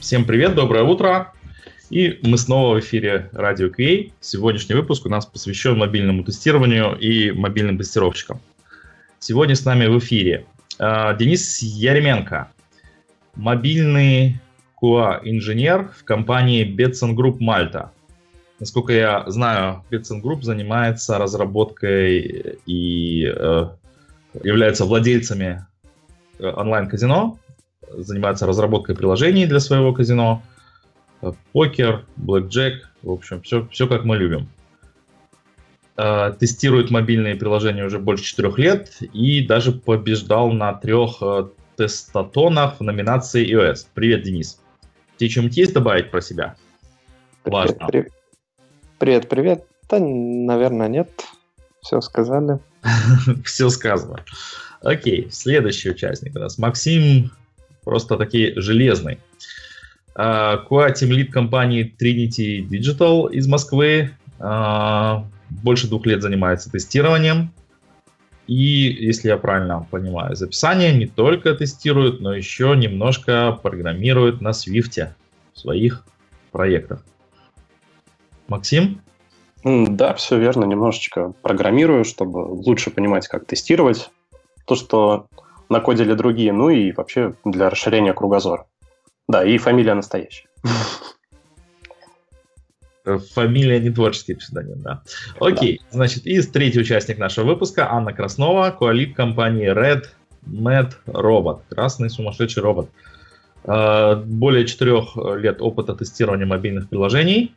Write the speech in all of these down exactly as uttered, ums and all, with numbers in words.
Всем привет, доброе утро. И мы снова в эфире Радио кью эй. Сегодняшний выпуск у нас посвящен мобильному тестированию и мобильным тестировщикам. Сегодня с нами в эфире э, Денис Яременко, мобильный кью эй-инженер в компании Betson Group Malta. Насколько я знаю, Betson Group занимается разработкой и э, является владельцами онлайн-казино, занимается разработкой приложений для своего казино, покер, блэкджек, в общем, все, все как мы любим. Э, тестирует мобильные приложения уже больше четырех лет и даже побеждал на трех э, тестатонах в номинации iOS. Привет, Денис. Тебе что-нибудь есть добавить про себя? Привет, Важно. Привет, привет. привет. Да, наверное, нет. Все сказали. Все сказано. Окей, следующий участник у нас Максим, просто таки железный. кью эй Team Lead компании Trinity Digital из Москвы. Больше двух лет занимается тестированием. И, если я правильно понимаю из описания, не только тестирует, но еще немножко программирует на Swift в своих проектах. Максим? Да, все верно. Немножечко программирую, чтобы лучше понимать, как тестировать то, что накодили другие, ну и вообще для расширения кругозора. Да, и фамилия настоящая. Фамилия не творческий псевдоним, да. Окей, да. Значит, и третий участник нашего выпуска, Анна Краснова, кью эй-лид компании Red Mad Robot. Красный сумасшедший робот. Более четырех лет опыта тестирования мобильных приложений.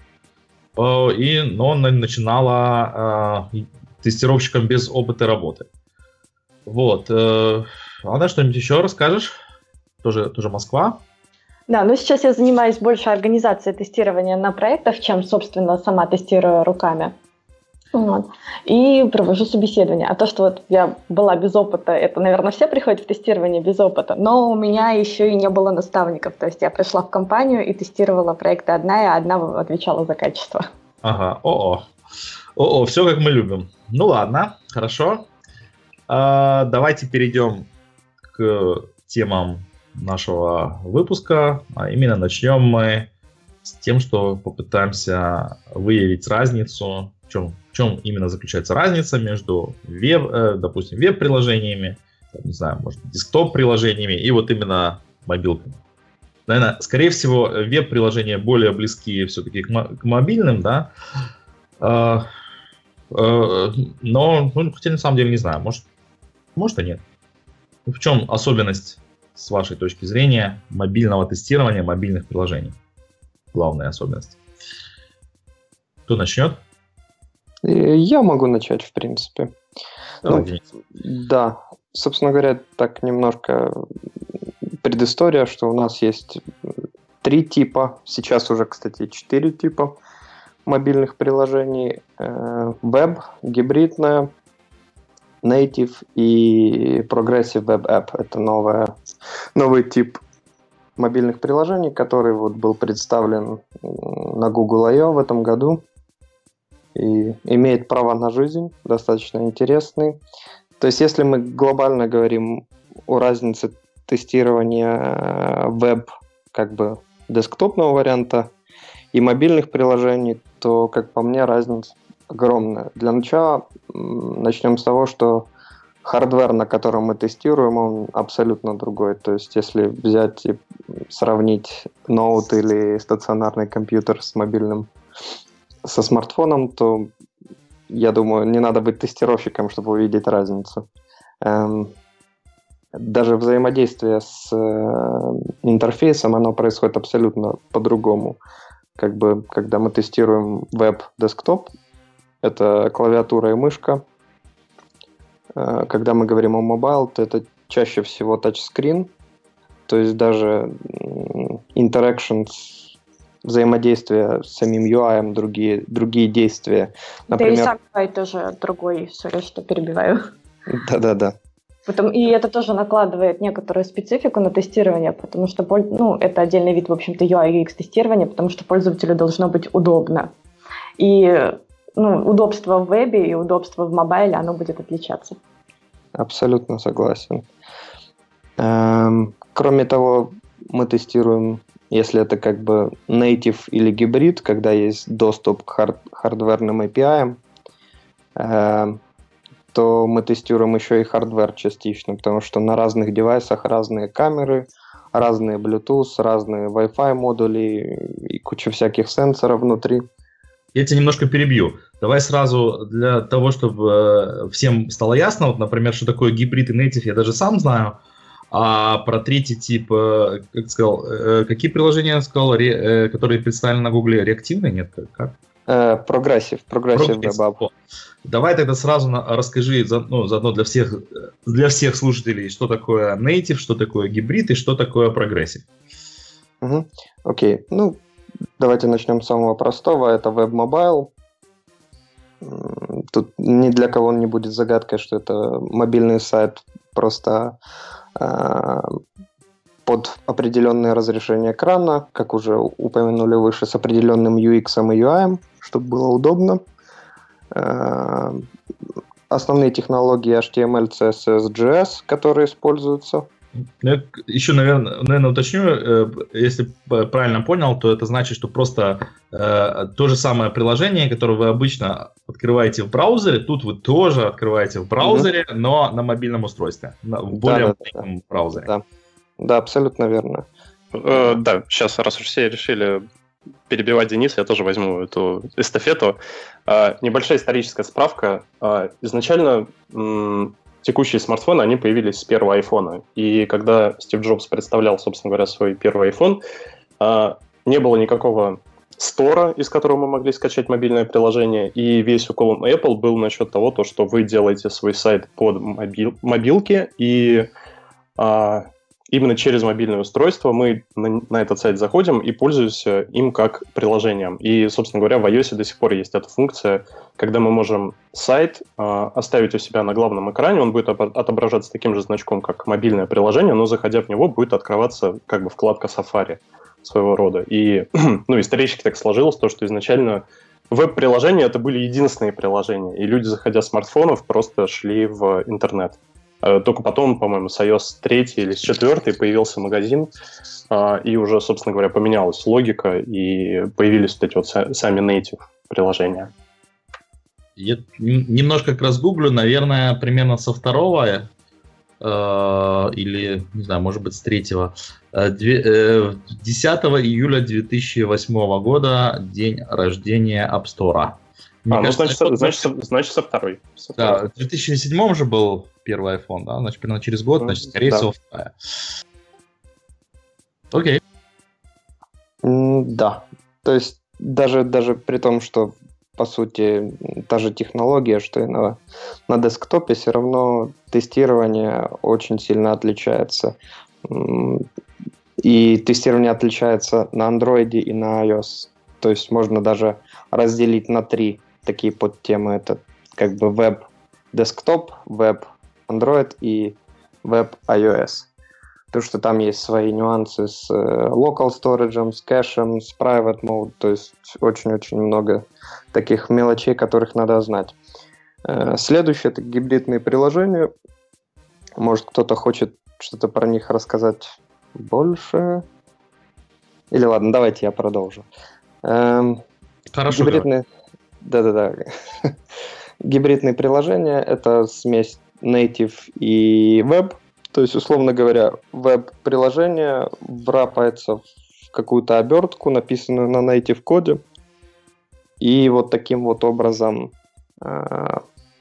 И, но она начинала тестировщиком без опыта работы. Вот. Анна, что-нибудь еще расскажешь? Тоже, тоже Москва? Да, ну сейчас я занимаюсь больше организацией тестирования на проектах, чем, собственно, сама тестирую руками. Вот. И провожу собеседование. А то, что вот я была без опыта, это, наверное, все приходят в тестирование без опыта, но у меня еще и не было наставников. То есть я пришла в компанию и тестировала проекты одна, и одна отвечала за качество. Ага, о-о. О-о, все как мы любим. Ну ладно, хорошо. А, давайте перейдем к темам нашего выпуска. А именно начнем мы с тем, что попытаемся выявить разницу, в чем, в чем именно заключается разница между веб, э, допустим, веб-приложениями, не знаю, может, десктоп-приложениями и вот именно мобилками. Наверное, скорее всего, веб-приложения более близки все-таки к, мо- к мобильным, да, э, э, но, ну, хотя на самом деле не знаю, может, может и нет. В чем особенность, с вашей точки зрения, мобильного тестирования мобильных приложений? Главная особенность. Кто начнет? Я могу начать, в принципе. Давай, ну, да, собственно говоря, так немножко предыстория, что у нас есть три типа, сейчас уже, кстати, четыре типа мобильных приложений. Веб, гибридная, Native и Progressive Web App. Это новая, новый тип мобильных приложений, который вот был представлен на Google ай о в этом году и имеет право на жизнь, достаточно интересный. То есть, если мы глобально говорим о разнице тестирования веб, как бы десктопного варианта и мобильных приложений, то, как по мне, разница огромная. Для начала начнем с того, что хардвер, на котором мы тестируем, он абсолютно другой. То есть, если взять и сравнить ноут или стационарный компьютер с мобильным, со смартфоном, то, я думаю, не надо быть тестировщиком, чтобы увидеть разницу. Эм, даже взаимодействие с э, интерфейсом, оно происходит абсолютно по-другому. Как бы, когда мы тестируем веб-десктоп, это клавиатура и мышка. Когда мы говорим о мобайл, то это чаще всего тачскрин, то есть даже interactions, взаимодействие с самим ю ай, другие, другие действия. Например, да и сам ю ай тоже другой, сори, что перебиваю. Да-да-да. Потом, и это тоже накладывает некоторую специфику на тестирование, потому что ну, это отдельный вид, в общем-то, ю ай ю экс тестирования, потому что пользователю должно быть удобно. И ну, удобство в вебе и удобство в мобайле, оно будет отличаться. Абсолютно согласен. Эм, кроме того, мы тестируем Если это как бы native или гибрид, когда есть доступ к хард- хардверным эй пи ай, э, то мы тестируем еще и хардвер частично, потому что на разных девайсах разные камеры, разные Bluetooth, разные Wi-Fi модули и куча всяких сенсоров внутри. Я тебя немножко перебью. Давай сразу для того, чтобы всем стало ясно, вот, например, что такое гибрид и native, я даже сам знаю. А про третий тип, как ты сказал, какие приложения я сказал, ре, которые представлены на Гугле, реактивные, нет? Как? Прогрессив, Progressive Web App. Давай тогда сразу расскажи, ну, заодно для всех, для всех слушателей, что такое native, что такое гибрид и что такое прогрессив. Угу. Окей, ну, давайте начнем с самого простого, это Web Mobile. Тут ни для кого не будет загадкой, что это мобильный сайт просто э, под определенное разрешение экрана, как уже упомянули выше, с определенным ю экс и ю ай, чтобы было удобно. Э, основные технологии эйч ти эм эль, си эс эс, джей эс, которые используются. Я еще, наверное, наверное, уточню, если правильно понял, то это значит, что просто э, то же самое приложение, которое вы обычно открываете в браузере, тут вы тоже открываете в браузере, mm-hmm. но на мобильном устройстве, на, в более да, маленьком да, браузере. Да. да, абсолютно верно. Э, да, сейчас, раз уж все решили перебивать Дениса, я тоже возьму эту эстафету. Э, небольшая историческая справка. Э, изначально... М- Текущие смартфоны, они появились с первого айфона. И когда Стив Джобс представлял, собственно говоря, свой первый iPhone, не было никакого стора, из которого мы могли скачать мобильное приложение. И весь укол Apple был насчет того, то, что вы делаете свой сайт под мобил, мобилки, и а, именно через мобильное устройство мы на, на этот сайт заходим и пользуемся им как приложением. И, собственно говоря, в iOS до сих пор есть эта функция, когда мы можем сайт э, оставить у себя на главном экране, он будет отображаться таким же значком, как мобильное приложение, но, заходя в него, будет открываться как бы вкладка Safari своего рода. И, ну, исторически так сложилось, то, что изначально веб-приложения это были единственные приложения, и люди, заходя с смартфонов, просто шли в интернет. Только потом, по-моему, с iOS три или с четыре появился магазин, и уже, собственно говоря, поменялась логика, и появились вот эти вот сами native приложения. Я немножко как раз гуглю, наверное, примерно со второго э, или, не знаю, может быть, с третьего. десятого июля две тысячи восьмого года, день рождения App Store. Мне а, кажется, ну, значит, это... значит, значит, со второй. Со да, второй. в две тысячи седьмом же был первый iPhone, да? Значит, примерно через год, значит, скорее да. всего, вторая. Окей. Да. То есть даже, даже при том, что по сути та же технология, что и на, на десктопе, все равно тестирование очень сильно отличается. И тестирование отличается на Android и на iOS. То есть можно даже разделить на три такие подтемы. Это как бы веб-десктоп, веб-Android и веб-iOS. Потому что там есть свои нюансы с local storage, с кэшем, с private mode. То есть очень-очень много таких мелочей, которых надо знать. Следующее – это гибридные приложения. Может, кто-то хочет что-то про них рассказать больше? Или ладно, давайте я продолжу. Хорошо. Гибридные... Да-да-да. Гибридные приложения – это смесь native и web. То есть, условно говоря, веб-приложение врапается в какую-то обертку, написанную на native коде, и вот таким вот образом э,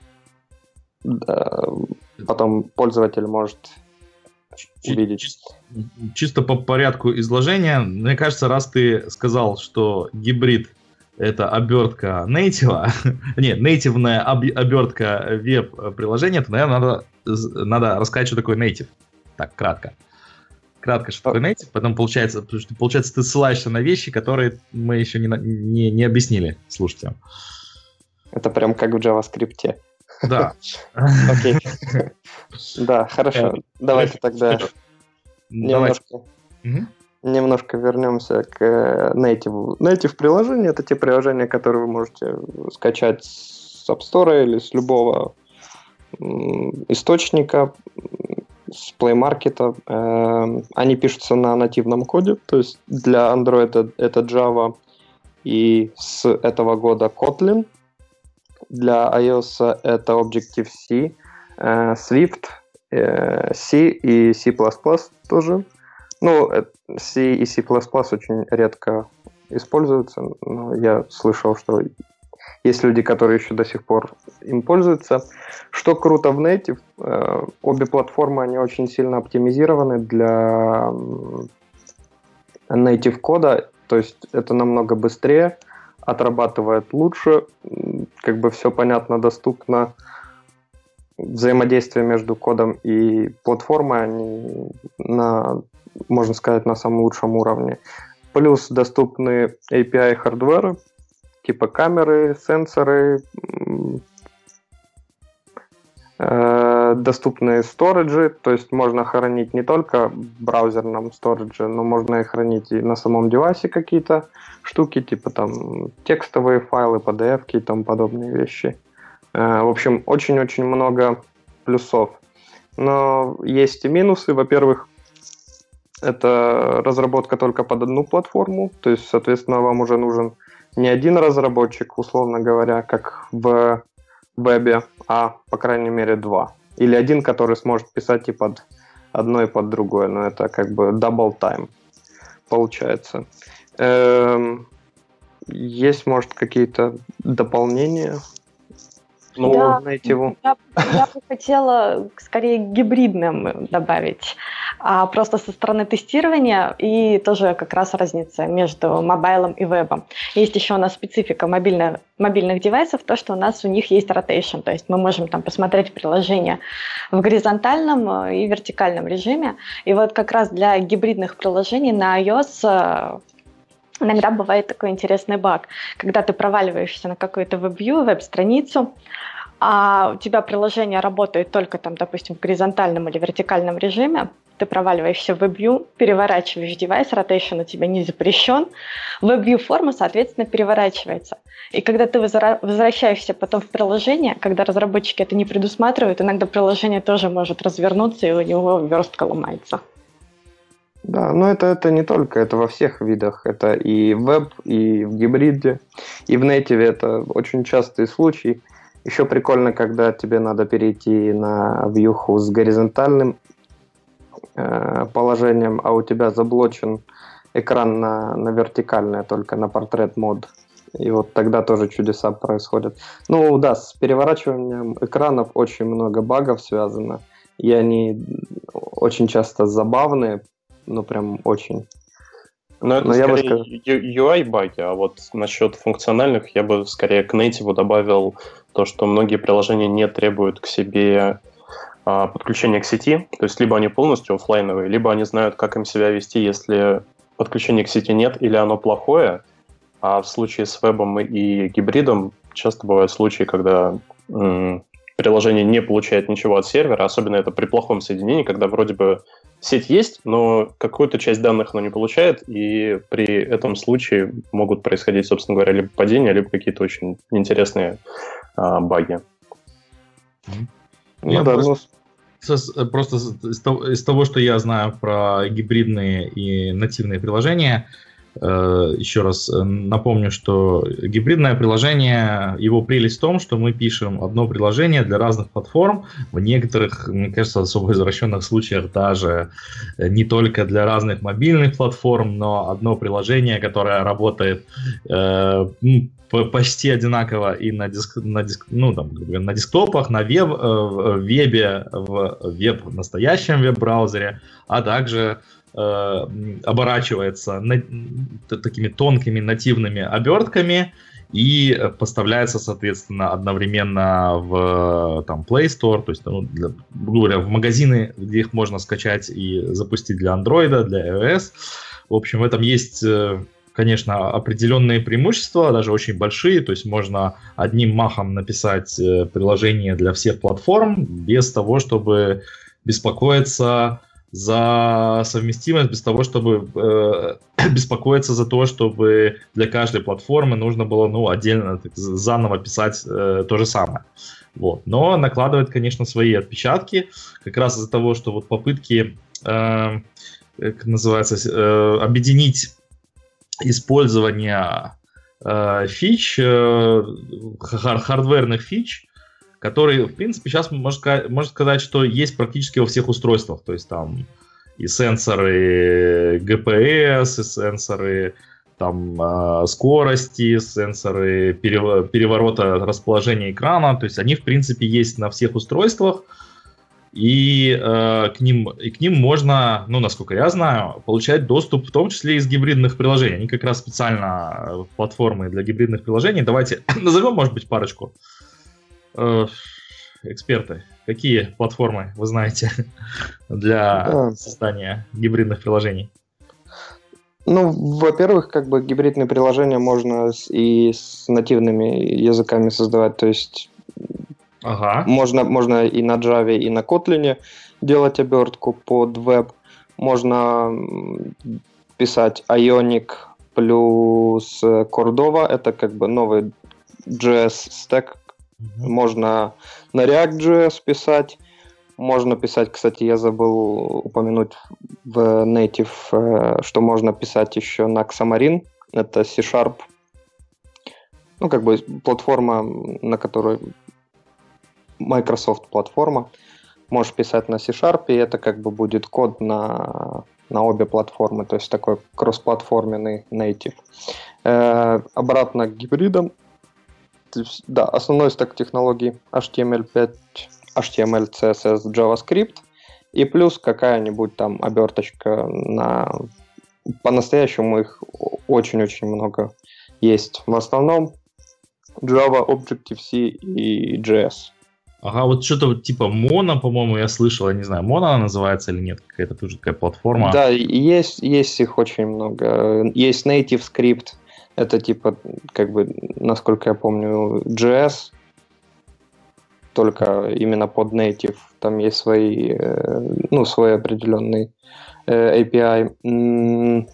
э, потом пользователь может увидеть. Чисто, чисто по порядку изложения, мне кажется, раз ты сказал, что гибрид это обертка native, нет, нативная обертка веб-приложения, то, наверное, надо, надо рассказать, что такое native. Так, кратко. Кратко, что такое native, потом получается, потому что, получается, ты ссылаешься на вещи, которые мы еще не, не, не объяснили слушателям. Это прям как в JavaScript. Да. Окей. Да, хорошо. Давайте тогда немножко... Немножко вернемся к native. Native приложения — это те приложения, которые вы можете скачать с App Store или с любого источника. с Play Market. Э, они пишутся на нативном коде, то есть для Android это Java, и с этого года Kotlin. Для iOS это Objective-C, э, Swift, э, C и C++ тоже. Ну, C и C++ очень редко используются, но я слышал, что есть люди, которые еще до сих пор им пользуются. Что круто в Native, э, обе платформы, они очень сильно оптимизированы для Native кода, то есть это намного быстрее, отрабатывает лучше, как бы все понятно, доступно. Взаимодействие между кодом и платформой, они на, можно сказать, на самом лучшем уровне. Плюс доступны эй пи ай хардвера, типа камеры, сенсоры, э, доступны сториджи, то есть можно хранить не только в браузерном сторидже, но можно и хранить и на самом девайсе какие-то штуки, типа там текстовые файлы, пи ди эф и тому подобные вещи. Э, в общем, очень-очень много плюсов. Но есть и минусы. Во-первых, это разработка только под одну платформу, то есть, соответственно, вам уже нужен не один разработчик, условно говоря, как в вебе, а, по крайней мере, два. Или один, который сможет писать и под одно, и под другое. Но это как бы double time получается. Эм, есть, может, какие-то дополнения? Ну, да, я, я бы хотела скорее гибридным добавить, а просто со стороны тестирования и тоже как раз разница между мобайлом и вебом. Есть еще у нас специфика мобильных, мобильных девайсов, то, что у нас у них есть rotation, то есть мы можем там посмотреть приложение в горизонтальном и вертикальном режиме. И вот как раз для гибридных приложений на iOS иногда бывает такой интересный баг, когда ты проваливаешься на какую-то веб-вью, веб-страницу, а у тебя приложение работает только там, допустим, в горизонтальном или вертикальном режиме, ты проваливаешься в веб-вью, переворачиваешь девайс, ротейшн у тебя не запрещен, веб-вью форма, соответственно, переворачивается. И когда ты возвращаешься потом в приложение, когда разработчики это не предусматривают, иногда приложение тоже может развернуться, и у него верстка ломается. Да, но это, это не только, это во всех видах. Это и в веб, и в гибриде, и в native это очень частый случай. Еще прикольно, когда тебе надо перейти на вьюху с горизонтальным э, положением, а у тебя заблочен экран на, на вертикальное, только на портрет мод. И вот тогда тоже чудеса происходят. Ну да, с переворачиванием экранов очень много багов связано. И они очень часто забавные, ну, прям очень. Но это Но скорее я бы сказал... ю ай-баги, а вот насчет функциональных я бы скорее к нейтиву добавил то, что многие приложения не требуют к себе а, подключения к сети, то есть либо они полностью офлайновые, либо они знают, как им себя вести, если подключения к сети нет или оно плохое, а в случае с вебом и гибридом часто бывают случаи, когда м- приложение не получает ничего от сервера, особенно это при плохом соединении, когда вроде бы сеть есть, но какую-то часть данных оно не получает, и при этом случае могут происходить, собственно говоря, либо падения, либо какие-то очень интересные а, баги. Ну, я да, просто, ну... просто из того, из того, что я знаю про гибридные и нативные приложения, еще раз напомню, что гибридное приложение, его прелесть в том, что мы пишем одно приложение для разных платформ, в некоторых, мне кажется, особо извращенных случаях даже не только для разных мобильных платформ, но одно приложение, которое работает э, почти одинаково и на, диск, на, диск, ну, там, на десктопах, на веб, в вебе, в веб, в настоящем веб-браузере, а также оборачивается на, такими тонкими нативными обертками и поставляется, соответственно, одновременно в там, Play Store, то есть, ну, для, говоря, в магазины, где их можно скачать и запустить для Android, для iOS. В общем, в этом есть, конечно, определенные преимущества, даже очень большие, то есть можно одним махом написать приложение для всех платформ без того, чтобы беспокоиться за совместимость, без того, чтобы э, беспокоиться за то, чтобы для каждой платформы нужно было, ну, отдельно так, заново писать э, то же самое. Вот. Но накладывает, конечно, свои отпечатки, как раз из-за того, что вот попытки, э, как называется, э, объединить использование э, фич, э, хар- хардверных фич, которые, в принципе, сейчас можно, можно сказать, что есть практически во всех устройствах. То есть там и сенсоры джи пи эс, и сенсоры там, э, скорости, сенсоры переворота расположения экрана. То есть они, в принципе, есть на всех устройствах. И, э, к ним, и к ним можно, ну, насколько я знаю, получать доступ, в том числе из гибридных приложений. Они как раз специально платформы для гибридных приложений. Давайте назовем, может быть, парочку. Э, эксперты, какие платформы вы знаете для да. создания гибридных приложений? Ну, во-первых, как бы гибридные приложения можно и с нативными языками создавать, то есть ага. можно, можно и на Java, и на Kotlin делать обертку под веб, можно писать Ionic плюс Cordova, это как бы новый джей эс-стек, mm-hmm. можно на React.js писать. Можно писать, кстати, я забыл упомянуть в Native, что можно писать еще на Xamarin, это C-Sharp. Ну, как бы платформа, на которой Microsoft платформа. Можешь писать на C-Sharp, и это как бы будет код на, на обе платформы, то есть такой кроссплатформенный Native. Э, обратно к гибридам. Да, основной стек технологий эйч ти эм эль пять, эйч ти эм эль, си эс эс, JavaScript и плюс какая-нибудь там оберточка на... По-настоящему их очень-очень много есть. В основном Java, Objective-C и джей эс. Ага, вот что-то типа Mono, по-моему, я слышал, я не знаю, Mono она называется или нет, какая-то тоже такая платформа. Да, есть, есть их очень много. Есть Native Script, это типа, как бы, насколько я помню, джей эс, только именно под Native. Там есть свои, ну, свой определенный эй пи ай.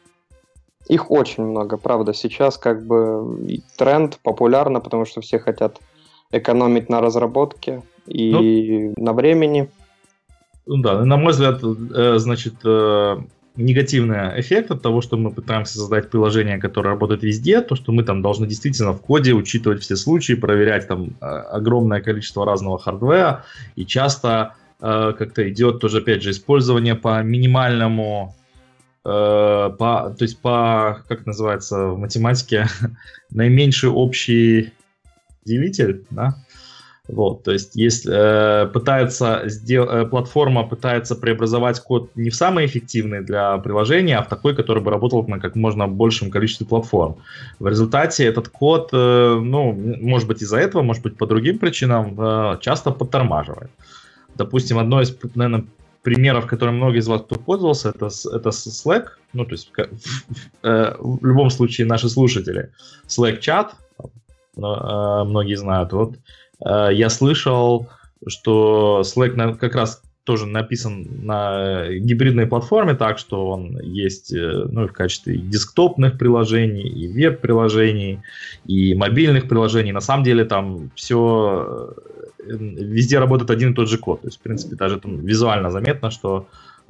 Их очень много, правда. Сейчас как бы тренд популярно, потому что все хотят экономить на разработке и ну, на времени. Да, на мой взгляд, значит, негативный эффект от того, что мы пытаемся создать приложение, которое работает везде, то, что мы там должны действительно в коде учитывать все случаи, проверять там огромное количество разного хардвера, и часто э, как-то идет тоже, опять же, использование по минимальному, э, по, то есть по, как называется в математике, наименьший общий делитель, да? Вот, то есть, если э, пытается сдел... э, платформа пытается преобразовать код не в самый эффективный для приложения, а в такой, который бы работал на как можно большем количестве платформ. В результате этот код, э, ну, может быть из-за этого, может быть по другим причинам, э, часто подтормаживает. Допустим, одно из, наверное, примеров, которым многие из вас кто пользовался, это, это Slack, ну, то есть э, в любом случае наши слушатели, Slack-чат, э, многие знают, вот. Я слышал, что Slack как раз тоже написан на гибридной платформе, так что он есть, ну, в качестве десктопных приложений, и веб-приложений, и мобильных приложений. На самом деле там все, везде работает один и тот же код. То есть, в принципе, даже там визуально заметно, что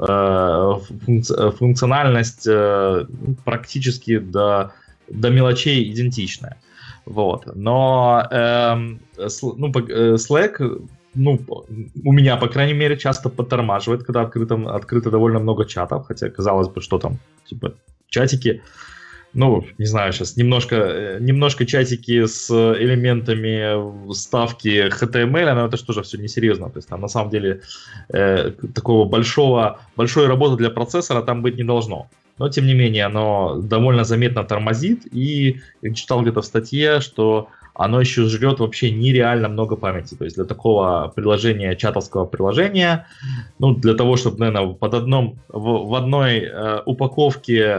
функциональность практически до, до мелочей идентичная. Вот. Но э, ну, Slack, ну, у меня, по крайней мере, часто подтормаживает, когда открыто, открыто довольно много чатов, хотя казалось бы, что там, типа, чатики, ну, не знаю, сейчас немножко, немножко чатики с элементами вставки эйч ти эм эль, но это же тоже все несерьезно, то есть там на самом деле э, такого большого, большой работы для процессора там быть не должно. Но, тем не менее, оно довольно заметно тормозит, и я читал где-то в статье, что оно еще жрет вообще нереально много памяти. То есть для такого приложения, чатовского приложения, ну, для того, чтобы, наверное, под одном, в, в одной э, упаковке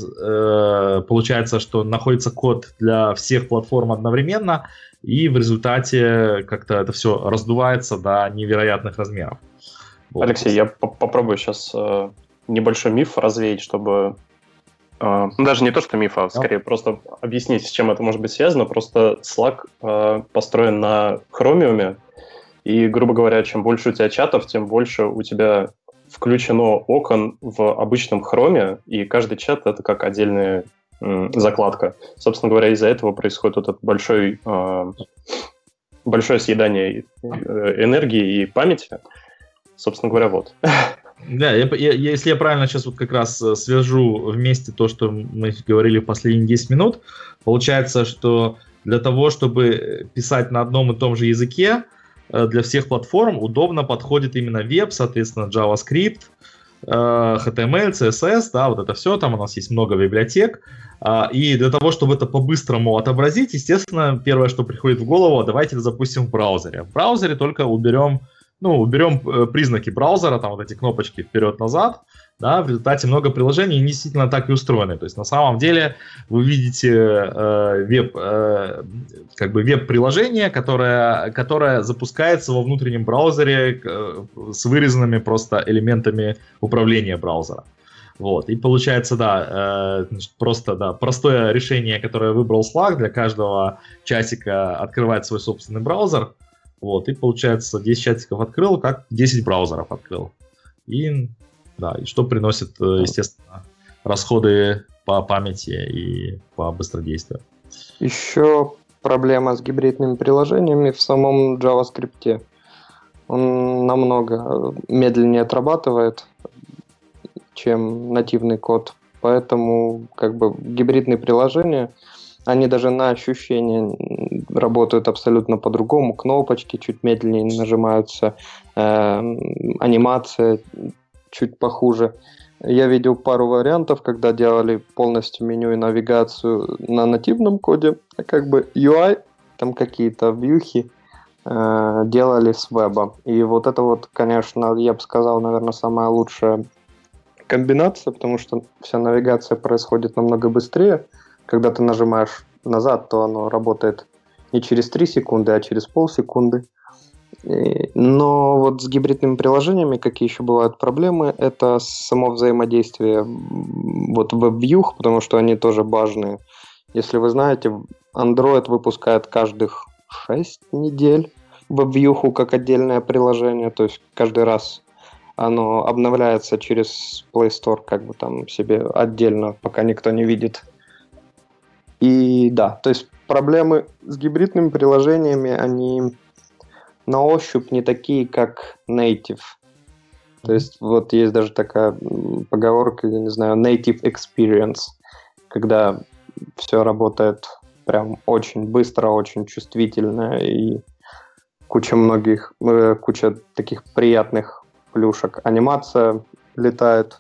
э, получается, что находится код для всех платформ одновременно, и в результате как-то это все раздувается до невероятных размеров. Вот. Алексей, я по- попробую сейчас... Э... небольшой миф развеять, чтобы э, даже не то, что миф, а скорее yeah. просто объяснить, с чем это может быть связано. Просто Slack э, построен на Chromium, и, грубо говоря, чем больше у тебя чатов, тем больше у тебя включено окон в обычном Chrome, и каждый чат — это как отдельная м, закладка. Собственно говоря, из-за этого происходит вот это большой, э, большое съедание энергии и памяти. Собственно говоря, вот. Да, я, я, если я правильно сейчас вот как раз свяжу вместе то, что мы говорили в последние десять минут, получается, что для того, чтобы писать на одном и том же языке, для всех платформ удобно подходит именно веб, соответственно, JavaScript, эйч ти эм эль, си эс эс, да, вот это все, там у нас есть много библиотек. И для того, чтобы это по-быстрому отобразить, естественно, первое, что приходит в голову, давайте это запустим в браузере. В браузере только уберем, ну, уберем признаки браузера, там вот эти кнопочки вперед-назад, да, в результате много приложений действительно так и устроены. То есть на самом деле вы видите э, веб, э, как бы веб-приложение, которое, которое запускается во внутреннем браузере э, с вырезанными просто элементами управления браузера. Вот. И получается, да, э, значит, просто да, простое решение, которое выбрал Slack, для каждого чатика открывать свой собственный браузер. Вот. И получается, десять чатиков открыл, как десять браузеров открыл. И да, и что приносит, естественно, расходы по памяти и по быстродействию. Еще проблема с гибридными приложениями в самом JavaScript. Он намного медленнее отрабатывает, чем нативный код. Поэтому как бы гибридные приложения, они даже на ощущение работают абсолютно по-другому. Кнопочки чуть медленнее нажимаются, э, анимация чуть похуже. Я видел пару вариантов, когда делали полностью меню и навигацию на нативном коде, а как бы ю ай, там какие-то вьюхи э, делали с веба. И вот это вот, конечно, я бы сказал, наверное, самая лучшая комбинация, потому что вся навигация происходит намного быстрее. Когда ты нажимаешь назад, то оно работает не через три секунды, а через полсекунды. Но вот с гибридными приложениями какие еще бывают проблемы, это само взаимодействие вот веб-вьюх, потому что они тоже важные. Если вы знаете, Android выпускает каждых шесть недель веб-вьюху как отдельное приложение, то есть каждый раз оно обновляется через Play Store как бы там себе отдельно, пока никто не видит. И да, то есть проблемы с гибридными приложениями, они на ощупь не такие, как native. То есть вот есть даже такая поговорка, я не знаю, native experience, когда все работает прям очень быстро, очень чувствительно и куча многих, куча таких приятных плюшек. Анимация летает.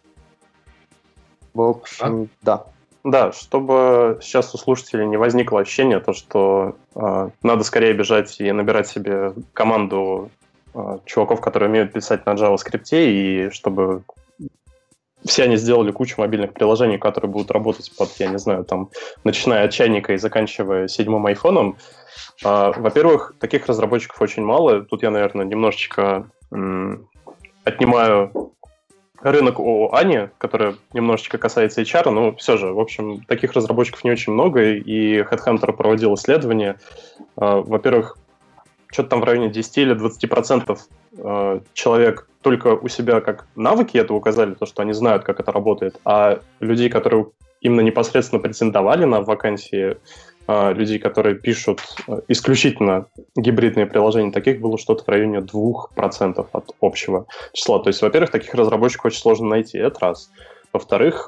В общем, а? да. Да, чтобы сейчас у слушателей не возникло ощущение, то, что э, надо скорее бежать и набирать себе команду э, чуваков, которые умеют писать на JavaScript, и чтобы все они сделали кучу мобильных приложений, которые будут работать под, я не знаю, там, начиная от чайника и заканчивая седьмым айфоном. Э, во-первых, таких разработчиков очень мало. Тут я, наверное, немножечко э, отнимаю рынок у Ани, который немножечко касается эйч ар, но все же, в общем, таких разработчиков не очень много, и HeadHunter проводил исследование. Во-первых, что-то там в районе десять или двадцать процентов человек только у себя как навыки это указали, то, что они знают, как это работает, а людей, которые именно непосредственно претендовали на вакансии, людей, которые пишут исключительно гибридные приложения, таких было что-то в районе двух процентов от общего числа. То есть, во-первых, таких разработчиков очень сложно найти, это раз. Во-вторых,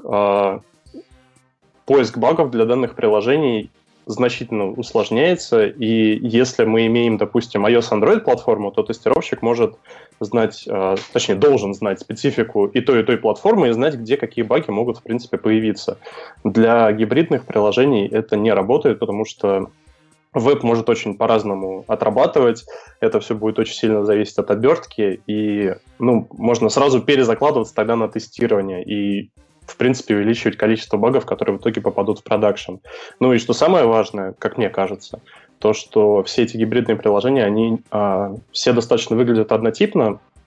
поиск багов для данных приложений значительно усложняется, и если мы имеем, допустим, iOS Android платформу, то тестировщик может знать, точнее, должен знать специфику и той, и той платформы, и знать, где какие баги могут, в принципе, появиться. Для гибридных приложений это не работает, потому что веб может очень по-разному отрабатывать, это все будет очень сильно зависеть от обертки, и ну, можно сразу перезакладываться тогда на тестирование, и в принципе, увеличивать количество багов, которые в итоге попадут в продакшн. Ну и что самое важное, как мне кажется, то, что все эти гибридные приложения, они а, все достаточно выглядят однотипно,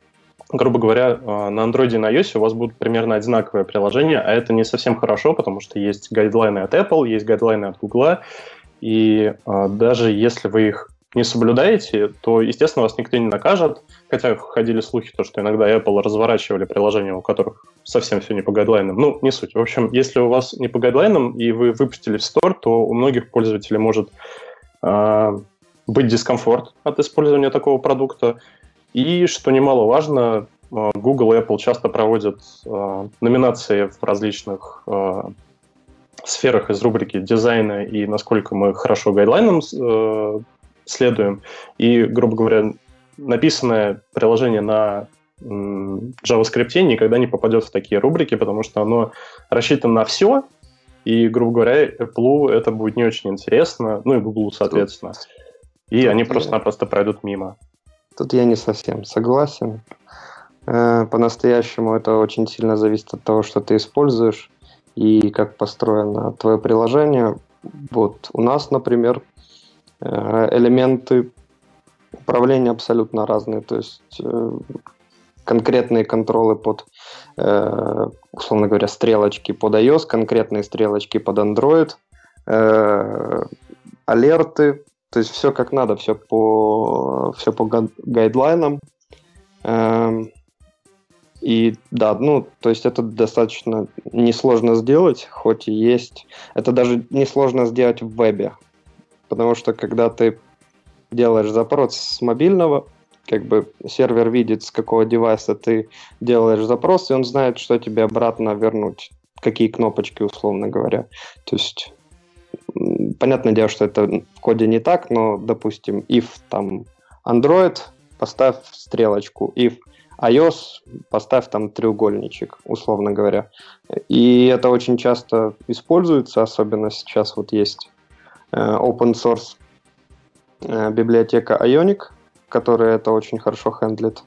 грубо говоря, на Android и на iOS у вас будут примерно одинаковые приложения, а это не совсем хорошо, потому что есть гайдлайны от Apple, есть гайдлайны от Google, и а, даже если вы их не соблюдаете, то, естественно, вас никто не накажет, хотя ходили слухи, то, что иногда Apple разворачивали приложения, у которых совсем все не по гайдлайнам. Ну, не суть. В общем, если у вас не по гайдлайнам, и вы выпустили в Store, то у многих пользователей может а, быть дискомфорт от использования такого продукта. И, что немаловажно, Google и Apple часто проводят э, номинации в различных э, сферах из рубрики дизайна и насколько мы хорошо гайдлайнам э, следуем. И, грубо говоря, написанное приложение на э, JavaScript никогда не попадет в такие рубрики, потому что оно рассчитано на все, и, грубо говоря, Apple это будет не очень интересно, ну и Google, соответственно. И Тут они я... просто-напросто пройдут мимо. Тут я не совсем согласен. По-настоящему это очень сильно зависит от того, что ты используешь и как построено твое приложение. Вот у нас, например, элементы управления абсолютно разные. То есть конкретные контролы под, условно говоря, стрелочки под iOS, конкретные стрелочки под Android, алерты. То есть все как надо, все по, все по гайдлайнам. Эм, и да, ну, то есть это достаточно несложно сделать, хоть и есть. Это даже несложно сделать в вебе. Потому что когда ты делаешь запрос с мобильного, как бы сервер видит, с какого девайса ты делаешь запрос, и он знает, что тебе обратно вернуть. Какие кнопочки, условно говоря. То есть... Понятное дело, что это в коде не так, но, допустим, if там Android, поставь стрелочку, if iOS, поставь там треугольничек, условно говоря. И это очень часто используется, особенно сейчас вот есть э, open source э, библиотека Ionic, которая это очень хорошо хендлит.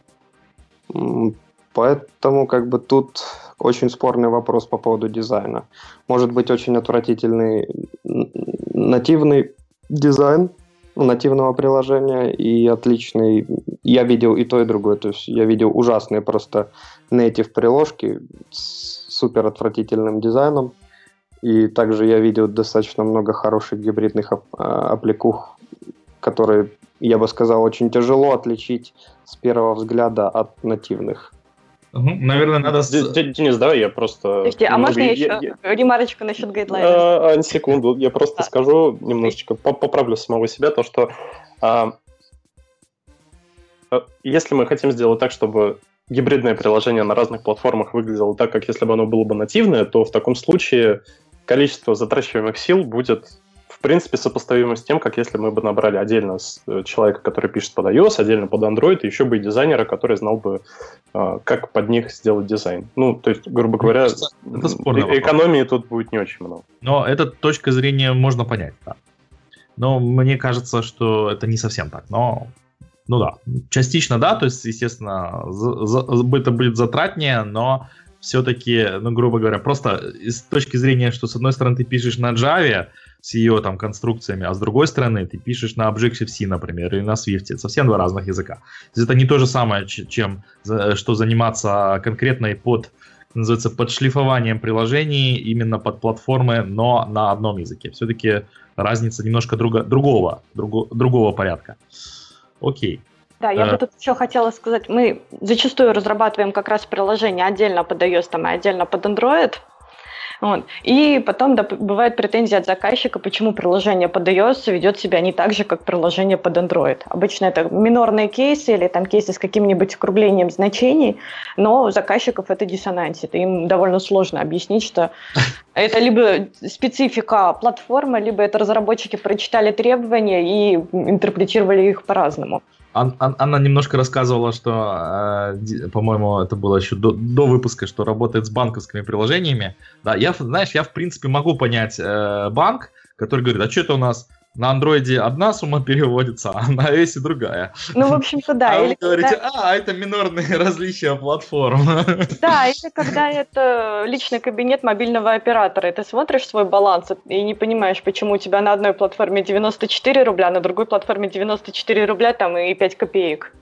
Поэтому как бы тут очень спорный вопрос по поводу дизайна. Может быть очень отвратительный нативный дизайн нативного приложения и отличный. Я видел и то, и другое. То есть я видел ужасные просто native приложки с супер отвратительным дизайном. И также я видел достаточно много хороших гибридных аппликух, которые, я бы сказал, очень тяжело отличить с первого взгляда от нативных. Угу. Наверное, надо... Денис, давай я просто... Подожди, а можно я еще я... ремарочку насчет гайдлайна? А, а, секунду, я просто скажу, немножечко поправлю самого себя, то, что а, если мы хотим сделать так, чтобы гибридное приложение на разных платформах выглядело так, как если бы оно было бы нативное, то в таком случае количество затрачиваемых сил будет... в принципе, сопоставимо с тем, как если мы бы набрали отдельно человека, который пишет под iOS, отдельно под Android, и еще бы и дизайнера, который знал бы, как под них сделать дизайн. Ну, то есть, грубо говоря, это экономии тут будет не очень много. Но эту точку зрения можно понять, да. Но мне кажется, что это не совсем так. Но, ну да, частично да, то есть, естественно, за, за, это будет затратнее, но все-таки, ну, грубо говоря, просто с точки зрения, что с одной стороны ты пишешь на Java, с ее там конструкциями, а с другой стороны ты пишешь на Objective-C, например, или на Swift. Это совсем два разных языка. То есть это не то же самое, чем что заниматься конкретной под, называется, подшлифованием приложений именно под платформы, но на одном языке. Все-таки разница немножко друга, другого, друго, другого порядка. Окей. Да, я бы тут еще хотела сказать, мы зачастую разрабатываем как раз приложение отдельно под iOS там, и отдельно под Android. Вот. И потом да, бывает претензия от заказчика, почему приложение под iOS ведет себя не так же, как приложение под Android. Обычно это минорные кейсы или там кейсы с каким-нибудь округлением значений, но заказчиков это диссонансит. Им довольно сложно объяснить, что это либо специфика платформы, либо это разработчики прочитали требования и интерпретировали их по-разному. Анна немножко рассказывала, что, по-моему, это было еще до, до выпуска, что работает с банковскими приложениями. Да, я, знаешь, я в принципе могу понять э, банк, который говорит, а что это у нас на андроиде одна сумма переводится, а на iOS другая. Ну, в общем-то, да. А или вы говорите, когда... а, это минорные различия платформ. Да, или когда это личный кабинет мобильного оператора, и ты смотришь свой баланс и не понимаешь, почему у тебя на одной платформе девяносто четыре рубля, на другой платформе девяносто четыре рубля там и пять копеек.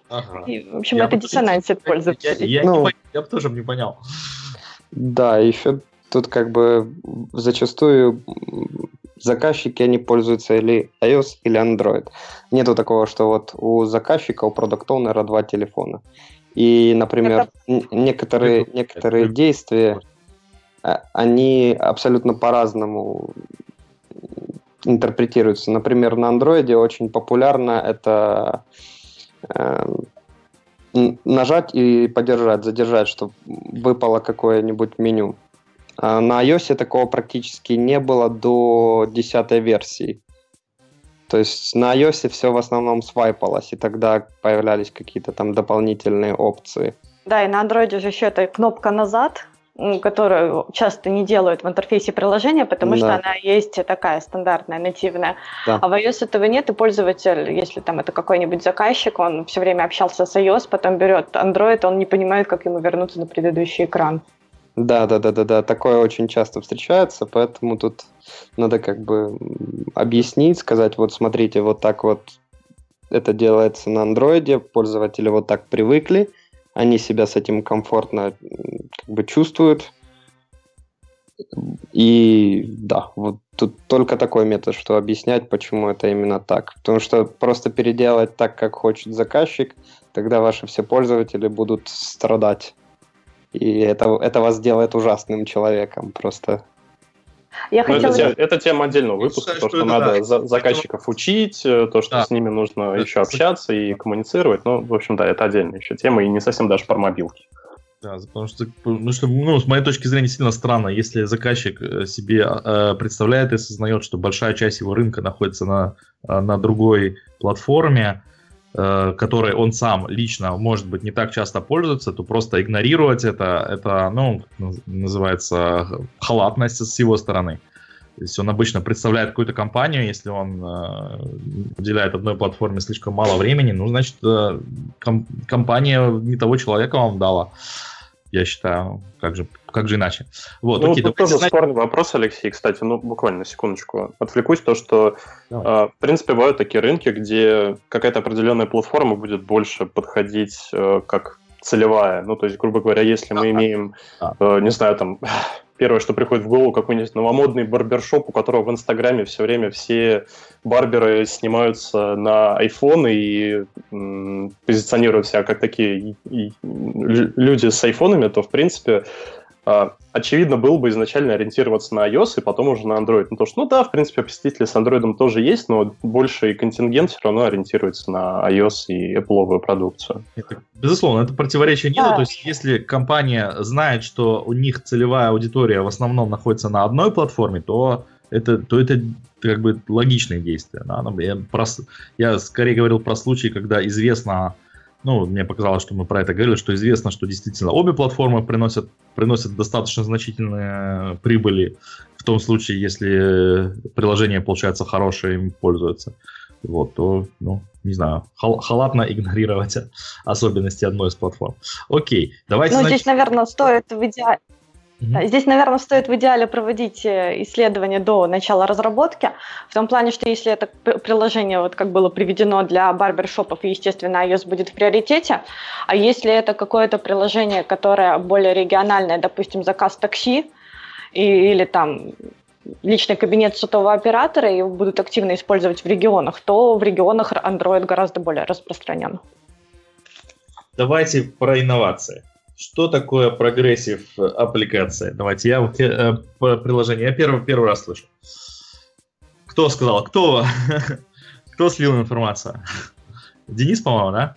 Ага. И, в общем, Я это бы- диссонансит Я, пользователей. я, Ну. не пон- я бы тоже не понял. Да, еще тут как бы зачастую м, заказчики, они пользуются или iOS, или Android. Нету такого, что вот у заказчика, у продакт-оунера два телефона. И, например, н- некоторые, Это- некоторые это- действия, а, они абсолютно по-разному интерпретируются. Например, на Android очень популярно это эм, н- нажать и подержать, задержать, чтобы выпало какое-нибудь меню. А на iOS такого практически не было до десятой версии. То есть на iOS все в основном свайпалось, и тогда появлялись какие-то там дополнительные опции. Да, и на Android же еще это кнопка «назад», м, которую часто не делают в интерфейсе приложения, потому что Да. она есть такая стандартная, нативная. Да. А в iOS этого нет, и пользователь, если там это какой-нибудь заказчик, он все время общался с iOS, потом берет Android, он не понимает, как ему вернуться на предыдущий экран. Да, да, да, да, да, такое очень часто встречается, поэтому тут надо как бы м, объяснить, сказать, вот смотрите, вот так вот это делается на андроиде, пользователи вот так привыкли, они себя с этим комфортно м, как бы чувствуют. И да, вот тут только такой метод, что объяснять, почему это именно так. Потому что просто переделать так, как хочет заказчик, тогда ваши все пользователи будут страдать. И это, это вас делает ужасным человеком просто. Я Ну, это, хотела... те- это тема отдельного Я выпуска, считаю, то, что что это надо да. за- заказчиков учить, э, то, что Да. с ними нужно Да, еще общаться и коммуницировать. Ну, в общем, да, это отдельная еще тема, и не совсем даже про мобилки. Да, потому что, ну, что, ну, с моей точки зрения, сильно странно, если заказчик э, себе э, представляет и осознает, что большая часть его рынка находится на, э, на другой платформе, э, которой он сам лично, может быть, не так часто пользуется, то просто игнорировать это, это, ну, наз- называется халатность с его стороны. То есть он обычно представляет какую-то компанию, если он э, уделяет одной платформе слишком мало времени, ну, значит, э, ком- компания не того человека вам дала. Я считаю, как же, как же иначе. Вот, Ну, окей, тут давайте, тоже знаете, спорный вопрос, Алексей, кстати, ну, буквально на секундочку отвлекусь, то, что, Давай. э, в принципе, бывают такие рынки, где какая-то определенная платформа будет больше подходить э, как целевая. Ну, то есть, грубо говоря, если мы Ага. имеем, Да. э, не знаю, там, первое, что приходит в голову, какой-нибудь новомодный барбершоп, у которого в Инстаграме все время все барберы снимаются на iPhone и м, позиционируют себя как такие и- и лю- люди с айфонами, то, в принципе, а, очевидно было бы изначально ориентироваться на iOS и потом уже на Android. Ну, то, что, ну да, в принципе, посетители с Android тоже есть, но больший контингент все равно ориентируется на iOS и Apple-овую продукцию. это, безусловно, это противоречия нету. Да. То есть, если компания знает, что у них целевая аудитория в основном находится на одной платформе, то это, то это как бы логичные действия. Да? Ну, Я, прос- я скорее говорил про случаи, когда известно, ну, мне показалось, что мы про это говорили, что известно, что действительно обе платформы приносят, приносят достаточно значительные прибыли в том случае, если приложение получается хорошее, им пользуются. Вот, то, ну, не знаю, хал- халатно игнорировать особенности одной из платформ. Окей, давайте... Ну, значит- здесь, наверное, стоит в идеале... Мгм. Да, здесь, наверное, стоит в идеале проводить э, исследования до начала разработки, в том плане, что если это п- приложение, вот как было приведено для барбершопов, естественно, iOS будет в приоритете, а если это какое-то приложение, которое более региональное, допустим, заказ такси, и- или там личный кабинет сотового оператора, и его будут активно использовать в регионах, то в регионах Android гораздо более распространен. Давайте про инновации. Что такое прогрессив аппликация? Давайте, я вот, э, по приложению, я первый, первый раз слышу. Кто сказал? Кто? Кто слил информацию? Денис, по-моему, да?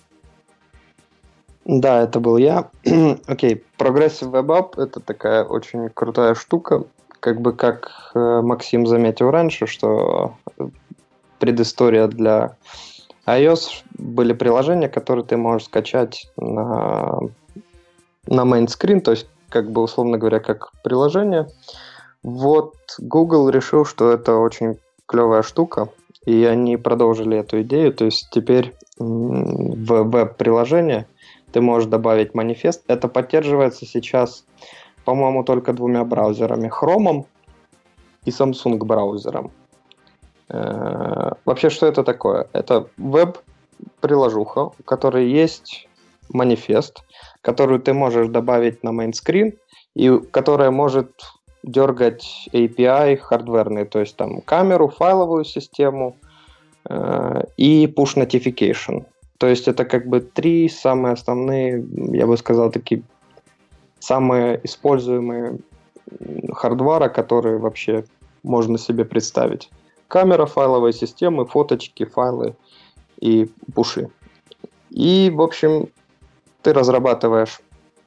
Да, это был я. Окей, Progressive Web App — это такая очень крутая штука. Как бы как э, Максим заметил раньше, что предыстория для iOS были приложения, которые ты можешь скачать на, на main screen, то есть, как бы, условно говоря, как приложение. Вот Google решил, что это очень клевая штука, и они продолжили эту идею. То есть теперь м, в веб-приложение ты можешь добавить манифест. Это поддерживается сейчас, по-моему, только двумя браузерами. Chrome и Samsung браузером. Э, Вообще, что это такое? Это веб приложуха, у которой есть манифест, которую ты можешь добавить на мейнскрин, и которая может дергать эй пи ай хардверные, то есть там камеру, файловую систему э, и push notification. То есть это как бы три самые основные, я бы сказал, такие самые используемые хардвара, которые вообще можно себе представить. Камера, файловые системы, фоточки, файлы и пуши. И, в общем, ты разрабатываешь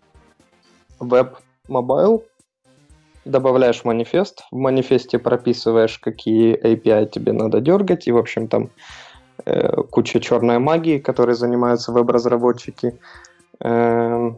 веб-мобайл, добавляешь манифест, в манифесте прописываешь, какие эй пи ай тебе надо дергать, и, в общем, там э, куча черной магии, которой занимаются веб-разработчики. Э,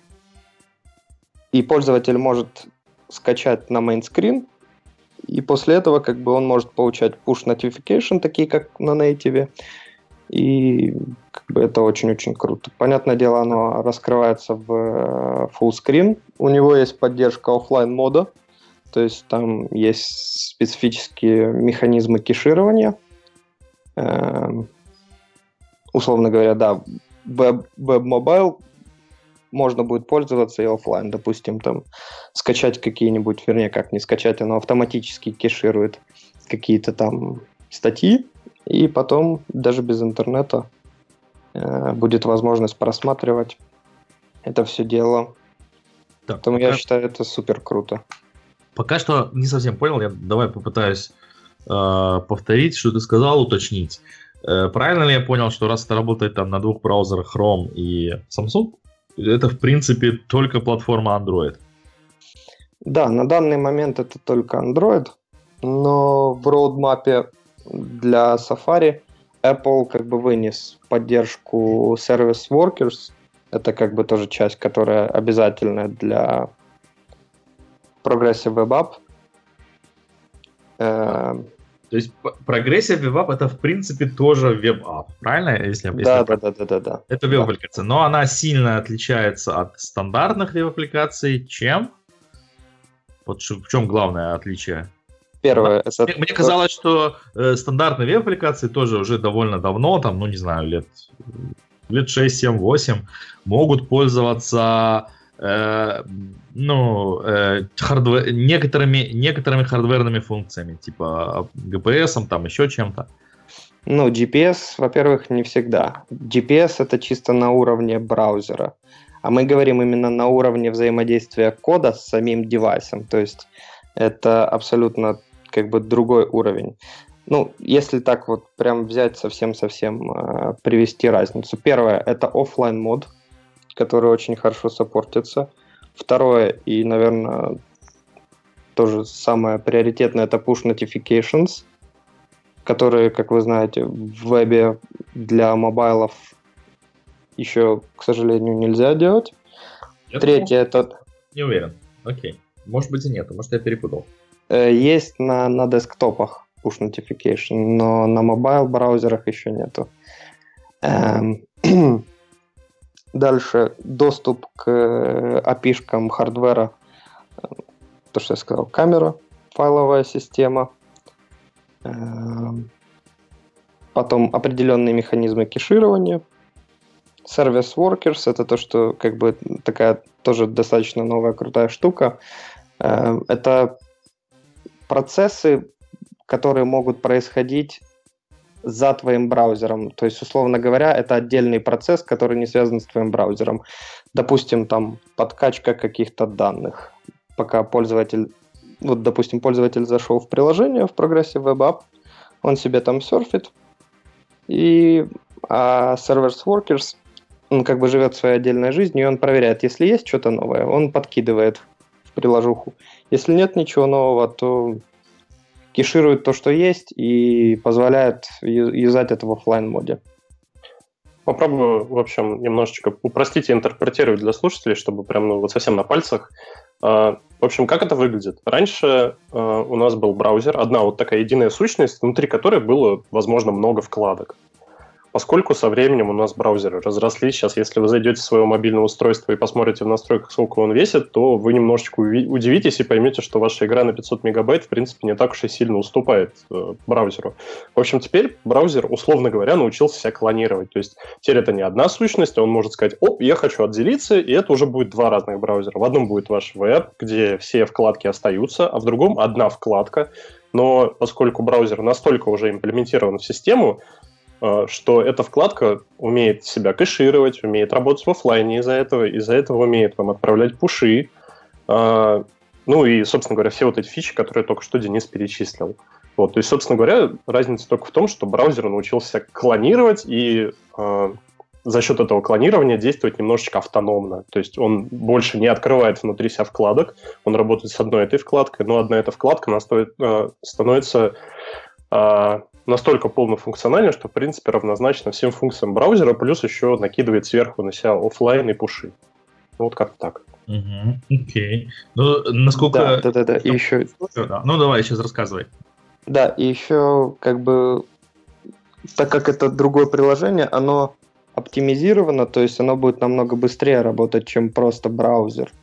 и пользователь может скачать на мейнскрин, и после этого как бы он может получать push notification, такие как на native, и как бы это очень-очень круто. Понятное дело, оно раскрывается в full screen. У него есть поддержка офлайн мода, то есть там есть специфические механизмы кеширования. Эм, условно говоря, да, Web, Web Mobile можно будет пользоваться и офлайн. Допустим, там скачать какие-нибудь, вернее, как не скачать, оно автоматически кеширует какие-то там статьи, и потом даже без интернета э, будет возможность просматривать это все дело. Так, Поэтому пока, я считаю, это супер круто. Пока что не совсем понял, я давай попытаюсь э, повторить, что ты сказал, уточнить. Э, правильно ли я понял, что раз это работает там на двух браузерах Chrome и Samsung, это в принципе только платформа Android? Да, на данный момент это только Android, но в роудмапе для Safari Apple как бы вынес поддержку Service Workers. Это как бы тоже часть, которая обязательная для Progressive Web App. То есть Progressive Web App это в принципе тоже Web App, правильно? Если, да, если да, да, да, да, да. Это веб-аппликация, но она сильно отличается от стандартных веб-аппликаций. Чем? Вот в чем главное отличие? Первое. Мне, это... мне казалось, что э, стандартные веб-аппликации тоже уже довольно давно, там, ну не знаю, лет, лет шесть, семь, восемь, могут пользоваться э, ну, э, хардвер, некоторыми, некоторыми хардверными функциями, типа джи пи эс, там еще чем-то. Ну, джи пи эс, во-первых, не всегда. джи пи эс это чисто на уровне браузера. А мы говорим именно на уровне взаимодействия кода с самим девайсом. То есть это абсолютно как бы другой уровень. Ну, если так вот прям взять совсем-совсем э, привести разницу. Первое, это офлайн мод, который очень хорошо саппортится. Второе, и, наверное, тоже самое приоритетное, это push notifications, которые, как вы знаете, в вебе для мобайлов еще, к сожалению, нельзя делать. Я Третье, думал, это... Не уверен. Окей. Может быть и нет, может я перепутал. Есть на, на десктопах push notification, но на мобайл браузерах еще нету. Эм... Дальше доступ к эй пи ай-шкам хардвера. То, что я сказал, камера, файловая система. Эм... Потом определенные механизмы кеширования. Service Workers — это то, что как бы такая тоже достаточно новая крутая штука. Это процессы, которые могут происходить за твоим браузером. То есть, условно говоря, это отдельный процесс, который не связан с твоим браузером. Допустим, там подкачка каких-то данных. Пока пользователь, вот, допустим, пользователь зашел в приложение, в Progressive Web App, он себе там серфит, и а Service Workers, он как бы живет своей отдельной жизнью, и он проверяет, если есть что-то новое, он подкидывает в приложуху. Если нет ничего нового, то кеширует то, что есть, и позволяет юзать это в офлайн-моде. Попробую, в общем, немножечко упростить и интерпретировать для слушателей, чтобы прям ну, вот совсем на пальцах. В общем, как это выглядит? Раньше у нас был браузер, одна вот такая единая сущность, внутри которой было, возможно, много вкладок. поскольку со временем у нас браузеры разрослись, сейчас если вы зайдете в свое мобильное устройство и посмотрите в настройках, сколько он весит, то вы немножечко удивитесь и поймете, что ваша игра на пятьсот мегабайт, в принципе, не так уж и сильно уступает э, браузеру. В общем, теперь браузер, условно говоря, научился себя клонировать. То есть теперь это не одна сущность, он может сказать, оп, я хочу отделиться, и это уже будет два разных браузера. В одном будет ваш веб, где все вкладки остаются, а в другом одна вкладка. Но поскольку браузер настолько уже имплементирован в систему, что эта вкладка умеет себя кэшировать, умеет работать в офлайне из-за этого, из-за этого умеет вам отправлять пуши. Ну и, собственно говоря, все вот эти фичи, которые только что Денис перечислил. Вот, то есть, собственно говоря, разница только в том, что браузер научился клонировать и э, за счет этого клонирования действовать немножечко автономно. То есть он больше не открывает внутри себя вкладок, он работает с одной этой вкладкой, но одна эта вкладка настоит, э, становится... Э, настолько полнофункционально, что, в принципе, равнозначно всем функциям браузера, плюс еще накидывает сверху на себя офлайн и пуши. Ну, вот как-то так. Угу, окей. Ну, насколько... Да, да, да, да. И еще... Ну, давай, сейчас рассказывай. Да, и еще, как бы, так как это другое приложение, оно оптимизировано, то есть оно будет намного быстрее работать, чем просто браузер.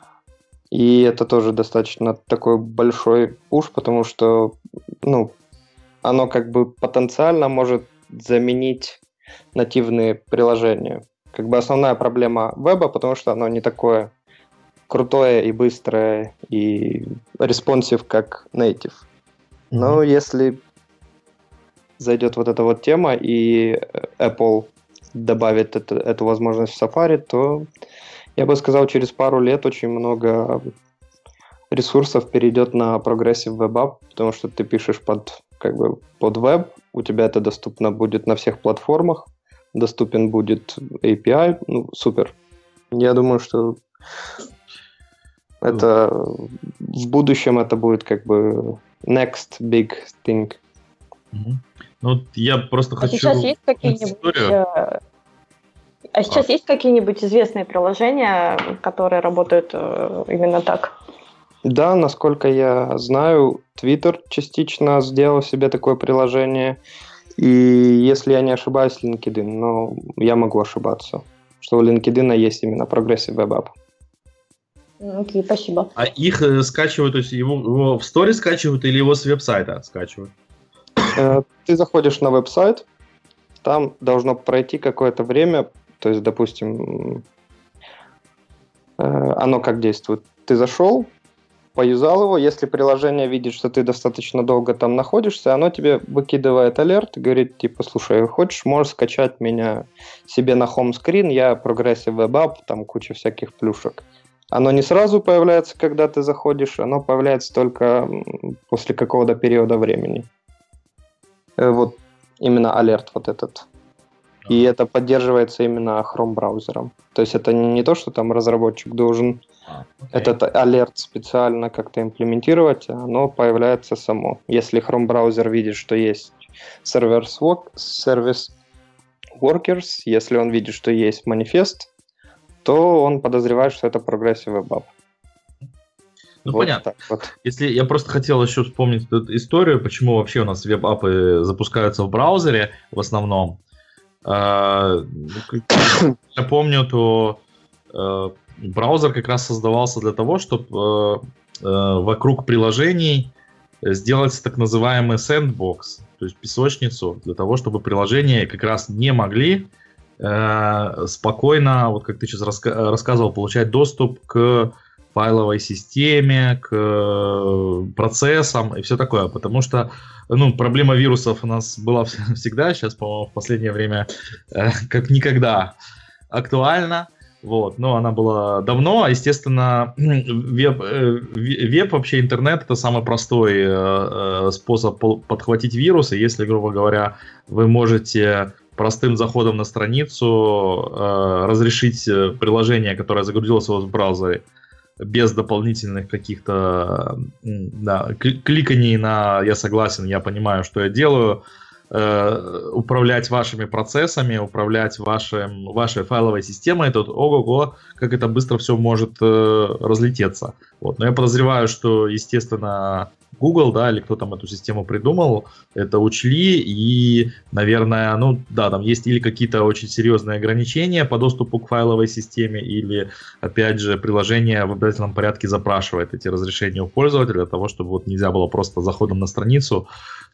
И это тоже достаточно такой большой пуш, потому что, ну, оно как бы потенциально может заменить нативные приложения. Как бы основная проблема веба, потому что оно не такое крутое и быстрое и responsive, как native. Но mm-hmm. если зайдет вот эта вот тема и Apple добавит это, эту возможность в Safari, то я бы сказал, через пару лет очень много ресурсов перейдет на Progressive Web App, потому что ты пишешь под как бы под веб, у тебя это доступно будет на всех платформах, доступен будет эй пи ай, ну, супер. Я думаю, что это в будущем это будет как бы next big thing. Mm-hmm. Ну, я просто а хочу... Сейчас есть какие-нибудь... А сейчас а. есть какие-нибудь известные приложения, которые работают именно так? Да, насколько я знаю, Twitter частично сделал себе такое приложение. И, если я не ошибаюсь, LinkedIn. Но я могу ошибаться, что у LinkedIn есть именно Progressive Web App. Окей, okay, спасибо. А их э, скачивают, то есть его, его в сторе скачивают или его с веб-сайта скачивают? Э, ты заходишь на веб-сайт, там должно пройти какое-то время, то есть, допустим, э, оно как действует? Ты зашел, поюзал его, если приложение видит, что ты достаточно долго там находишься, оно тебе выкидывает алерт и говорит, типа, слушай, хочешь, можешь скачать меня себе на хоум-скрин, я Progressive Web App, там куча всяких плюшек. Оно не сразу появляется, когда ты заходишь, оно появляется только после какого-то периода времени. Вот именно алерт вот этот. И это поддерживается именно Chrome браузером. То есть это не то, что там разработчик должен ah, okay. этот алерт специально как-то имплементировать, оно появляется само. Если Chrome браузер видит, что есть Service Workers, если он видит, что есть манифест, то он подозревает, что это Progressive Web App. Ну, вот понятно. Вот. Если я просто хотел еще вспомнить эту историю, почему вообще у нас веб-аппы запускаются в браузере в основном. Я помню, то браузер как раз создавался для того, чтобы вокруг приложений сделать так называемый сэндбокс, то есть песочницу, для того, чтобы приложения как раз не могли спокойно, вот как ты сейчас раска- рассказывал, получать доступ к файловой системе, к процессам и все такое, потому что ну, проблема вирусов у нас была всегда, сейчас, по-моему, в последнее время э, как никогда актуальна, вот, но она была давно, естественно, веб, э, веб вообще интернет это самый простой э, способ подхватить вирусы, если, грубо говоря, вы можете простым заходом на страницу э, разрешить приложение, которое загрузилось у вас в браузере, без дополнительных каких-то да, кликаний на «я согласен, я понимаю, что я делаю», э, управлять вашими процессами, управлять вашим, вашей файловой системой, тут ого-го, как это быстро все может э, разлететься. Вот. Но я подозреваю, что, естественно, Google, да, или кто там эту систему придумал, это учли, и, наверное, ну, да, там есть или какие-то очень серьезные ограничения по доступу к файловой системе, или, опять же, приложение в обязательном порядке запрашивает эти разрешения у пользователя для того, чтобы вот нельзя было просто заходом на страницу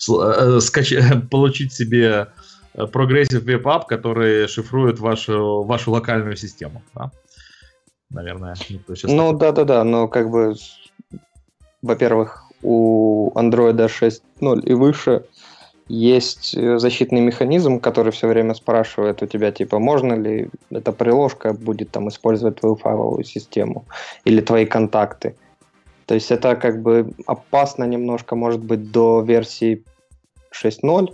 скач- получить себе Progressive Web App, который шифрует вашу, вашу локальную систему, да? Наверное, никто сейчас... Ну, да-да-да, но как бы, во-первых, у Android шесть ноль и выше есть защитный механизм, который все время спрашивает у тебя, типа, можно ли эта приложка будет там использовать твою файловую систему или твои контакты. То есть это как бы опасно немножко, может быть, до версии шесть ноль,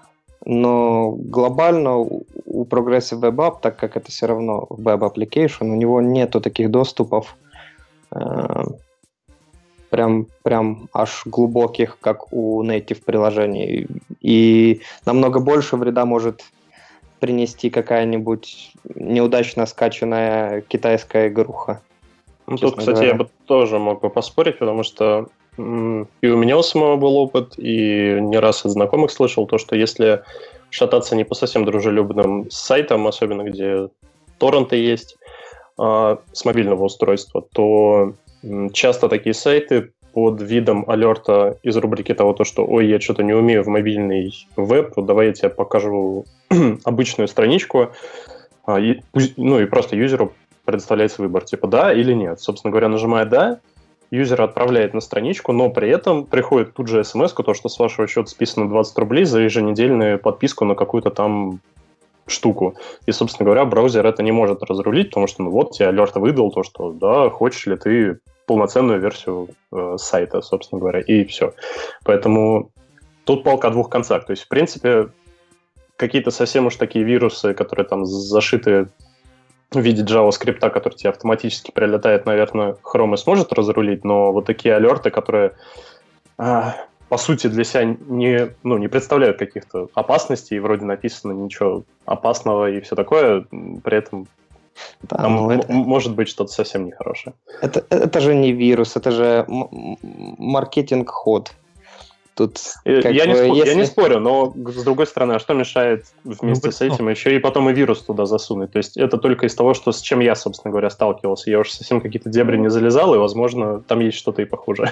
но глобально у Progressive Web App, так как это все равно Web Application, у него нету таких доступов э, прям, прям аж глубоких, как у native приложений. И намного больше вреда может принести какая-нибудь неудачно скачанная китайская игруха. Ну, тут, кстати, говоря. Я бы тоже мог бы поспорить, потому что м- и у меня у самого был опыт, и не раз от знакомых слышал то, что если шататься не по совсем дружелюбным сайтам, особенно где торренты есть, а, с мобильного устройства, то м- часто такие сайты под видом алерта из рубрики того, то, что «Ой, я что-то не умею в мобильный веб, давай я тебе покажу обычную страничку», а, и, ну и просто юзеру предоставляется выбор, типа «да» или «нет». Собственно говоря, нажимая «да», юзер отправляет на страничку, но при этом приходит тут же смс-ку, то, что с вашего счета списано двадцать рублей за еженедельную подписку на какую-то там штуку. И, собственно говоря, браузер это не может разрулить, потому что, ну вот, тебе алерт выдал то, что да, хочешь ли ты полноценную версию э, сайта, собственно говоря, и все. Поэтому тут палка о двух концах. То есть, в принципе, какие-то совсем уж такие вирусы, которые там зашиты в виде JavaScript, который тебе автоматически прилетает, наверное, Chrome и сможет разрулить, но вот такие алерты, которые, а, по сути, для себя не, ну, не представляют каких-то опасностей, и вроде написано ничего опасного и все такое, при этом да, там ну, м- это... может быть что-то совсем нехорошее. Это, это же не вирус, это же м- маркетинг-ход. Тут, я, не спор, если... я не спорю, но с другой стороны, а что мешает вместе ну, с этим ну. еще и потом и вирус туда засунуть? То есть это только из того, что с чем я, собственно говоря, сталкивался. Я уж совсем какие-то дебри не залезал, и, возможно, там есть что-то и похуже.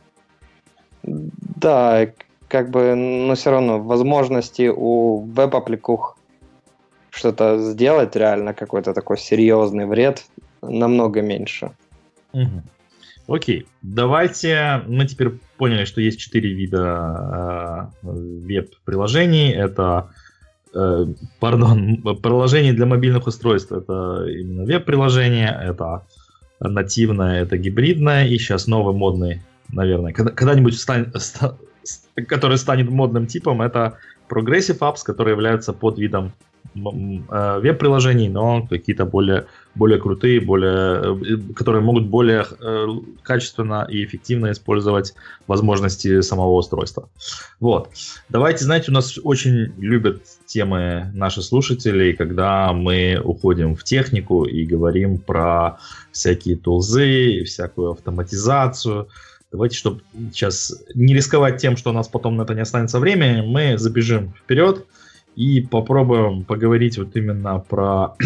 Да, как бы, но все равно возможности у веб-аппликух что-то сделать реально, какой-то такой серьезный вред, намного меньше. Угу. Окей, давайте, мы теперь поняли, что есть четыре вида э, веб-приложений. Это, э, пардон, приложения для мобильных устройств. Это именно веб-приложение, это нативное, это гибридное. И сейчас новый модный, наверное, когда-нибудь станет, ста, который станет модным типом, это Progressive Apps, которые являются подвидом веб-приложений, но какие-то более, более крутые, более, которые могут более э, качественно и эффективно использовать возможности самого устройства. Вот. Давайте, знаете, у нас очень любят темы наши слушатели, когда мы уходим в технику и говорим про всякие тулзы, всякую автоматизацию. Давайте, чтобы сейчас не рисковать тем, что у нас потом на это не останется времени, мы забежим вперед и попробуем поговорить вот именно про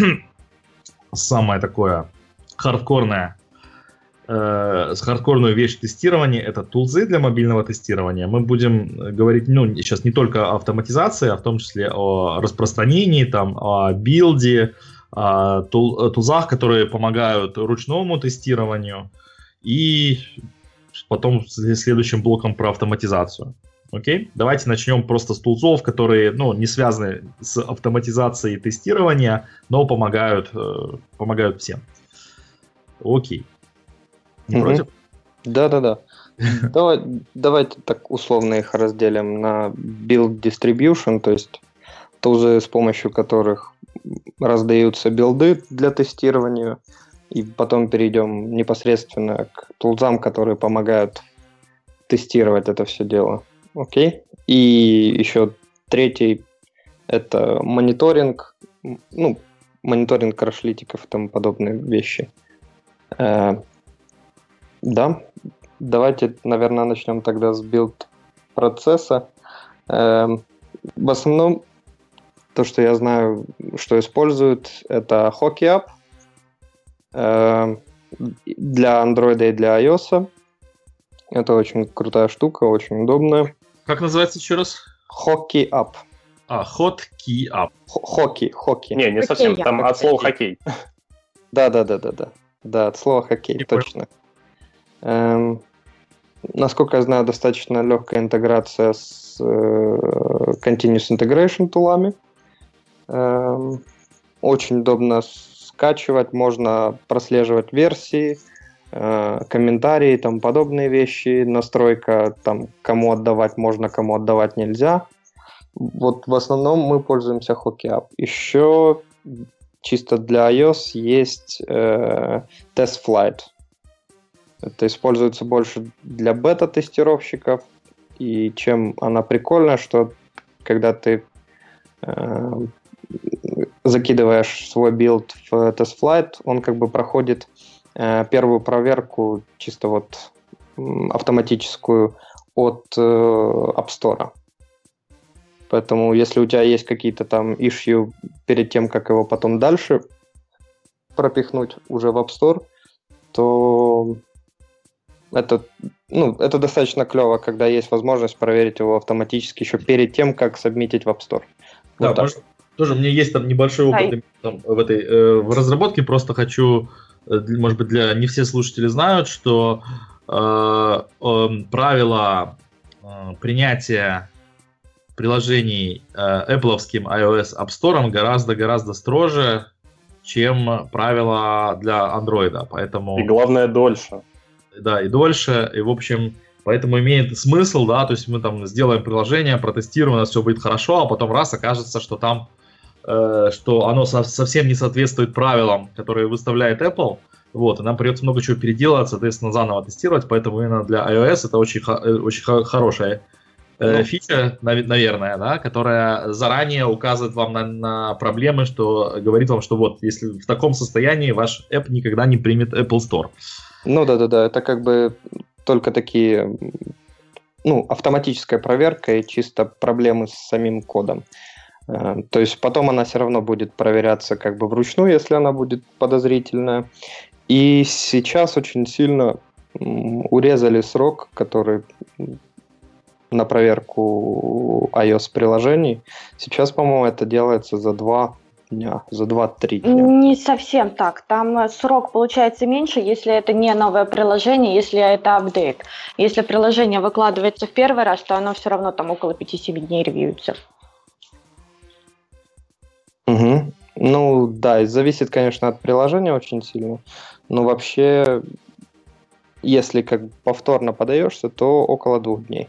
самое такое хардкорное, э, хардкорную вещь тестирования. Это тулзы для мобильного тестирования. Мы будем говорить, ну, сейчас не только о автоматизации, а в том числе о распространении, там, о билде, о тул, тулзах, которые помогают ручному тестированию. И потом следующим блоком про автоматизацию. Окей, давайте начнем просто с тулзов, которые, ну, не связаны с автоматизацией тестирования, но помогают, э, помогают всем. Окей. Не mm-hmm. против? Да-да-да. Давай, давайте так условно их разделим на build distribution, то есть тулзы, с помощью которых раздаются билды для тестирования, и потом перейдем непосредственно к тулзам, которые помогают тестировать это все дело. Окей. И еще третий – это мониторинг, ну, мониторинг крашлитиков и тому подобные вещи. Э, да, Давайте, наверное, начнем тогда с билд-процесса. Эм, в основном, то, что я знаю, что используют, это HockeyUp э, для Android и для iOS. Это очень крутая штука, очень удобная. Как называется еще раз? HockeyUp. А, HotkeyUp. Хоккей, хоккей. Не, не совсем, там от слова хоккей. Да-да-да-да-да. Да, от слова хоккей, Не точно. Эм, насколько я знаю, достаточно легкая интеграция с э, Continuous Integration тулами. Эм, очень удобно скачивать, можно прослеживать версии, э, комментарии и тому подобные вещи. Настройка, там, кому отдавать можно, кому отдавать нельзя. Вот в основном мы пользуемся HockeyUp. Еще чисто для iOS есть э, TestFlight. Это используется больше для бета-тестировщиков. И чем она прикольная, что когда ты э, закидываешь свой билд в TestFlight, он как бы проходит э, первую проверку чисто вот автоматическую от э, App Store. Поэтому если у тебя есть какие-то там issue перед тем, как его потом дальше пропихнуть уже в App Store, то это, ну, это достаточно клево, когда есть возможность проверить его автоматически еще перед тем, как сабмитить в App Store. Да, Вот может, тоже у меня есть там небольшой опыт там, в этой э, в разработке. Просто хочу, э, может быть, для не все слушатели знают, что э, э, правила э, принятия приложений э, Apple'овским iOS App Store гораздо-гораздо строже, чем правила для Android. Поэтому... И главное, дольше. Да, и дольше. И, в общем, поэтому имеет смысл, да, то есть мы там сделаем приложение, протестируем, у нас все будет хорошо, а потом раз окажется, что там, э, что оно со- совсем не соответствует правилам, которые выставляет Apple, вот, и нам придется много чего переделать, соответственно, заново тестировать, поэтому именно для iOS это очень, х- очень х- хорошая э, фича, нав- наверное, да, которая заранее указывает вам на, на проблемы, что говорит вам, что вот, если в таком состоянии ваш app никогда не примет Apple Store. Ну да-да-да, это как бы только такие, ну, автоматическая проверка и чисто проблемы с самим кодом. То есть потом она все равно будет проверяться как бы вручную, если она будет подозрительная. И сейчас очень сильно урезали срок, который на проверку iOS-приложений. Сейчас, по-моему, это делается за два дня, за два-три дня. Не совсем так. Там срок получается меньше, если это не новое приложение, если это апдейт. Если приложение выкладывается в первый раз, то оно все равно там около пяти-семи дней ревьюется. Угу. Ну да, зависит, конечно, от приложения очень сильно. Но вообще, если как бы повторно подаешься, то около двух дней.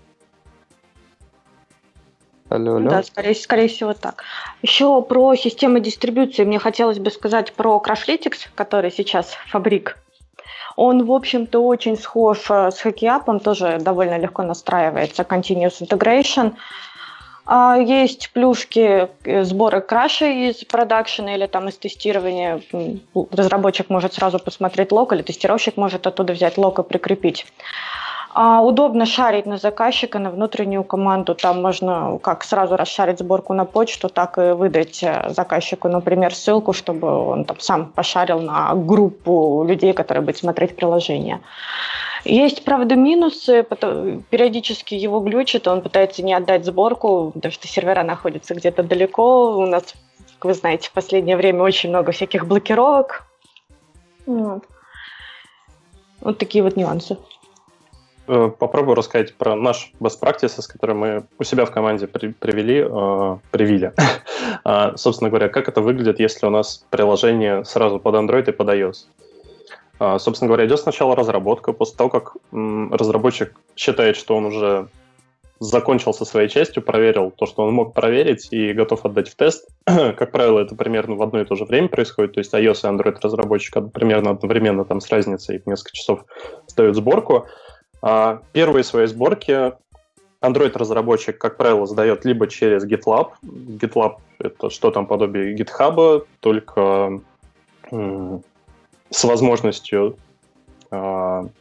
Алло, алло. Да, скорее, скорее всего так. Еще про систему дистрибуции мне хотелось бы сказать про Crashlytics, который сейчас фабрик. Он, в общем-то, очень схож с HockeyUp, тоже довольно легко настраивается, Continuous Integration. Есть плюшки сбора краша из продакшена или там из тестирования. Разработчик может сразу посмотреть лог, или тестировщик может оттуда взять лог и прикрепить. А, удобно шарить на заказчика, на внутреннюю команду. Там можно как сразу расшарить сборку на почту, так и выдать заказчику, например, ссылку, чтобы он там сам пошарил на группу людей, которые будут смотреть приложение. Есть, правда, минусы. Периодически его глючит, он пытается не отдать сборку, потому что сервера находятся где-то далеко. У нас, как вы знаете, в последнее время очень много всяких блокировок. Вот, вот такие вот нюансы. Попробую рассказать про наш best practices, который мы у себя в команде при, привели, э, привили. а, собственно говоря, как это выглядит, если у нас приложение сразу под Android и под iOS. А, собственно говоря, идет сначала разработка. После того, как м, разработчик считает, что он уже закончил со своей частью, проверил то, что он мог проверить, и готов отдать в тест. Как правило, это примерно в одно и то же время происходит. То есть iOS и Android разработчик примерно одновременно там с разницей в несколько часов ставят сборку. А первые свои сборки Android-разработчик, как правило, сдает либо через GitLab. GitLab — это что там подобие GitHub, только м- с возможностью э-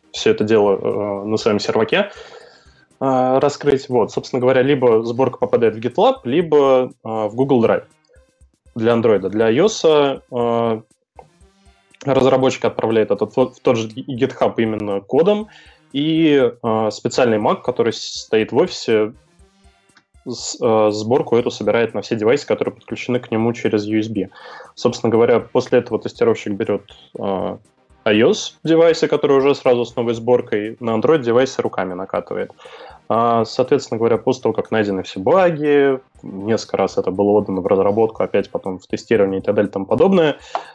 все это дело э, на своем серваке э, раскрыть. Вот, собственно говоря, либо сборка попадает в GitLab, либо э, в Google Drive для Android. Для iOS э, разработчик отправляет это в тот же GitHub именно кодом, и э, специальный Mac, который стоит в офисе, с, э, сборку эту собирает на все девайсы, которые подключены к нему через ю эс би. Собственно говоря, после этого тестировщик берет э, iOS-девайсы, которые уже сразу с новой сборкой, на Android-девайсы руками накатывает. А, соответственно говоря, после того, как найдены все баги, несколько раз это было отдано в разработку, опять потом в тестирование и так далее и тому подобное,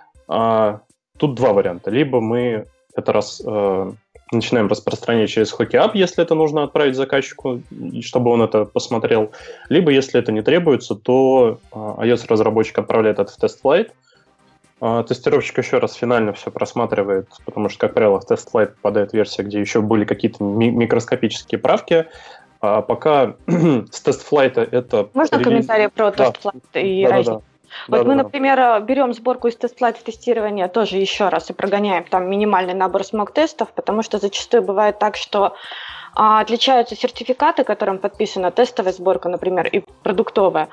а, тут два варианта. Либо мы это раз... Э, начинаем распространять через HockeyUp, если это нужно отправить заказчику, чтобы он это посмотрел. Либо, если это не требуется, то iOS-разработчик отправляет это в тест-флайт. Тестировщик еще раз финально все просматривает, потому что, как правило, в тест-флайт попадает версия, где еще были какие-то ми- микроскопические правки. А пока с тест-флайта это... Можно релиз... комментарий про да. тест-флайт и да, разницу? да, да. Вот да, мы, да, например, да. берем сборку из тест-флайт в тестирование тоже еще раз и прогоняем там минимальный набор смог-тестов, потому что зачастую бывает так, что а, отличаются сертификаты, которым подписана тестовая сборка, например, и продуктовая.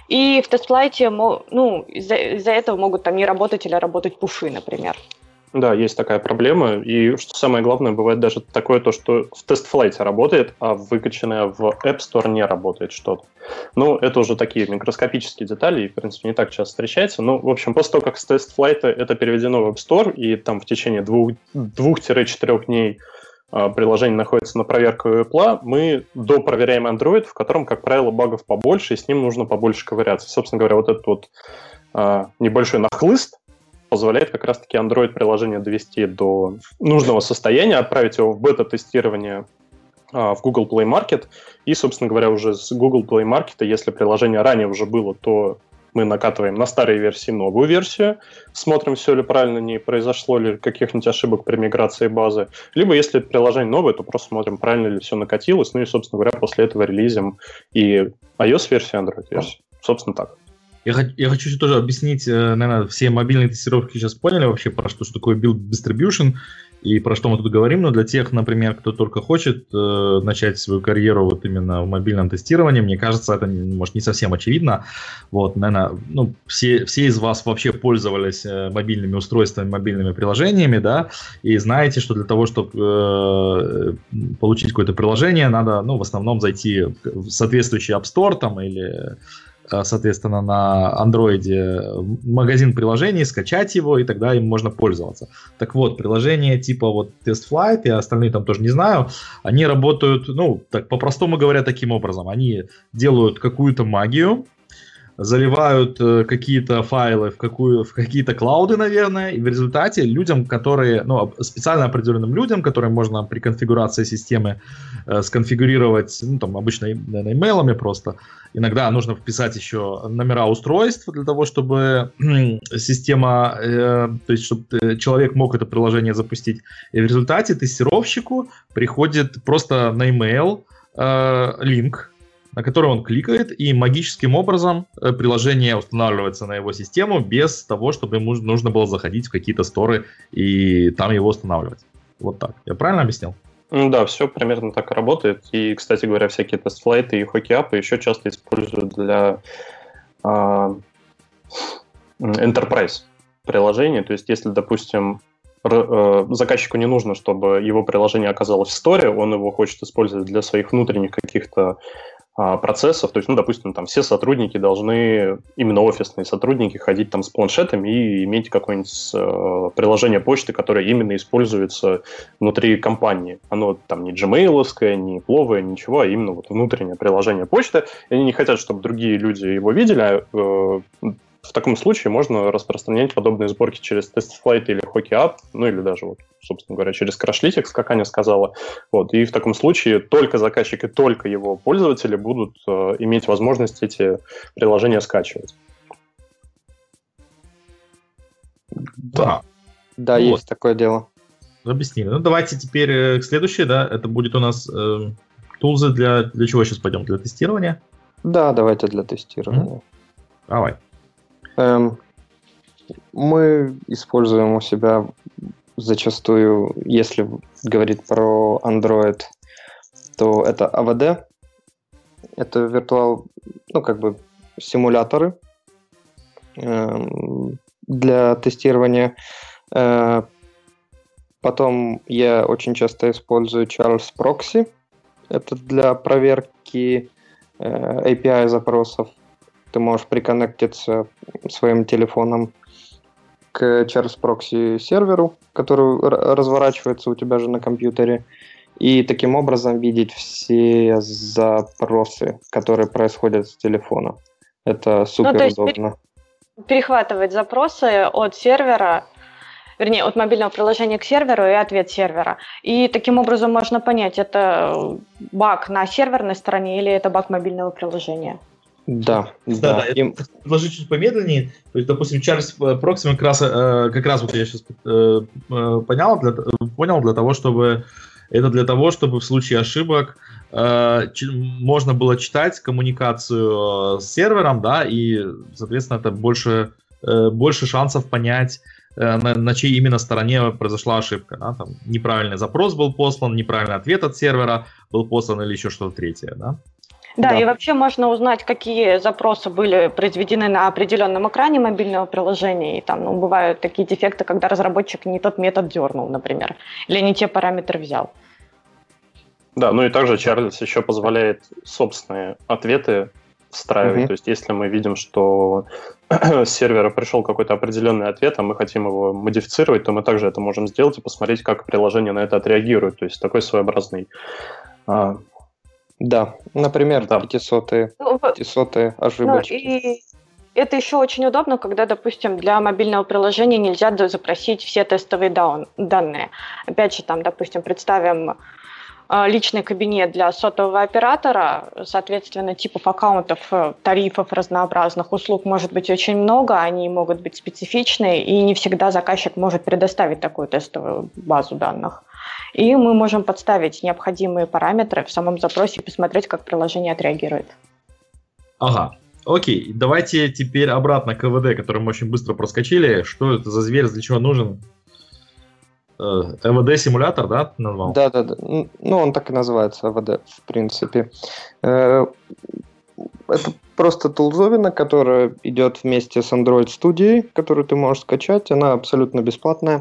И в тест-флайте ну, из-за, из-за этого могут там не работать или работать пуфы, например. Да, есть такая проблема. И что самое главное, бывает даже такое, то, что в тест-флайте работает, а выкачанное в App Store не работает что-то. Ну, это уже такие микроскопические детали, и, в принципе, не так часто встречается. Ну, в общем, после того, как с тест-флайта это переведено в App Store, и там в течение двух, двух-четырех дней а, приложение находится на проверку у Apple, мы допроверяем Android, в котором, как правило, багов побольше, и с ним нужно побольше ковыряться. Собственно говоря, вот этот вот а, небольшой нахлыст позволяет как раз-таки Android-приложение довести до нужного состояния, отправить его в бета-тестирование а, в Google Play Market, и, собственно говоря, уже с Google Play Market, если приложение ранее уже было, то мы накатываем на старой версии новую версию, смотрим, все ли правильно, не произошло ли каких-нибудь ошибок при миграции базы, либо, если приложение новое, то просто смотрим, правильно ли все накатилось, ну и, собственно говоря, после этого релизим и iOS-версию, и Android-версию. Собственно, так. Я, я хочу еще тоже объяснить, наверное, все мобильные тестировки сейчас поняли вообще, про что, что такое build distribution и про что мы тут говорим, но для тех, например, кто только хочет э, начать свою карьеру вот именно в мобильном тестировании, мне кажется, это, может, не совсем очевидно. Вот, наверное, ну, все, все из вас вообще пользовались э, мобильными устройствами, мобильными приложениями, да, и знаете, что для того, чтобы э, получить какое-то приложение, надо, ну, в основном зайти в соответствующий App Store там или... соответственно, на андроиде магазин приложений, скачать его, и тогда им можно пользоваться. Так вот, приложения типа вот TestFlight, и остальные там тоже не знаю, они работают, ну, так по-простому говоря, таким образом. Они делают какую-то магию, заливают э, какие-то файлы в, какую, в какие-то клауды, наверное, и в результате людям, которые, ну, специально определенным людям, которым можно при конфигурации системы э, сконфигурировать, ну, там, обычно, наверное, имейлами просто, иногда нужно вписать еще номера устройств для того, чтобы система, э, то есть, чтобы человек мог это приложение запустить. И в результате тестировщику приходит просто на имейл э, линк, на который он кликает, и магическим образом приложение устанавливается на его систему без того, чтобы ему нужно было заходить в какие-то сторы и там его устанавливать. Вот так. Я правильно объяснил? Да, все примерно так и работает. И, кстати говоря, всякие тест-флайты и HockeyUp еще часто используют для э, enterprise приложений. То есть, если, допустим, заказчику не нужно, чтобы его приложение оказалось в сторе, он его хочет использовать для своих внутренних каких-то процессов, то есть, ну, допустим, там все сотрудники должны, именно офисные сотрудники, ходить там с планшетами и иметь какое-нибудь э, приложение почты, которое именно используется внутри компании. Оно там не джимейловское, не пловое, ничего, а именно вот внутреннее приложение почты. И они не хотят, чтобы другие люди его видели, а э, в таком случае можно распространять подобные сборки через TestFlight или HockeyUp, ну или даже, вот, собственно говоря, через Crashlytics, как Аня сказала. Вот. И в таком случае только заказчик и только его пользователи будут э, иметь возможность эти приложения скачивать. Да. Да, вот. Есть такое дело. Объяснили. Ну, давайте теперь к следующей, да, это будет у нас э, тулзы для... Для чего сейчас пойдем? Для тестирования? Да, давайте для тестирования. Mm-hmm. Давай. Эм, мы используем у себя зачастую, если говорить про Android, то это эй ви ди, это виртуал, ну, как бы симуляторы э, для тестирования. Э, потом я очень часто использую Charles Proxy, это для проверки э, эй пи ай запросов. Ты можешь приконнектиться своим телефоном к Charles Proxy серверу, который разворачивается у тебя же на компьютере, и таким образом видеть все запросы, которые происходят с телефона. Это супер ну, то есть удобно. Перехватывать запросы от сервера, вернее, от мобильного приложения к серверу и ответ сервера. И таким образом можно понять, это баг на серверной стороне или это баг мобильного приложения. Да, да, да. да. И... Предложить чуть помедленнее. То есть, допустим, Charles Proxy как раз, как раз вот я сейчас понял, для, понял для того, чтобы это для того, чтобы в случае ошибок можно было читать коммуникацию с сервером, да, и, соответственно, это больше, больше шансов понять, на, на чьей именно стороне произошла ошибка. Да? Там неправильный запрос был послан, неправильный ответ от сервера был послан или еще что-то третье, да? Да, Да, и вообще можно узнать, какие запросы были произведены на определенном экране мобильного приложения. И там ну, бывают такие дефекты, когда разработчик не тот метод дернул, например, или не те параметры взял. Да, ну и также Чарльз еще позволяет собственные ответы встраивать. Угу. То есть если мы видим, что с сервера пришел какой-то определенный ответ, а мы хотим его модифицировать, то мы также это можем сделать и посмотреть, как приложение на это отреагирует. То есть такой своеобразный... Да, например, да. пятисотые, Ну, пятисотые ошибочки. Ну, и это еще очень удобно, когда, допустим, для мобильного приложения нельзя запросить все тестовые даун, данные. Опять же, там, допустим, представим личный кабинет для сотового оператора, соответственно, типов аккаунтов, тарифов разнообразных, услуг может быть очень много, они могут быть специфичные, и не всегда заказчик может предоставить такую тестовую базу данных. И мы можем подставить необходимые параметры в самом запросе и посмотреть, как приложение отреагирует. Ага, окей. Давайте теперь обратно к эй ви ди, который мы очень быстро проскочили. Что это за зверь, для чего нужен? эй ви ди-симулятор, да, ты назвал? Да, да, да. Ну, он так и называется, эй ви ди, в принципе. Это просто тулзовина, которая идет вместе с Android Studio, которую ты можешь скачать. Она абсолютно бесплатная.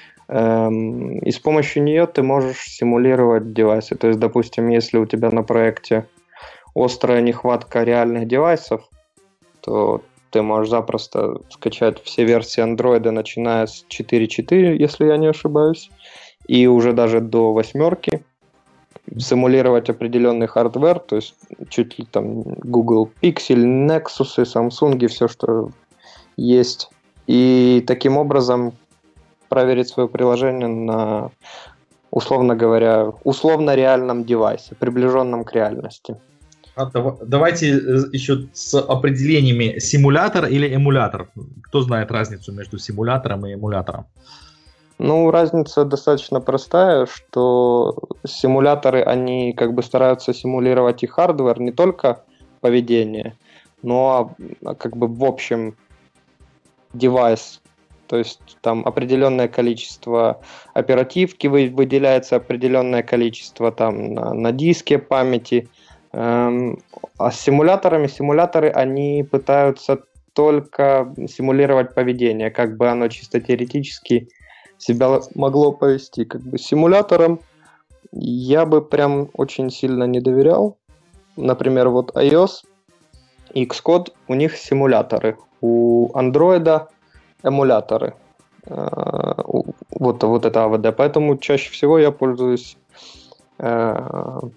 И с помощью нее ты можешь симулировать девайсы. То есть, допустим, если у тебя на проекте острая нехватка реальных девайсов, то ты можешь запросто скачать все версии Android, начиная с четыре точка четыре, если я не ошибаюсь, и уже даже до восьмерки, симулировать определенный хардвер, то есть чуть ли там Google Pixel, Nexus, Samsung, все, что есть. И таким образом проверить свое приложение на, условно говоря, условно реальном девайсе, приближенном к реальности. А, давайте еще с определениями: симулятор или эмулятор. Кто знает разницу между симулятором и эмулятором? Ну, разница достаточно простая, что симуляторы, они как бы стараются симулировать и хардвер, не только поведение, но как бы в общем девайс. То есть там определенное количество оперативки выделяется, определенное количество там на, на диске памяти. Эм, а с симуляторами, симуляторы, они пытаются только симулировать поведение, как бы оно чисто теоретически себя могло повести. Как бы симуляторам я бы прям очень сильно не доверял. Например, вот iOS, Xcode, у них симуляторы. У Android эмуляторы. Вот, вот это эй ви ди. Поэтому чаще всего я пользуюсь Android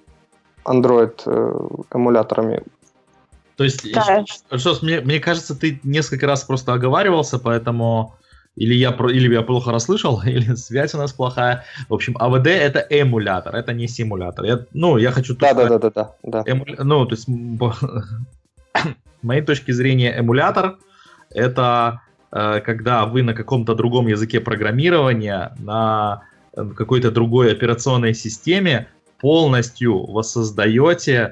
эмуляторами. То есть, да. что, мне, мне кажется, ты несколько раз просто оговаривался, поэтому или я, или я плохо расслышал, или связь у нас плохая. В общем, эй ви ди это эмулятор, это не симулятор. Я, ну, я хочу... Да, да, да, да, да, да. Эму... Ну, то есть, с моей точки зрения, эмулятор это когда вы на каком-то другом языке программирования, на какой-то другой операционной системе полностью воссоздаете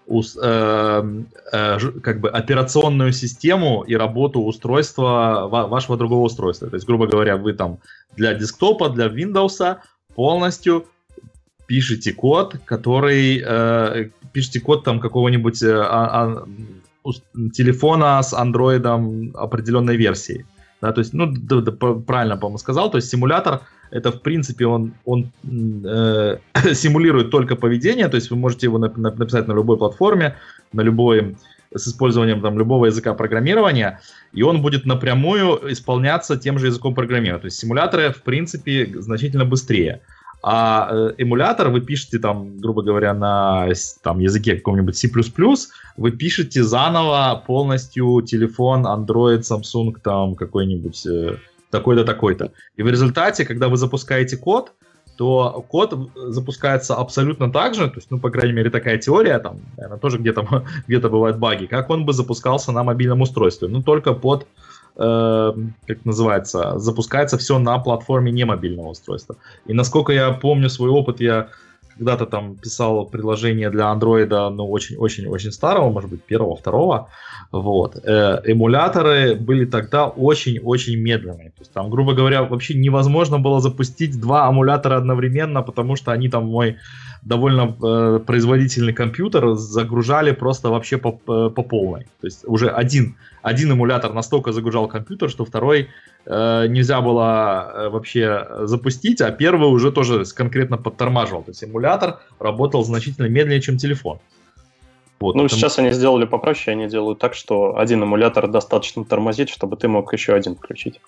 э, э, как бы операционную систему и работу устройства, вашего другого устройства. То есть, грубо говоря, вы там для десктопа, для Windows полностью пишете код, который э, пишете код там какого-нибудь э, а, а, телефона с андроидом определенной версии. Да, то есть, ну, да, да, правильно, по-моему, сказал, то есть симулятор, это, в принципе, он, он э, симулирует только поведение, то есть вы можете его нап- написать на любой платформе, на любой, с использованием там, любого языка программирования, и он будет напрямую исполняться тем же языком программирования. То есть симуляторы, в принципе, значительно быстрее. А э, эмулятор вы пишете, там, грубо говоря, на там, языке каком-нибудь C++, вы пишете заново полностью телефон, Android, Samsung, там, какой-нибудь э, такой-то, такой-то. И в результате, когда вы запускаете код, то код запускается абсолютно так же, то есть, ну, по крайней мере, такая теория, там, наверное, тоже где-то, где-то бывают баги, как он бы запускался на мобильном устройстве, но только под, э, как называется, запускается все на платформе не мобильного устройства. И насколько я помню свой опыт, я когда-то там писал приложение для андроида, ну, очень-очень-очень старого, может быть, первого, второго, вот. Э, эмуляторы были тогда очень-очень медленные. То есть там, грубо говоря, вообще невозможно было запустить два эмулятора одновременно, потому что они там мой довольно э, производительный компьютер загружали просто вообще по, по, по полной. То есть уже один, один эмулятор настолько загружал компьютер, что второй э, нельзя было э, вообще запустить, а первый уже тоже конкретно подтормаживал. То есть эмулятор работал значительно медленнее, чем телефон. Вот, ну, потому... сейчас они сделали попроще, они делают так, что один эмулятор достаточно тормозит, чтобы ты мог еще один включить.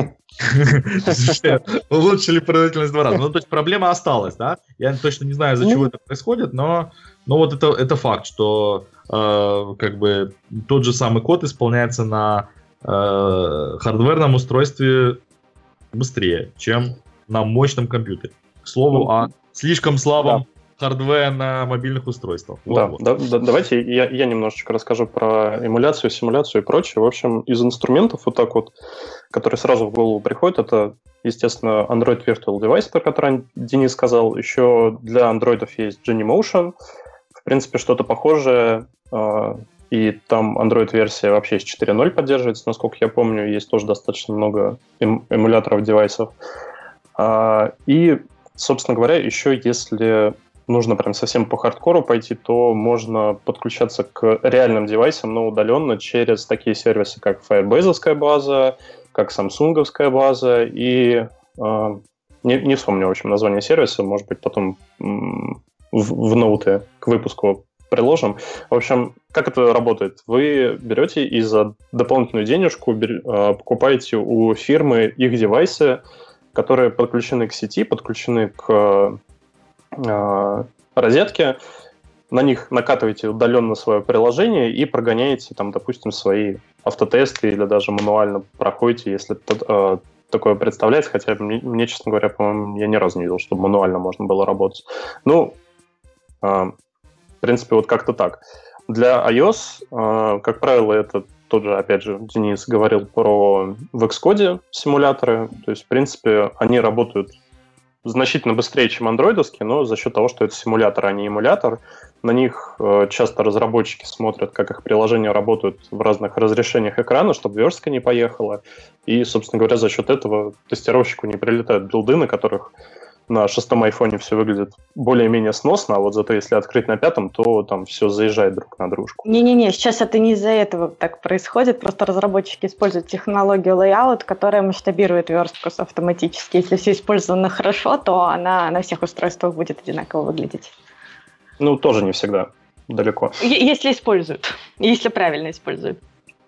Улучшили производительность в два раза. Ну, то есть проблема осталась, да? Я точно не знаю, из-за чего это происходит, но, но вот это, это факт, что э, как бы тот же самый код исполняется на э, хардверном устройстве быстрее, чем на мощном компьютере. К слову, о слишком слабом хардвер на мобильных устройствах. Вот, да, вот. Да, да, давайте я, я немножечко расскажу про эмуляцию, симуляцию и прочее. В общем, из инструментов вот так вот, которые сразу в голову приходят, это, естественно, Android Virtual Device, про который Денис сказал. Еще для андроидов есть Genymotion. В принципе, что-то похожее. И там Android-версия вообще с четыре ноль поддерживается, насколько я помню. Есть тоже достаточно много эм- эмуляторов девайсов. И, собственно говоря, еще если нужно прям совсем по хардкору пойти, то можно подключаться к реальным девайсам, но удаленно через такие сервисы, как Firebase-овская база, как Samsung-овская база и... Э, не, не вспомню, в общем, название сервиса, может быть, потом м- в, в ноуты к выпуску приложим. В общем, как это работает? Вы берете и за дополнительную денежку бер, э, покупаете у фирмы их девайсы, которые подключены к сети, подключены к розетки, на них накатываете удаленно свое приложение и прогоняете, там, допустим, свои автотесты или даже мануально проходите, если э, такое представляется, хотя мне, мне, честно говоря, по-моему, я ни разу не видел, чтобы мануально можно было работать. Ну, э, в принципе, вот как-то так. Для iOS, э, как правило, это тот же, опять же, Денис говорил про в Xcode симуляторы, то есть, в принципе, они работают значительно быстрее, чем андроидовские, но за счет того, что это симулятор, а не эмулятор, на них э, часто разработчики смотрят, как их приложения работают в разных разрешениях экрана, чтобы верстка не поехала. И, собственно говоря, за счет этого тестировщику не прилетают билды, на которых на шестом айфоне все выглядит более-менее сносно, а вот зато если открыть на пятом, то там все заезжает друг на дружку. Не-не-не, сейчас это не из-за этого так происходит, просто разработчики используют технологию layout, которая масштабирует верстку автоматически. Если все использовано хорошо, то она на всех устройствах будет одинаково выглядеть. Ну, тоже не всегда, далеко. Если используют, если правильно используют.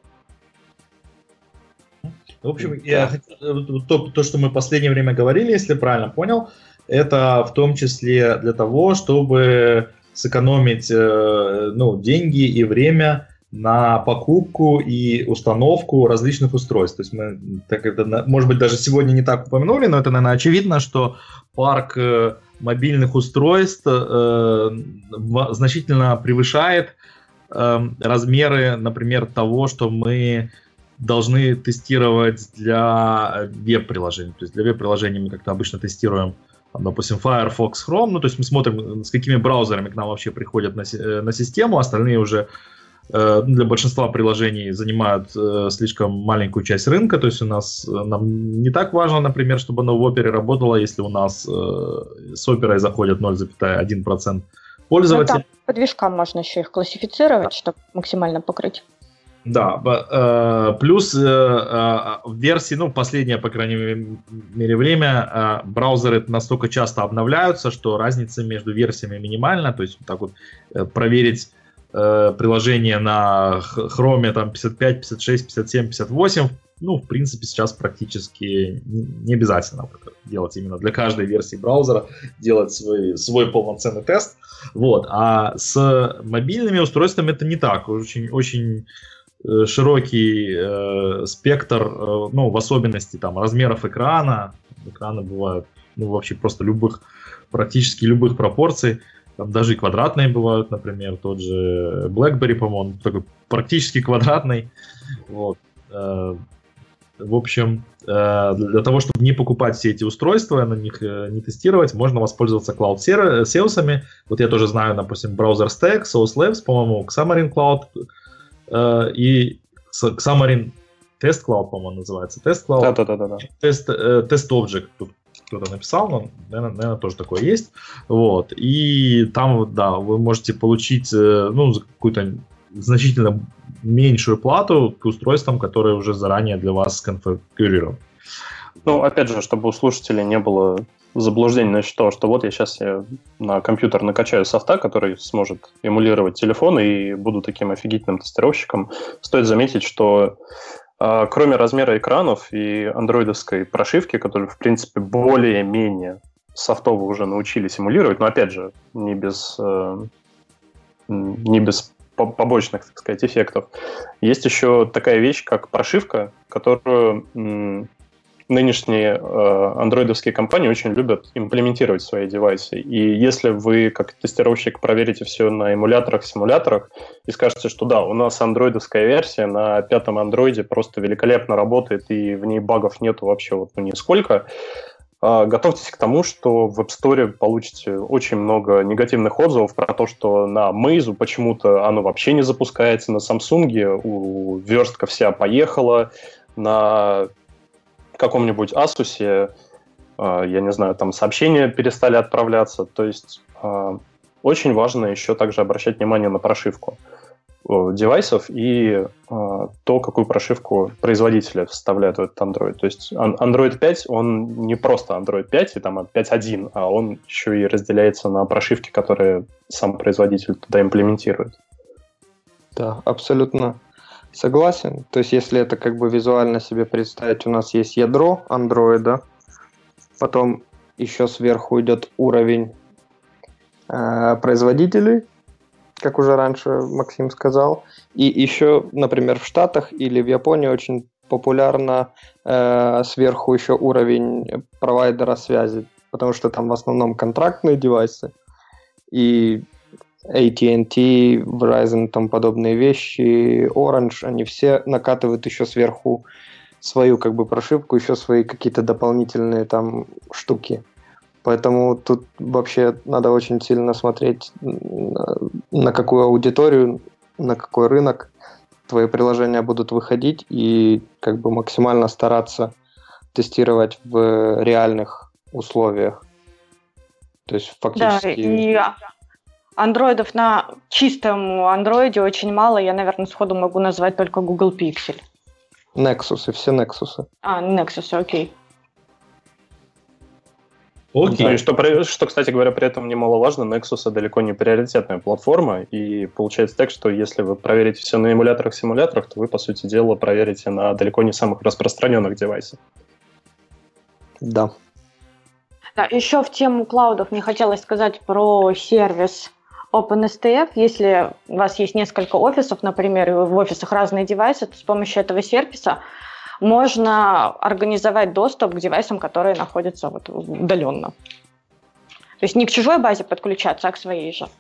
В общем, я, то, то, что мы в последнее время говорили, если правильно понял, это в том числе для того, чтобы сэкономить ну, деньги и время на покупку и установку различных устройств. То есть мы, так это, может быть, даже сегодня не так упомянули, но это, наверное, очевидно, что парк мобильных устройств э, значительно превышает э, размеры, например, того, что мы должны тестировать для веб-приложений. То есть для веб-приложений мы как-то обычно тестируем там, допустим, Firefox, Chrome, ну, то есть мы смотрим, с какими браузерами к нам вообще приходят на, на систему, остальные уже э, для большинства приложений занимают э, слишком маленькую часть рынка, то есть у нас, нам не так важно, например, чтобы оно в Opera работало, если у нас э, с Opera заходит ноль целых один десятых процента пользователей. Ну, по движкам можно еще их классифицировать, чтобы максимально покрыть. Да, э, плюс э, э, в версии, ну, последнее, по крайней мере, время, э, браузеры настолько часто обновляются, что разница между версиями минимальна, то есть вот так вот э, проверить э, приложение на Chrome там пятьдесят пять, пятьдесят шесть, пятьдесят семь, пятьдесят восемь, ну, в принципе, сейчас практически не обязательно делать именно для каждой версии браузера, делать свой, свой полноценный тест, вот, а с мобильными устройствами это не так, очень, очень широкий э, спектр, э, ну, в особенности там размеров экрана. Экраны бывают, ну, вообще просто любых, практически любых пропорций. Там даже и квадратные бывают, например, тот же BlackBerry, по-моему, такой практически квадратный. Вот. Э, в общем, э, для того, чтобы не покупать все эти устройства, на них э, не тестировать, можно воспользоваться cloud-сервисами. Вот я тоже знаю, допустим, браузер Stack, Sauce Labs, по-моему, Xamarin Cloud, и Xamarin Test Cloud, по-моему, называется. Test Cloud. Да-да-да. Test, э, Test Object. Тут кто-то написал, но, наверное, наверное, тоже такое есть. Вот. И там, да, вы можете получить, ну, какую-то значительно меньшую плату к устройствам, которые уже заранее для вас сконфигурированы. Ну, опять же, чтобы у слушателей не было заблуждений насчет того, что вот я сейчас я на компьютер накачаю софта, который сможет эмулировать телефон, и буду таким офигительным тестировщиком. Стоит заметить, что э, кроме размера экранов и андроидовской прошивки, которые, в принципе, более-менее софтово уже научились эмулировать, но, опять же, не без, э, не без побочных, так сказать, эффектов, есть еще такая вещь, как прошивка, которую... М- Нынешние э, андроидовские компании очень любят имплементировать свои девайсы. И если вы, как тестировщик, проверите все на эмуляторах, симуляторах и скажете, что да, у нас андроидовская версия на пятом андроиде просто великолепно работает, и в ней багов нету вообще вот ну, нисколько, э, готовьтесь к тому, что в App Store получите очень много негативных отзывов про то, что на Meizu почему-то оно вообще не запускается, на Samsung у верстка вся поехала, на каком-нибудь Asus, э, я не знаю, там сообщения перестали отправляться. То есть э, очень важно еще также обращать внимание на прошивку э, девайсов и э, то, какую прошивку производители вставляют в этот Android. То есть Android пять, он не просто Android пять и там пять точка один, а он еще и разделяется на прошивки, которые сам производитель туда имплементирует. Да, абсолютно согласен. То есть, если это как бы визуально себе представить, у нас есть ядро андроида, потом еще сверху идет уровень э, производителей, как уже раньше Максим сказал, и еще, например, в Штатах или в Японии очень популярно э, сверху еще уровень провайдера связи, потому что там в основном контрактные девайсы, и эй ти энд ти, Verizon, там подобные вещи, Orange, они все накатывают еще сверху свою как бы прошивку, еще свои какие-то дополнительные там штуки. Поэтому тут вообще надо очень сильно смотреть на, на какую аудиторию, на какой рынок твои приложения будут выходить и как бы максимально стараться тестировать в реальных условиях. То есть фактически... Да, и андроидов на чистом андроиде очень мало. Я, наверное, сходу могу назвать только Google Pixel. Nexus, все Nexus. А, Nexus, окей. Окей. Ну, и что, что, кстати говоря, при этом немаловажно, Nexus далеко не приоритетная платформа, и получается так, что если вы проверите все на эмуляторах-симуляторах, то вы, по сути дела, проверите на далеко не самых распространенных девайсах. Да. Да, еще в тему клаудов мне хотелось сказать про сервис OpenSTF. Если у вас есть несколько офисов, например, и в офисах разные девайсы, то с помощью этого сервиса можно организовать доступ к девайсам, которые находятся вот удаленно. То есть не к чужой базе подключаться, а к своей же.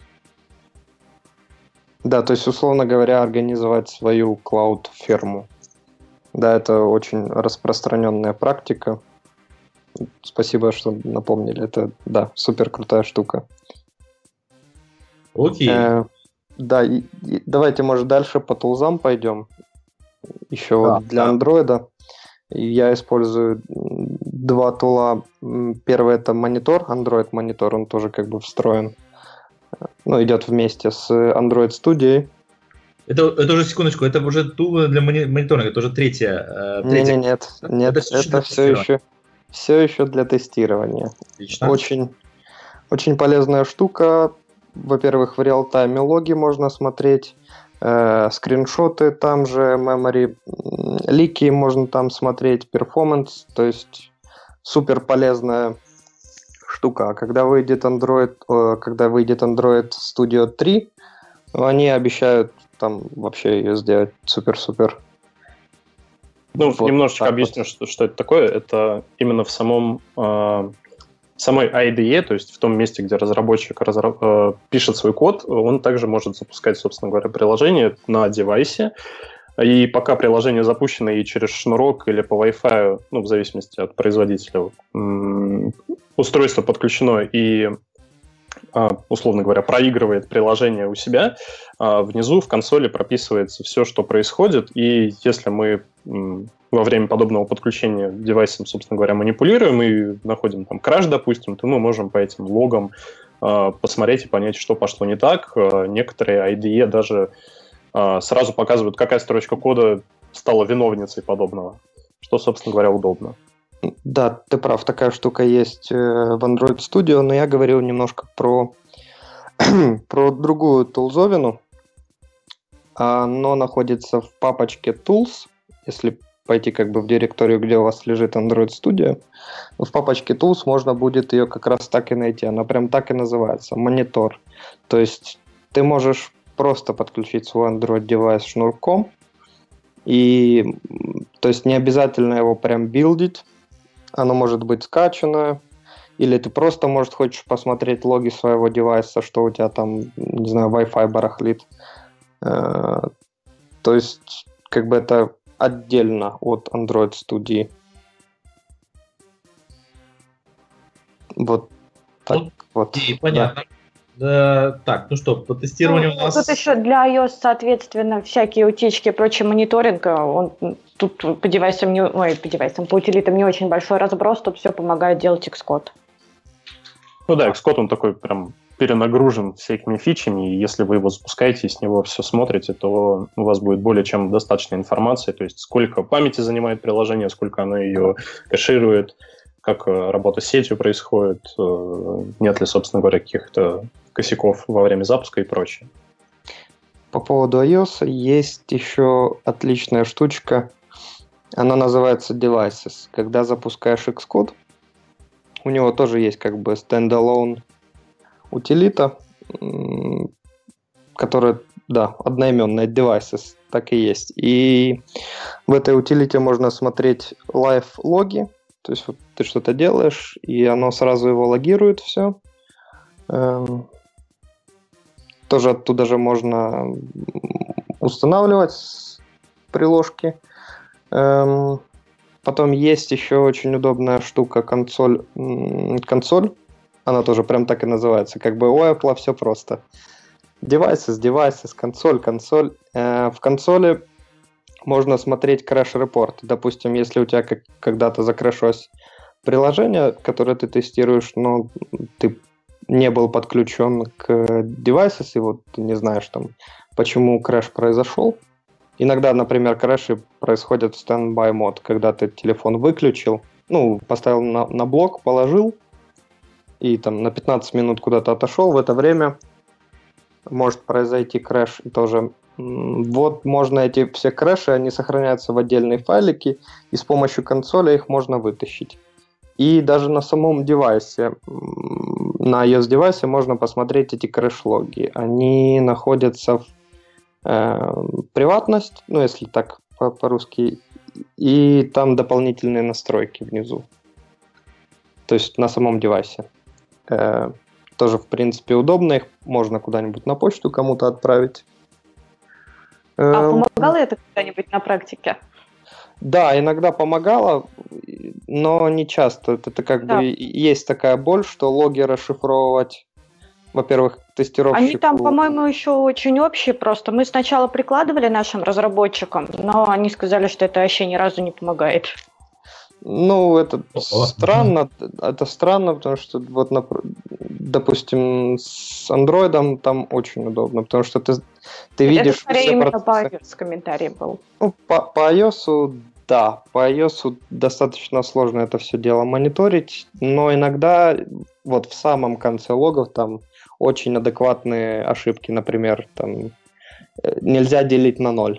Да, то есть, условно говоря, организовать свою клауд-ферму. Да, это очень распространенная практика. Спасибо, что напомнили. Это, да, супер крутая штука. Окей. Э, да, и, и давайте, может, дальше по тулзам пойдем. Еще Да, вот для да. андроида я использую два тула. Первый это монитор, Android монитор, он тоже как бы встроен. Ну, идет вместе с Android Studio. Это, это уже, секундочку, это уже тул для мони- мониторинга, это уже третья. э, Не, третья. не, нет, нет, Это это, всё еще для все тестирования. еще, все еще для тестирования. Отлично. Очень, очень полезная штука. Во-первых, в реал-тайме логи можно смотреть, э, скриншоты там же, memory, м, лики можно там смотреть, перформанс, то есть супер полезная штука. А когда выйдет Android, э, когда выйдет Android Studio три, они обещают там вообще ее сделать супер-супер. Ну, Вот немножечко так объясню, вот. что, что это такое. Это именно в самом э, самой ай ди и, то есть в том месте, где разработчик разра- э, пишет свой код, он также может запускать, собственно говоря, приложение на девайсе. И пока приложение запущено и через шнурок или по Wi-Fi, ну, в зависимости от производителя, м- устройство подключено и, а, условно говоря, проигрывает приложение у себя, а, внизу в консоли прописывается все, что происходит, и если мы м, во время подобного подключения девайсом, собственно говоря, манипулируем и находим там краш, допустим, то мы можем по этим логам а, посмотреть и понять, что пошло не так. А, некоторые ай ди и даже а, сразу показывают, какая строчка кода стала виновницей подобного, что, собственно говоря, удобно. Да, ты прав, такая штука есть э, в Android Studio, но я говорил немножко про, про другую тулзовину. Оно находится в папочке Tools, если пойти как бы в директорию, где у вас лежит Android Studio. В папочке Tools можно будет ее как раз так и найти. Она прям так и называется, монитор. То есть ты можешь просто подключить свой Android девайс шнурком, и то есть не обязательно его прям билдить. Оно может быть скачано, или ты просто, может, хочешь посмотреть логи своего девайса, что у тебя там, не знаю, Wi-Fi барахлит. Э, То есть, как бы это отдельно от Android Studio. Вот так Ну, вот. И понятно. Да, так, ну что, по тестированию Ну, у нас... Тут еще для iOS, соответственно, всякие утечки и прочий мониторинг. Он тут по девайсам, не, ой, по девайсам, по утилитам не очень большой разброс, тут все помогает делать Xcode. Ну да, Xcode, он такой прям перенагружен всякими фичами, и если вы его запускаете и с него все смотрите, то у вас будет более чем достаточно информации, то есть сколько памяти занимает приложение, сколько оно ее кэширует, как э, работа с сетью происходит, э, нет ли, собственно говоря, каких-то косяков во время запуска и прочее. По поводу iOS есть еще отличная штучка. Она называется Devices. Когда запускаешь Xcode, у него тоже есть как бы standalone утилита, м, которая, да, одноименная, Devices, так и есть. И в этой утилите можно смотреть лайв-логи, то есть вот ты что-то делаешь, и оно сразу его логирует все. Эм, Тоже оттуда же можно устанавливать с приложки. Эм, Потом есть еще очень удобная штука консоль. м, Консоль. Она тоже прям так и называется. Как бы у Apple все просто. Devices, devices, консоль, консоль. Э, В консоли можно смотреть краш-репорт. Допустим, если у тебя как- когда-то закрашилось приложение, которое ты тестируешь, но ты не был подключен к devices, и вот ты не знаешь, там, почему крэш произошел. Иногда, например, крэши происходят в standby мод, когда ты телефон выключил, ну, поставил на, на блок, положил, и там на пятнадцать минут куда-то отошел. В это время может произойти крэш тоже. М, Вот можно эти все крэши, они сохраняются в отдельные файлики, и с помощью консоли их можно вытащить. И даже на самом девайсе, м, на iOS девайсе можно посмотреть эти крэш-логи. Они находятся в э, приватность, ну если так по- по-русски, и там дополнительные настройки внизу. То есть на самом девайсе. Э, тоже, в принципе, удобно. Их можно куда-нибудь на почту кому-то отправить. А Эм, помогало это когда-нибудь на практике? Да, иногда помогало. но не часто. Это как Да. бы есть такая боль, что логи расшифровывать, во-первых, тестировщику... Они там, по-моему, еще очень общие просто. Мы сначала прикладывали нашим разработчикам, но они сказали, что это вообще ни разу не помогает. Ну, это О, странно, это странно, потому что, вот, нап- допустим, с андроидом там очень удобно, потому что ты, ты видишь... Это скорее все именно по процессы. iOS комментарий был. Ну, по, по iOS, да, по iOS достаточно сложно это все дело мониторить, но иногда вот в самом конце логов там очень адекватные ошибки, например, там э, нельзя делить на ноль.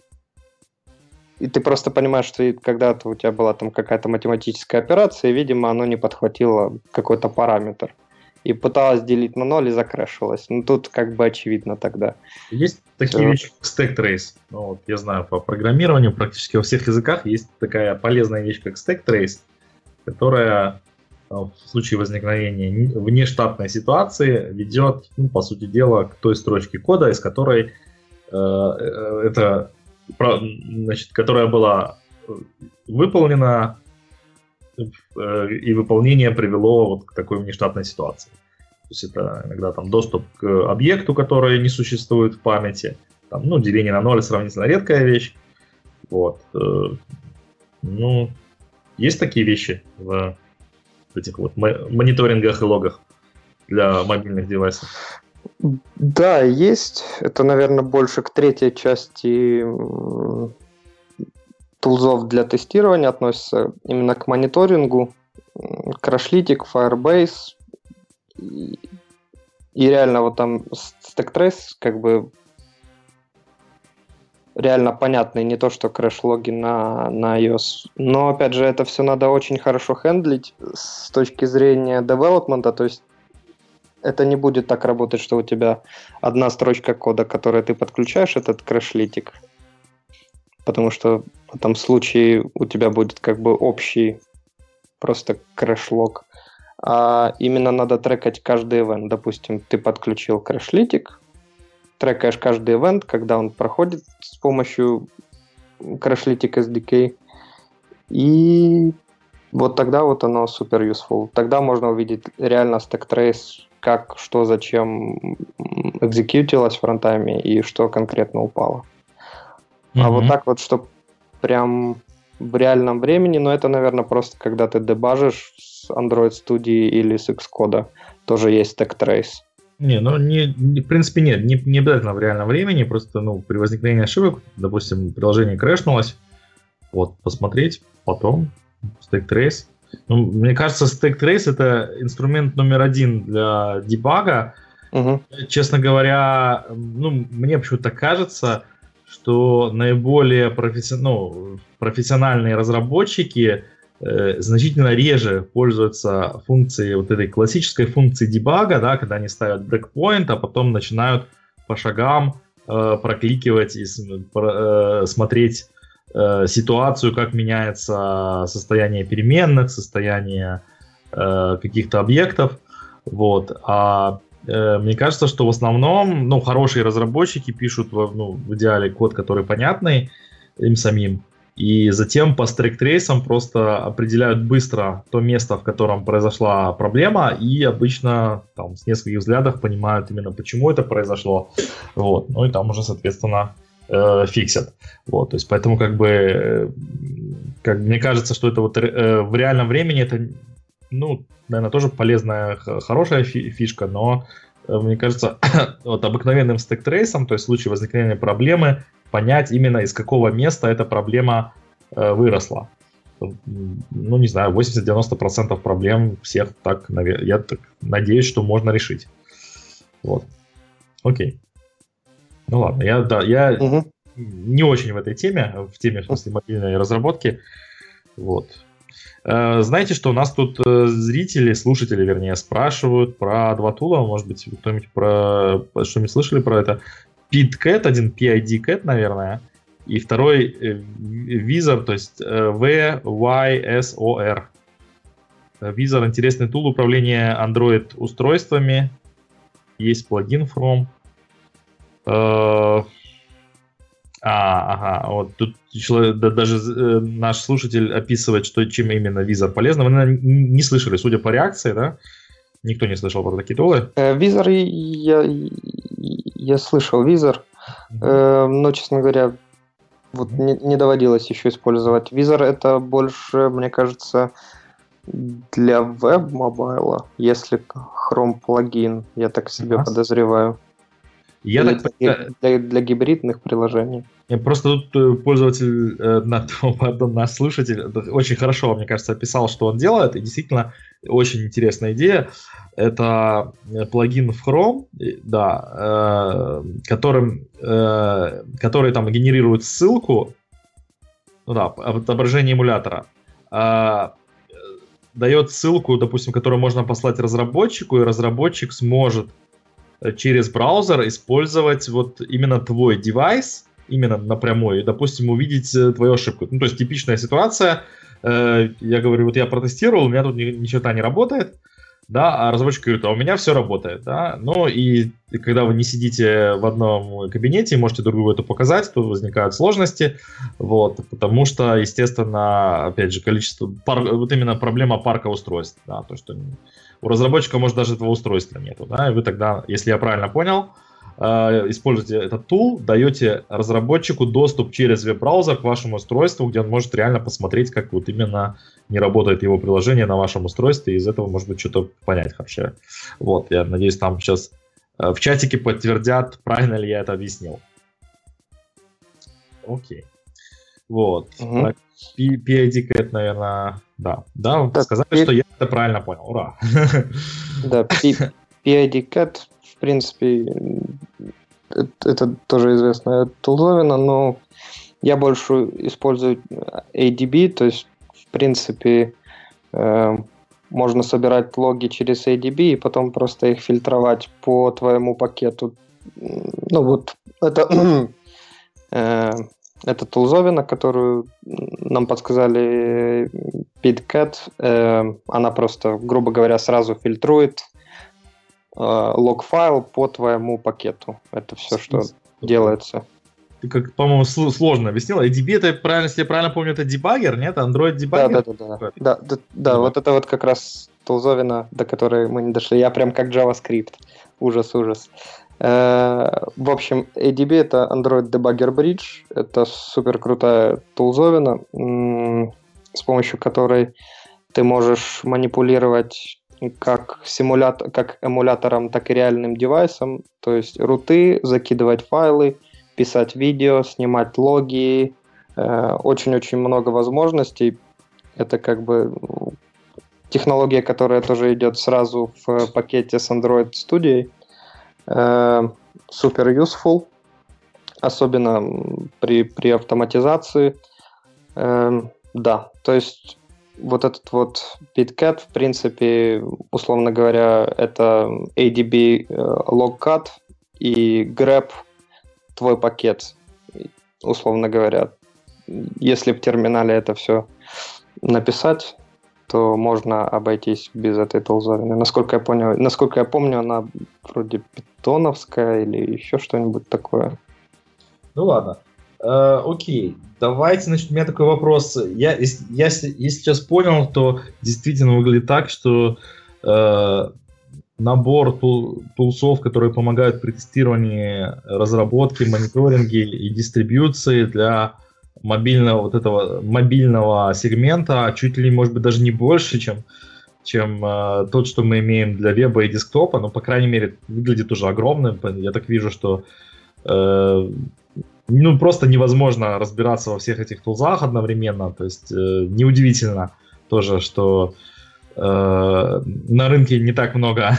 И ты просто понимаешь, что и когда-то у тебя была там какая-то математическая операция, и, видимо, оно не подхватило какой-то параметр. И пыталась делить на ноль и закрэшилась. Ну, тут как бы очевидно тогда. Есть такие Всё. вещи, как stack trace. Ну, вот, я знаю, по программированию практически во всех языках есть такая полезная вещь, как stack trace, которая э, в случае возникновения не- внештатной ситуации ведет, ну, по сути дела, к той строчке кода, из которой э, э, это, про- значит, которая была э, выполнена, э, и выполнение привело вот к такой внештатной ситуации. То есть это иногда там доступ к объекту, который не существует в памяти. Там, ну, деление на ноль сравнительно редкая вещь. Вот. э, Ну, есть такие вещи в этих вот мо- мониторингах и логах для мобильных девайсов. Да, есть. Это, наверное, больше к третьей части м, тулзов для тестирования относится, именно к мониторингу. М, Crashlytic, Firebase. И, и реально вот там StackTrace как бы реально понятный, не то что крэш-логи на, на iOS. Но, опять же, это все надо очень хорошо хендлить с точки зрения девелопмента, то есть это не будет так работать, что у тебя одна строчка кода, которую ты подключаешь, этот крэшлитик. Потому что в этом случае у тебя будет как бы общий просто крэш-лог. А именно надо трекать каждый ивент. Допустим, ты подключил крэшлитик, трекаешь каждый ивент, когда он проходит с помощью Crashlytic эс ди кей. И вот тогда вот оно супер useful. Тогда можно увидеть реально stack trace, как, что, зачем экзекьютилось в фронтайме и что конкретно упало. А Мгм. вот так вот, что прям в реальном времени, но это, наверное, просто когда ты дебажишь с Android Studio или с Xcode, тоже есть stack trace. Не, ну, не, не- в принципе, нет, не, не обязательно в реальном времени, просто, ну, при возникновении ошибок, допустим, приложение крэшнулось, вот, посмотреть, потом, stack trace. Ну, мне кажется, stack trace это инструмент номер один для дебага. Угу. Честно говоря, ну, мне почему-то кажется, что наиболее професси- ну, профессиональные разработчики э, значительно реже пользуются функцией, вот этой классической функции дебага, да, когда они ставят брейкпоинт, а потом начинают по шагам э, прокликивать и с- про- э, смотреть э, ситуацию, как меняется состояние переменных, состояние э, каких-то объектов. Вот. А э, мне кажется, что в основном, ну, хорошие разработчики пишут в, ну, в идеале код, который понятный им самим, и затем по стрейк-трейсам просто определяют быстро то место, в котором произошла проблема, и обычно там с нескольких взглядов понимают именно, почему это произошло. Вот. Ну и там уже, соответственно, э, фиксят. Вот. То есть поэтому как бы, э, как мне кажется, что это вот э, в реальном времени это, ну, наверное, тоже полезная, х- хорошая фи- фишка, но э, мне кажется, вот обыкновенным стэк-трейсом, то есть в случае возникновения проблемы, понять именно из какого места эта проблема э, выросла. Ну, не знаю, восемьдесят-девяносто процентов проблем всех так, наве- я так надеюсь, что можно решить. Вот. Окей. Ну ладно, я, да, я Угу. не очень в этой теме, в теме, в смысле, мобильной разработки. Вот. Э, Знаете, что у нас тут э, зрители, слушатели, вернее, спрашивают про два тула. Может быть, вы кто-нибудь про что-нибудь слышали про это? пи ай ди Cat, один пи ай ди Cat, наверное, и второй э, Visor, то есть э, ви вай эс о ар. Э, Visor — интересный тул управления Android устройствами. Есть плагин From. Э, А, ага, вот тут человек, да, даже э, наш слушатель описывает, что чем именно Визор полезно. Вы, наверное, не слышали, судя по реакции, да? Никто не слышал про такие тулы? Визор, я, я слышал Визор, mm-hmm. но, честно говоря, вот не, не доводилось еще использовать. Визор это больше, мне кажется, для веб-мобайла, если Chrome плагин, я так себе uh-huh. подозреваю. Я для, так... для, для, для гибридных приложений. Просто тут пользователь, пардон, наш слушатель очень хорошо, мне кажется, описал, что он делает, и действительно очень интересная идея. Это плагин в Chrome, да, которым, который там генерирует ссылку, ну да, отображение эмулятора, дает ссылку, допустим, которую можно послать разработчику, и разработчик сможет через браузер использовать вот именно твой девайс, именно напрямую, и, допустим, увидеть твою ошибку. Ну, то есть типичная ситуация, э, я говорю, вот я протестировал, у меня тут ни, ни черта не работает, да, а разработчик говорит, а у меня все работает, да, ну и когда вы не сидите в одном кабинете и можете друг другу это показать, то возникают сложности, вот, потому что, естественно, опять же, количество, пар, вот именно проблема парка устройств, да, то, что у разработчика, может, даже этого устройства нету, да, и вы тогда, если я правильно понял, используете этот тул, даете разработчику доступ через веб-браузер к вашему устройству, где он может реально посмотреть, как вот именно не работает его приложение на вашем устройстве, и из этого, может быть, что-то понять вообще. Вот, я надеюсь, там сейчас в чатике подтвердят, правильно ли я это объяснил. Окей. Вот. Угу. пи ай ди-Cat, наверное, да. Да, да сказали, P... что я это правильно понял. Ура! Да, пи ай ди-Cat, в принципе, это, это тоже известная тулзовина, но я больше использую эй ди би, то есть, в принципе, э, можно собирать логи через эй ди би и потом просто их фильтровать по твоему пакету. Ну вот, это... э, Это тулзовина, которую нам подсказали PidCat. Э, она просто, грубо говоря, сразу фильтрует э, лог-файл по твоему пакету. Это все, что делается. Ты, как, по-моему, сложно объяснил. эй ди би, это, правильно, если я правильно помню, это дебаггер, нет? Android дебаггер? Да, да, да. Да, да, да, да, вот это вот как раз тулзовина, до которой мы не дошли. Я прям как JavaScript. Ужас, ужас. В общем, эй ди би это Android Debugger Bridge. Это супер крутая тулзовина, с помощью которой ты можешь манипулировать как, симулятор, как эмулятором, так и реальным девайсом. То есть руты, закидывать файлы, писать видео, снимать логи. Очень-очень много возможностей. Это как бы технология, которая тоже идет сразу в пакете с Android Studio. Супер uh, useful, особенно при, при автоматизации. Uh, да, то есть вот этот вот PidCat, в принципе, условно говоря, это эй ди би uh, logcat и grep твой пакет, условно говоря. Если в терминале это все написать, то можно обойтись без этой тулзовины. Насколько я понял, насколько я помню, она вроде питоновская или еще что-нибудь такое. Ну ладно. Э, окей. Давайте, значит, у меня такой вопрос. Я, я, я сейчас понял, то действительно выглядит так, что э, набор тул, тулсов, которые помогают при тестировании, разработке, мониторинге и дистрибьюции для мобильного вот этого мобильного сегмента чуть ли, может быть, даже не больше, чем, чем э, тот, что мы имеем для веба и десктопа, но, по крайней мере, выглядит уже огромным. Я так вижу, что э, ну, просто невозможно разбираться во всех этих тулзах одновременно. То есть э, неудивительно тоже, что э, на рынке не так много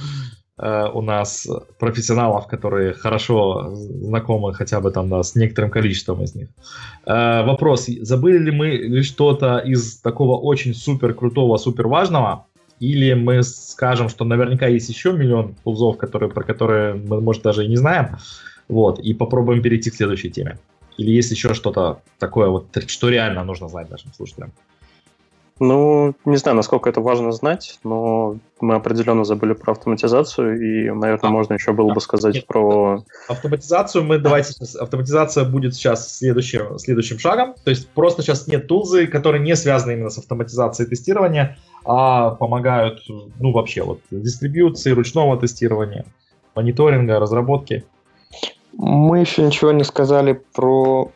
у нас профессионалов, которые хорошо знакомы хотя бы там, да, с некоторым количеством из них. Вопрос, забыли ли мы что-то из такого очень супер крутого, супер важного, или мы скажем, что наверняка есть еще миллион тулзов, которые, про которые мы, может, даже и не знаем, вот, и попробуем перейти к следующей теме. Или есть еще что-то такое, вот, что реально нужно знать нашим слушателям? Ну, не знаю, насколько это важно знать, но мы определенно забыли про автоматизацию, и, наверное, а, можно еще было бы сказать нет, про... Автоматизацию мы, давайте сейчас, автоматизация будет сейчас следующим, следующим шагом, то есть просто сейчас нет тулзы, которые не связаны именно с автоматизацией тестирования, а помогают, ну, вообще, вот, дистрибьюции, ручного тестирования, мониторинга, разработки. Мы еще ничего не сказали про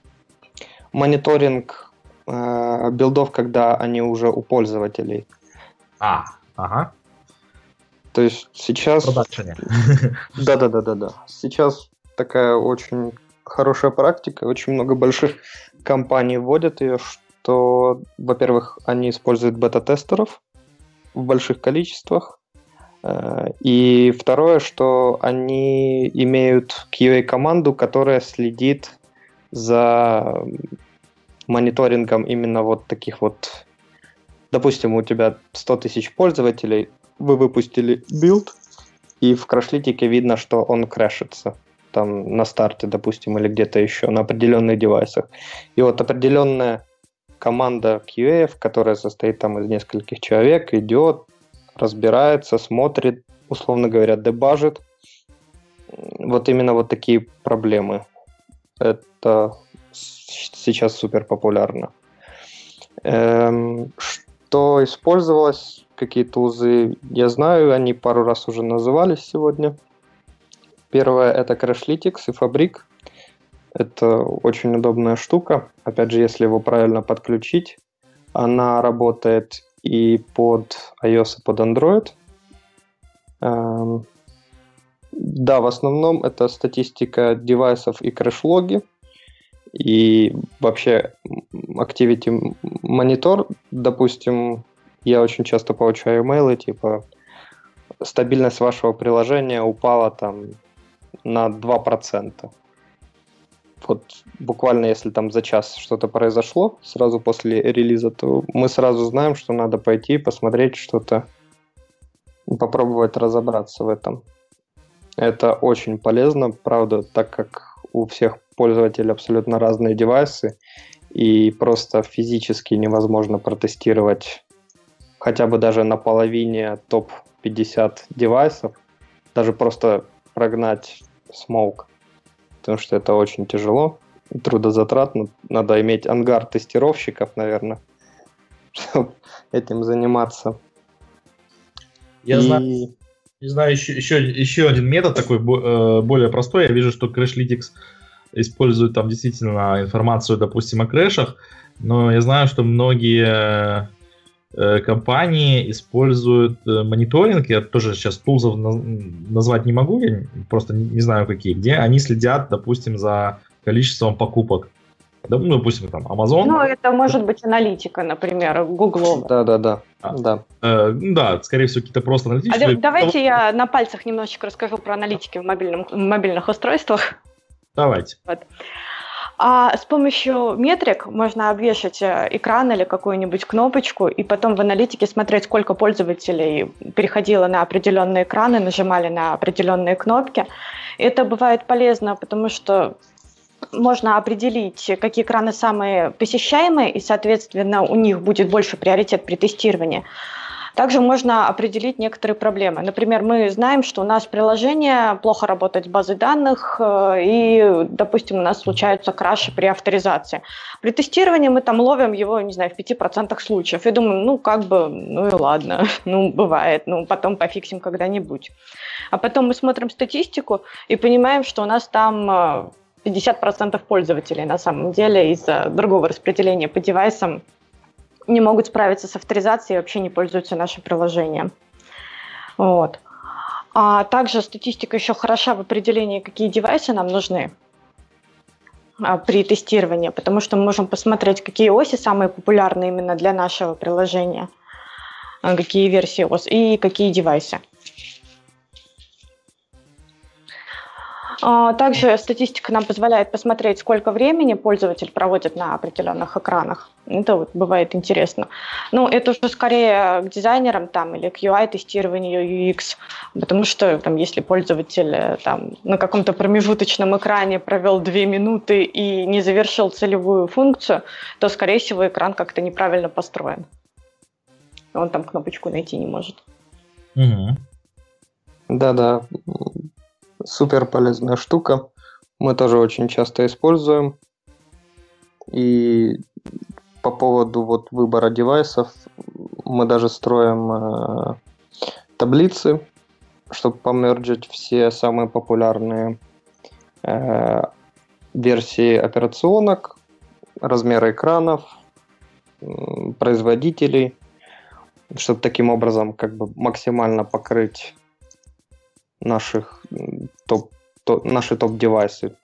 мониторинг билдов, когда они уже у пользователей. А, ага. То есть сейчас... Продакшене. Да-да-да-да-да. Сейчас такая очень хорошая практика, очень много больших компаний вводят ее, что, во-первых, они используют бета-тестеров в больших количествах, и второе, что они имеют кью эй-команду, которая следит за мониторингом именно вот таких вот... Допустим, у тебя сто тысяч пользователей, вы выпустили билд, и в крашлитике видно, что он крэшится. Там на старте, допустим, или где-то еще, на определенных девайсах. И вот определенная команда кью эй, которая состоит там из нескольких человек, идет, разбирается, смотрит, условно говоря, дебажит. Вот именно вот такие проблемы. Это сейчас супер популярно. Эм, что использовалось, какие тулзы, я знаю, они пару раз уже назывались сегодня. Первое — это Crashlytics и Fabric. Это очень удобная штука. Опять же, если его правильно подключить, она работает и под iOS, и под Android. Эм, да, в основном это статистика девайсов и крэш-логи. И вообще Activity Monitor, допустим, я очень часто получаю имейлы, типа стабильность вашего приложения упала там на два процента. Вот буквально если там за час что-то произошло, сразу после релиза, то мы сразу знаем, что надо пойти посмотреть что-то, попробовать разобраться в этом. Это очень полезно, правда, так как у всех пользователей абсолютно разные девайсы, и просто физически невозможно протестировать хотя бы даже на половине топ пятьдесят девайсов, даже просто прогнать смоук, потому что это очень тяжело, трудозатратно. Надо иметь ангар тестировщиков, наверное, чтобы этим заниматься. Я и... знаю, не знаю еще, еще, еще один метод такой более простой. Я вижу, что Crashlytics использует там действительно информацию, допустим, о крэшах, но я знаю, что многие э, компании используют э, мониторинг, я тоже сейчас тулзов назвать не могу, я просто не знаю какие, где они следят, допустим, за количеством покупок. Ну, допустим, там Amazon. Ну, это может быть аналитика, например, Google. Да-да-да. А, да. Э, да, скорее всего, какие-то просто аналитические. А давайте я на пальцах немножечко расскажу про аналитики в, мобильном, в мобильных устройствах. Давайте. Вот. А с помощью метрик можно обвешать экран или какую-нибудь кнопочку и потом в аналитике смотреть, сколько пользователей переходило на определенные экраны, нажимали на определенные кнопки. Это бывает полезно, потому что можно определить, какие экраны самые посещаемые, и, соответственно, у них будет больше приоритет при тестировании. Также можно определить некоторые проблемы. Например, мы знаем, что у нас приложение плохо работает с базой данных, и, допустим, у нас случаются краши при авторизации. При тестировании мы там ловим его, не знаю, в пяти процентах случаев. И думаем, ну, как бы, ну и ладно, ну, бывает, ну, потом пофиксим когда-нибудь. А потом мы смотрим статистику и понимаем, что у нас там пятьдесят процентов пользователей на самом деле из-за другого распределения по девайсам не могут справиться с авторизацией и вообще не пользуются нашим приложением. Вот. А также статистика еще хороша в определении, какие девайсы нам нужны а, при тестировании, потому что мы можем посмотреть, какие оси самые популярные именно для нашего приложения, а, какие версии ос и какие девайсы. Также статистика нам позволяет посмотреть, сколько времени пользователь проводит на определенных экранах. Это вот бывает интересно. Но это уже скорее к дизайнерам там, или к ю ай-тестированию, ю экс, потому что там, если пользователь там, на каком-то промежуточном экране провел две минуты и не завершил целевую функцию, то, скорее всего, экран как-то неправильно построен. он там кнопочку найти не может. Угу. Да-да, супер полезная штука. Мы тоже очень часто используем. И по поводу вот выбора девайсов мы даже строим э, таблицы, чтобы померджить все самые популярные э, версии операционок, размеры экранов, э, производителей, чтобы таким образом как бы максимально покрыть наших топ, топ, наши топ-девайсы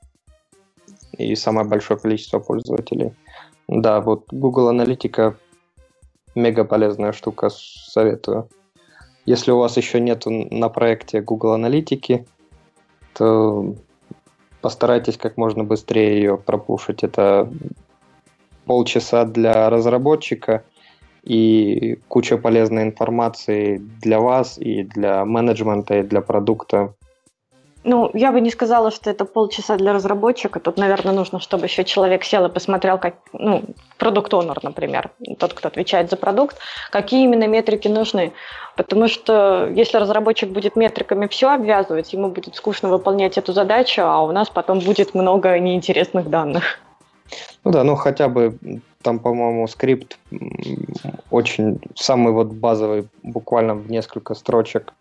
и самое большое количество пользователей. Да, вот Google Аналитика мега полезная штука, советую. Если у вас еще нету на проекте Google Аналитики, то постарайтесь как можно быстрее ее пропушить. Это полчаса для разработчика и куча полезной информации для вас и для менеджмента, и для продукта. Ну, я бы не сказала, что это полчаса для разработчика. Тут, наверное, нужно, чтобы еще человек сел и посмотрел, как, ну, продукт-онер, например, тот, кто отвечает за продукт, какие именно метрики нужны. Потому что если разработчик будет метриками все обвязывать, ему будет скучно выполнять эту задачу, а у нас потом будет много неинтересных данных. Ну да, ну хотя бы там, по-моему, скрипт очень самый вот базовый, буквально в несколько строчек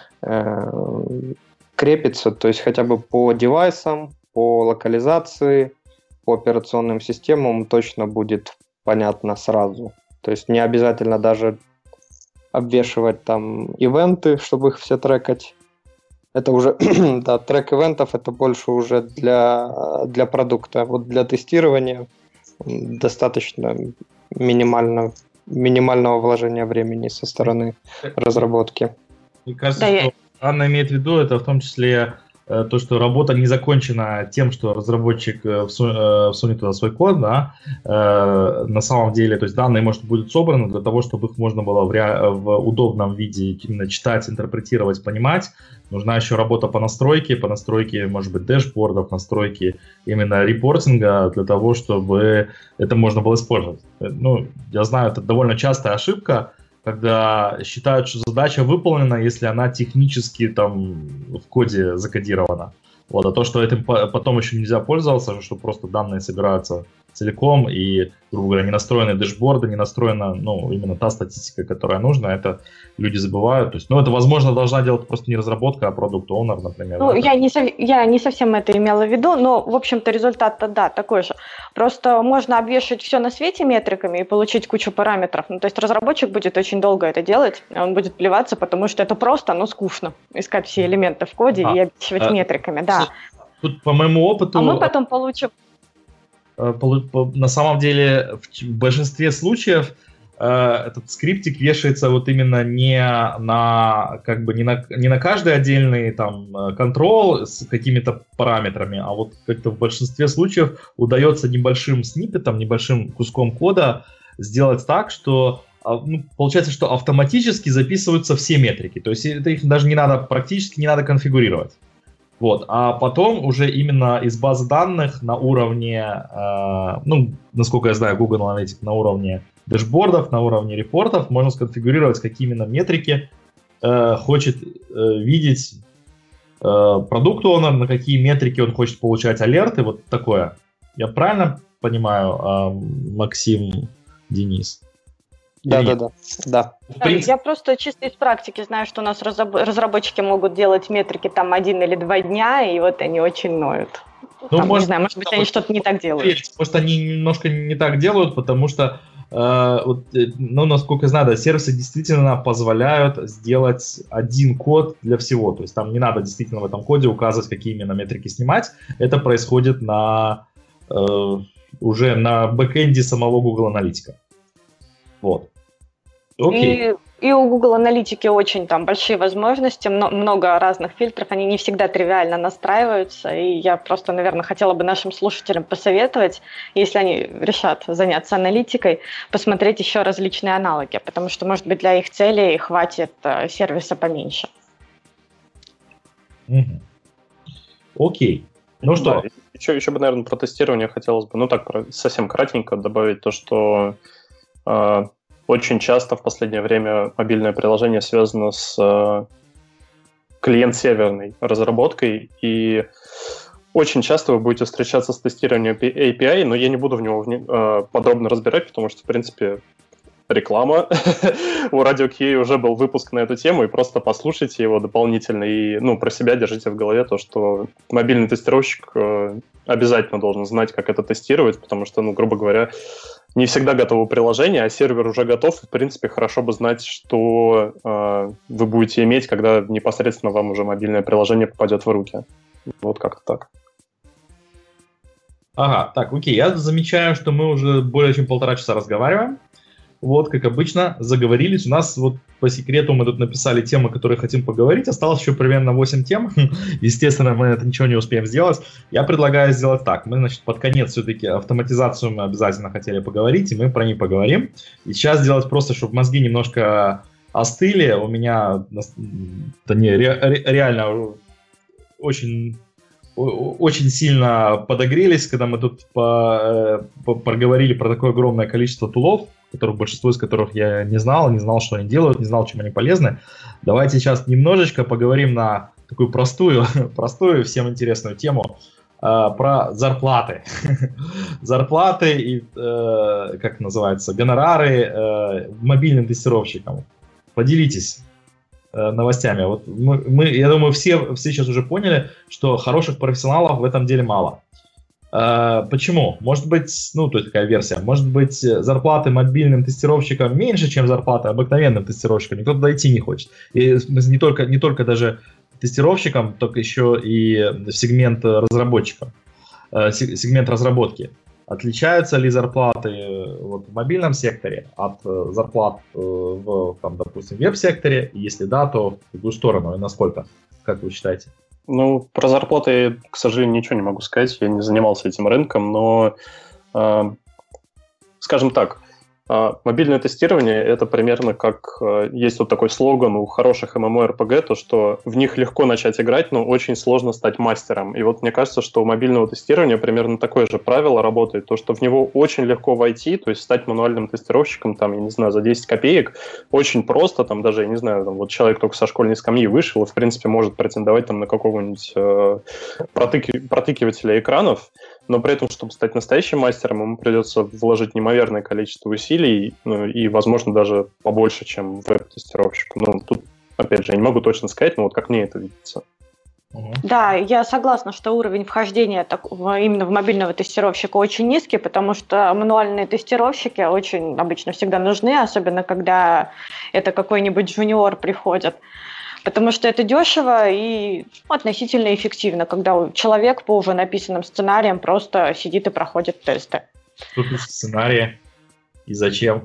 э- крепится, то есть хотя бы по девайсам, по локализации, по операционным системам точно будет понятно сразу. То есть не обязательно даже обвешивать там ивенты, чтобы их все трекать. Это уже, да, трек ивентов это больше уже для, для продукта. Вот для тестирования достаточно минимально, минимального вложения времени со стороны разработки. Мне кажется, да, что я... Анна имеет в виду, это в том числе э, то, что работа не закончена тем, что разработчик э, всу, э, всунет туда свой код, да, э, на самом деле, то есть данные, может, будут собраны для того, чтобы их можно было в, ре... в удобном виде именно читать, интерпретировать, понимать. Нужна еще работа по настройке, по настройке, может быть, дэшбордов, настройки именно репортинга для того, чтобы это можно было использовать. Ну, я знаю, это довольно частая ошибка, когда считают, что задача выполнена, если она технически там в коде закодирована. Вот, а то, что этим потом еще нельзя пользоваться, что просто данные собираются целиком и, грубо говоря, не настроены дэшборды, не настроена, ну, именно та статистика, которая нужна, это люди забывают. То есть, ну, это, возможно, должна делать просто не разработка, а продукт-оунер, например. Ну, да? я не, я не совсем это имела в виду, но, в общем-то, результат-то, да, такой же. Просто можно обвешивать все на свете метриками и получить кучу параметров. Ну, то есть разработчик будет очень долго это делать, он будет плеваться, потому что это просто, но скучно, искать все элементы в коде а, и обвешивать а, метриками, да. Тут, по моему опыту... А мы потом получим... На самом деле, в большинстве случаев этот скриптик вешается вот именно не на, как бы, не на, не на каждый отдельный там контрол с какими-то параметрами, а вот как-то в большинстве случаев удается небольшим сниппетом, небольшим куском кода сделать так, что, ну, получается, что автоматически записываются все метрики. То есть это их даже не надо, практически не надо конфигурировать. Вот, а потом уже именно из базы данных на уровне, э, ну, насколько я знаю, Google Analytics на уровне дэшбордов, на уровне репортов можно сконфигурировать, какие именно метрики э, хочет э, видеть э, продукт-оунер, на какие метрики он хочет получать алерты, вот такое. Я правильно понимаю, э, Максим, Денис? Да, да, да, да. Я просто чисто из практики знаю, что у нас разработчики могут делать метрики там один или два дня, и вот они очень ноют. Ну, там, может, не знаю, может быть, они что-то не так делают. Может, они немножко не так делают, потому что, э, вот, ну, насколько я знаю, да, сервисы действительно позволяют сделать один код для всего. То есть там не надо действительно в этом коде указывать, какие именно метрики снимать. Это происходит на, э, уже на бэкэнде самого Google Аналитика. Вот. Окей. И, и у Google Аналитики очень там большие возможности, много разных фильтров, они не всегда тривиально настраиваются, и я просто, наверное, хотела бы нашим слушателям посоветовать, если они решат заняться аналитикой, посмотреть еще различные аналоги, потому что, может быть, для их целей хватит сервиса поменьше. Угу. Окей. Ну что? Да, еще, еще бы, наверное, про тестирование хотелось бы, ну так, совсем кратенько добавить то, что... очень часто в последнее время мобильное приложение связано с э, клиент-серверной разработкой, и очень часто вы будете встречаться с тестированием эй пи ай, но я не буду в него э, подробно разбирать, потому что, в принципе, реклама. У Radio кей эй уже был выпуск на эту тему, и просто послушайте его дополнительно, и ну, про себя держите в голове то, что мобильный тестировщик э, обязательно должен знать, как это тестировать, потому что, ну, грубо говоря, не всегда готово приложение, а сервер уже готов, и, в принципе, хорошо бы знать, что э, вы будете иметь, когда непосредственно вам уже мобильное приложение попадет в руки. Вот как-то так. Ага, так, окей, я замечаю, что мы уже более чем полтора часа разговариваем. Вот, как обычно, заговорились. У нас вот по секрету мы тут написали темы, которые хотим поговорить. Осталось еще примерно восемь тем. Естественно, мы это ничего не успеем сделать. Я предлагаю сделать так. Мы, значит, под конец все-таки автоматизацию мы обязательно хотели поговорить, и мы про нее поговорим. И сейчас сделать просто, чтобы мозги немножко остыли. У меня да не, ре, реально очень... очень сильно подогрелись, когда мы тут по, по, проговорили про такое огромное количество тулов, которых, большинство из которых я не знал, не знал, что они делают, не знал, чем они полезны. Давайте сейчас немножечко поговорим на такую простую, простую всем интересную тему э, про зарплаты. Зарплаты и, э, как называется, гонорары э, мобильным тестировщикам. Поделитесь новостями. Вот мы, мы, я думаю, все, все сейчас уже поняли, что хороших профессионалов в этом деле мало. А, почему? Может быть, ну, то есть такая версия, может быть, зарплаты мобильным тестировщикам меньше, чем зарплаты обыкновенным тестировщикам. Никто туда идти не хочет. И не только, не только даже тестировщикам, только еще и сегмент разработчиков, сегмент разработки. Отличаются ли зарплаты вот, в мобильном секторе от зарплат в, там, допустим, веб-секторе? Если да, то в какую сторону и насколько? Как вы считаете? Ну, про зарплаты, к сожалению, ничего не могу сказать. Я не занимался этим рынком, но, э, скажем так, э, мобильное тестирование – это примерно как э, есть вот такой слоган у хороших эм эм о эр пи джи, то, что в них легко начать играть, но очень сложно стать мастером. И вот мне кажется, что у мобильного тестирования примерно такое же правило работает, то, что в него очень легко войти, то есть стать мануальным тестировщиком, там, я не знаю, за десять копеек, очень просто, там, даже, я не знаю, там, вот человек только со школьной скамьи вышел и, в принципе, может претендовать там на какого-нибудь э, протыки- протыкивателя экранов, но при этом, чтобы стать настоящим мастером, ему придется вложить неимоверное количество усилий, ну, и, возможно, даже побольше, чем веб-тестировщик. Ну, тут, опять же, я не могу точно сказать, но вот как мне это видится. Да, я согласна, что уровень вхождения так, именно в мобильного тестировщика очень низкий, потому что мануальные тестировщики очень обычно всегда нужны, особенно когда это какой-нибудь джуниор приходит. Потому что это дешево и относительно эффективно, когда человек по уже написанным сценариям просто сидит и проходит тесты. Что пишет сценарии и зачем?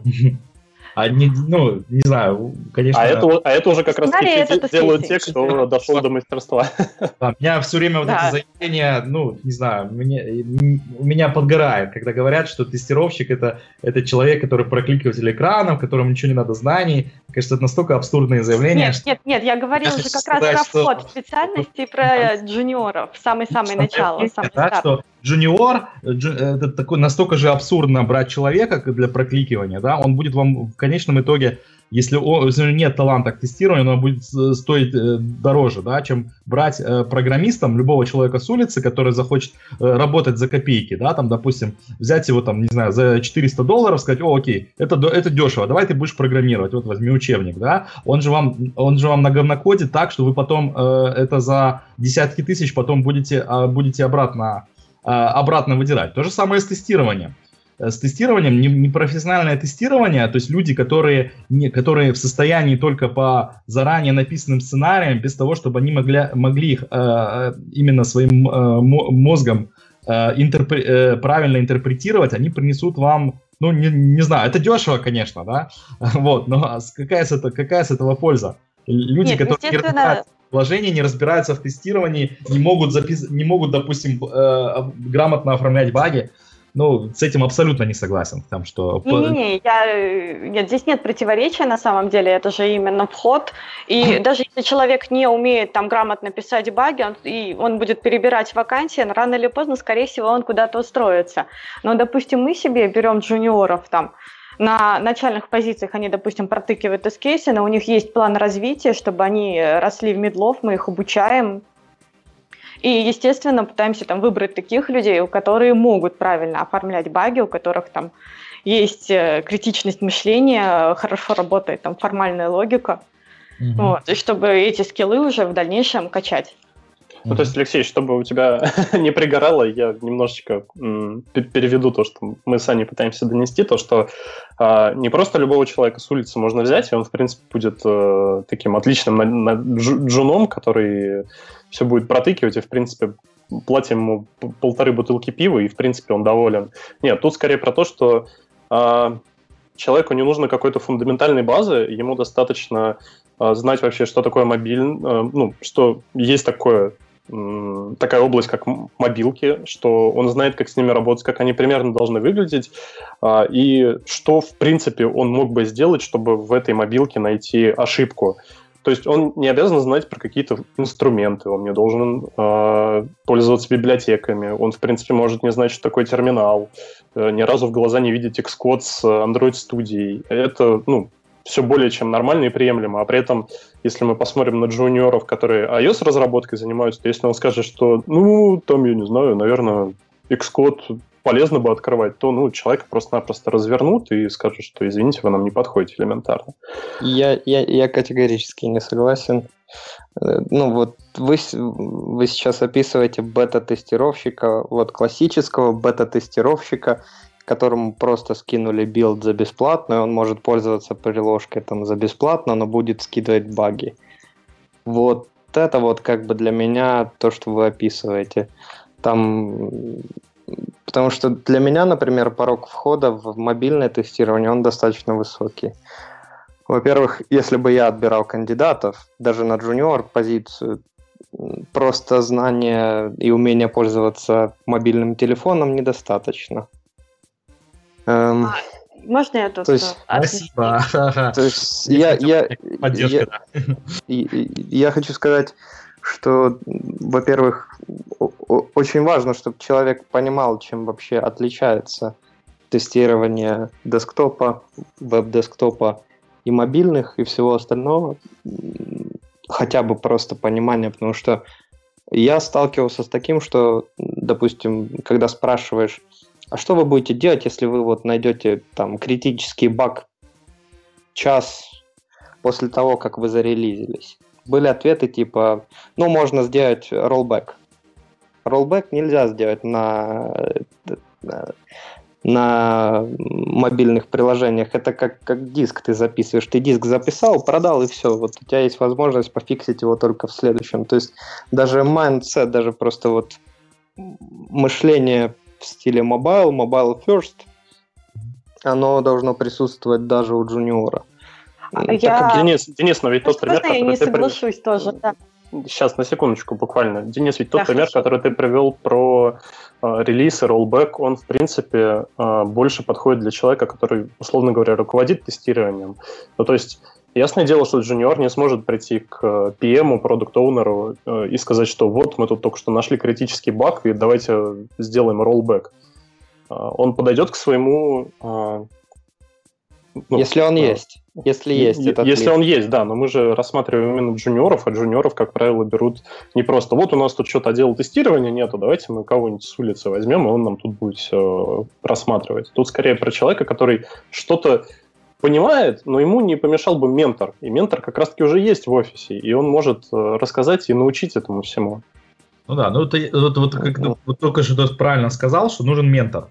А не, ну, не знаю, конечно... А это, а это уже как раз таки делают те, кто дошел до мастерства. Да, у меня все время вот да. эти заявления, ну, не знаю, мне, у меня подгорает, когда говорят, что тестировщик это, это человек, который прокликиватель экранов, которому ничего не надо знаний. Кажется, это настолько абсурдные заявления. Нет, что... нет, нет, я говорила же как сказать, раз про вход что... специальности и про джуниоров, самое-самое начало, самый да, старт. Что джуниор, джу, это такой, настолько же абсурдно брать человека для прокликивания, да, он будет вам в конечном итоге, если у него нет таланта к тестированию, он будет стоить дороже, да, чем брать программистом любого человека с улицы, который захочет работать за копейки, да, там, допустим, взять его, там, не знаю, за четыреста долларов, сказать, о, окей, это, это дешево, давай ты будешь программировать, вот возьми учебник, да, он же вам, он же вам наговнокодит так, что вы потом э, это за десятки тысяч потом будете, э, будете обратно обратно выдирать. То же самое с тестированием. С тестированием, непрофессиональное тестирование, то есть люди, которые, не, которые в состоянии только по заранее написанным сценариям, без того, чтобы они могли, могли их э, именно своим э, мозгом э, интерпре, э, правильно интерпретировать, они принесут вам, ну, не, не знаю, это дешево, конечно, да, вот, но какая с этого, какая с этого польза? Люди, Нет, которые не разбираются в приложении, не разбираются в тестировании, не могут, запис... не могут допустим, э, грамотно оформлять баги. Ну, с этим абсолютно не согласен. Там, что... Не-не-не, я... Нет, здесь нет противоречия на самом деле, это же именно вход. И даже если человек не умеет там грамотно писать баги, он, и он будет перебирать вакансии, рано или поздно, скорее всего, он куда-то устроится. Но, допустим, мы себе берем джуниоров там, на начальных позициях они, допустим, протыкивают тест-кейсы, но у них есть план развития, чтобы они росли в мидлов, мы их обучаем. И, естественно, пытаемся там выбрать таких людей, которые могут правильно оформлять баги, у которых там есть критичность мышления, хорошо работает там формальная логика, mm-hmm. вот, и чтобы эти скиллы уже в дальнейшем качать. Ну, то есть, Алексей, чтобы у тебя не пригорало, я немножечко м, переведу то, что мы с Аней пытаемся донести, то, что э, не просто любого человека с улицы можно взять, и он, в принципе, будет э, таким отличным на, на джуном, который все будет протыкивать, и, в принципе, платим ему полторы бутылки пива, и, в принципе, он доволен. Нет, тут скорее про то, что э, человеку не нужно какой-то фундаментальной базы, ему достаточно э, знать вообще, что такое мобиль, э, ну, что есть такое такая область, как мобилки, что он знает, как с ними работать, как они примерно должны выглядеть, и что, в принципе, он мог бы сделать, чтобы в этой мобилке найти ошибку. То есть он не обязан знать про какие-то инструменты, он не должен э, пользоваться библиотеками, он, в принципе, может не знать, что такое терминал, э, ни разу в глаза не видеть Xcode с Android Studio. Это, ну, все более чем нормально и приемлемо. А при этом, если мы посмотрим на джуниоров, которые iOS-разработкой занимаются, то если он скажет, что, ну, там, я не знаю, наверное, Xcode полезно бы открывать, то, ну, человека просто-напросто развернут и скажут, что, извините, вы нам не подходите элементарно. Я, я, я категорически не согласен. Ну, вот вы, вы сейчас описываете бета-тестировщика, вот классического бета-тестировщика, которому просто скинули билд за бесплатно, и он может пользоваться приложкой там за бесплатно, но будет скидывать баги. Вот это вот как бы для меня то, что вы описываете. Там... Потому что для меня, например, порог входа в мобильное тестирование, он достаточно высокий. Во-первых, если бы я отбирал кандидатов, даже на джуниор позицию, просто знания и умение пользоваться мобильным телефоном недостаточно. Эм, а, можно я тут? То есть, спасибо. То есть я, я, я, я, я хочу сказать, что, во-первых, очень важно, чтобы человек понимал, чем вообще отличается тестирование десктопа, веб-десктопа и мобильных, и всего остального. Хотя бы просто понимание, потому что я сталкивался с таким, что, допустим, когда спрашиваешь, а что вы будете делать, если вы вот найдете там критический баг час после того, как вы зарелизились? Были ответы типа, ну, можно сделать роллбэк. Роллбэк нельзя сделать на, на, на мобильных приложениях. Это как, как диск ты записываешь. Ты диск записал, продал, и все. Вот у тебя есть возможность пофиксить его только в следующем. То есть даже mindset, даже просто вот мышление в стиле mobile, mobile first, оно должно присутствовать даже у джуниора. Я... Так, Денис, Денис, но ведь тот пример, который я не ты соглашусь привел... тоже, да. Сейчас, на секундочку, буквально. Денис, ведь тот да, пример, хорошо. который ты привел про э, релиз и роллбэк, он, в принципе, э, больше подходит для человека, который, условно говоря, руководит тестированием. Ну, то есть, ясное дело, что джуниор не сможет прийти к пи эм, продукт-оунеру э, и сказать, что вот мы тут только что нашли критический баг, и давайте сделаем роллбэк. Э, он подойдет к своему... Э, ну, если он э, есть. Если есть е- этот Если лист. он есть, да, но мы же рассматриваем именно джуниоров, а джуниоров, как правило, берут не просто вот у нас тут что-то отдела тестирования нету, давайте мы кого-нибудь с улицы возьмем, и он нам тут будет все рассматривать. Тут скорее про человека, который что-то понимает, но ему не помешал бы ментор. И ментор как раз-таки уже есть в офисе, и он может рассказать и научить этому всему. Ну да, ну это, вот, вот, как, вот только что ты правильно сказал, что нужен ментор.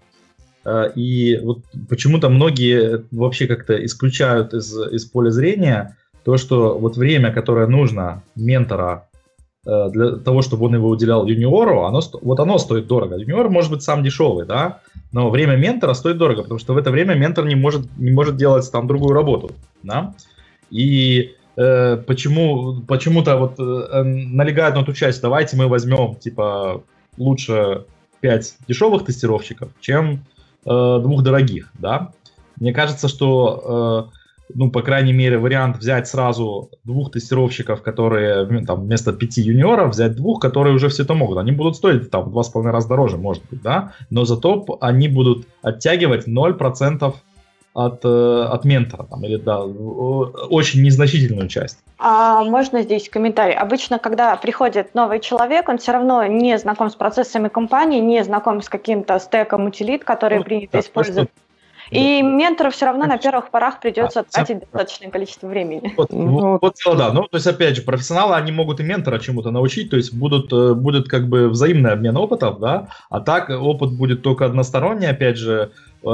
И вот почему-то многие вообще как-то исключают из, из поля зрения то, что вот время, которое нужно ментора для того, чтобы он его уделял юниору, оно, вот оно стоит дорого. Юниор может быть сам дешевый, да, но время ментора стоит дорого, потому что в это время ментор не может, не может делать там другую работу, да. И э, почему, почему-то вот э, налегают на ту часть, давайте мы возьмем, типа, лучше пять дешевых тестировщиков, чем двух дорогих, да. Мне кажется, что, э, ну, по крайней мере, вариант взять сразу двух тестировщиков, которые, там, вместо пяти юниоров, взять двух, которые уже все это могут. Они будут стоить, там, в два с половиной раза дороже, может быть, да, но зато они будут оттягивать ноль процентов от, от ментора, там, или да, очень незначительную часть. А можно здесь комментарий? Обычно, когда приходит новый человек, он все равно не знаком с процессами компании, не знаком с каким-то стеком утилит, которые ну, принято да, использовать. И да. ментору все равно на первых порах придется а, тратить да. достаточное количество времени. Вот, ну, вот дело, да. Ну, то есть, опять же, профессионалы, они могут и ментора чему-то научить, то есть будут, будет как бы взаимный обмен опытов, да, а так опыт будет только односторонний, опять же,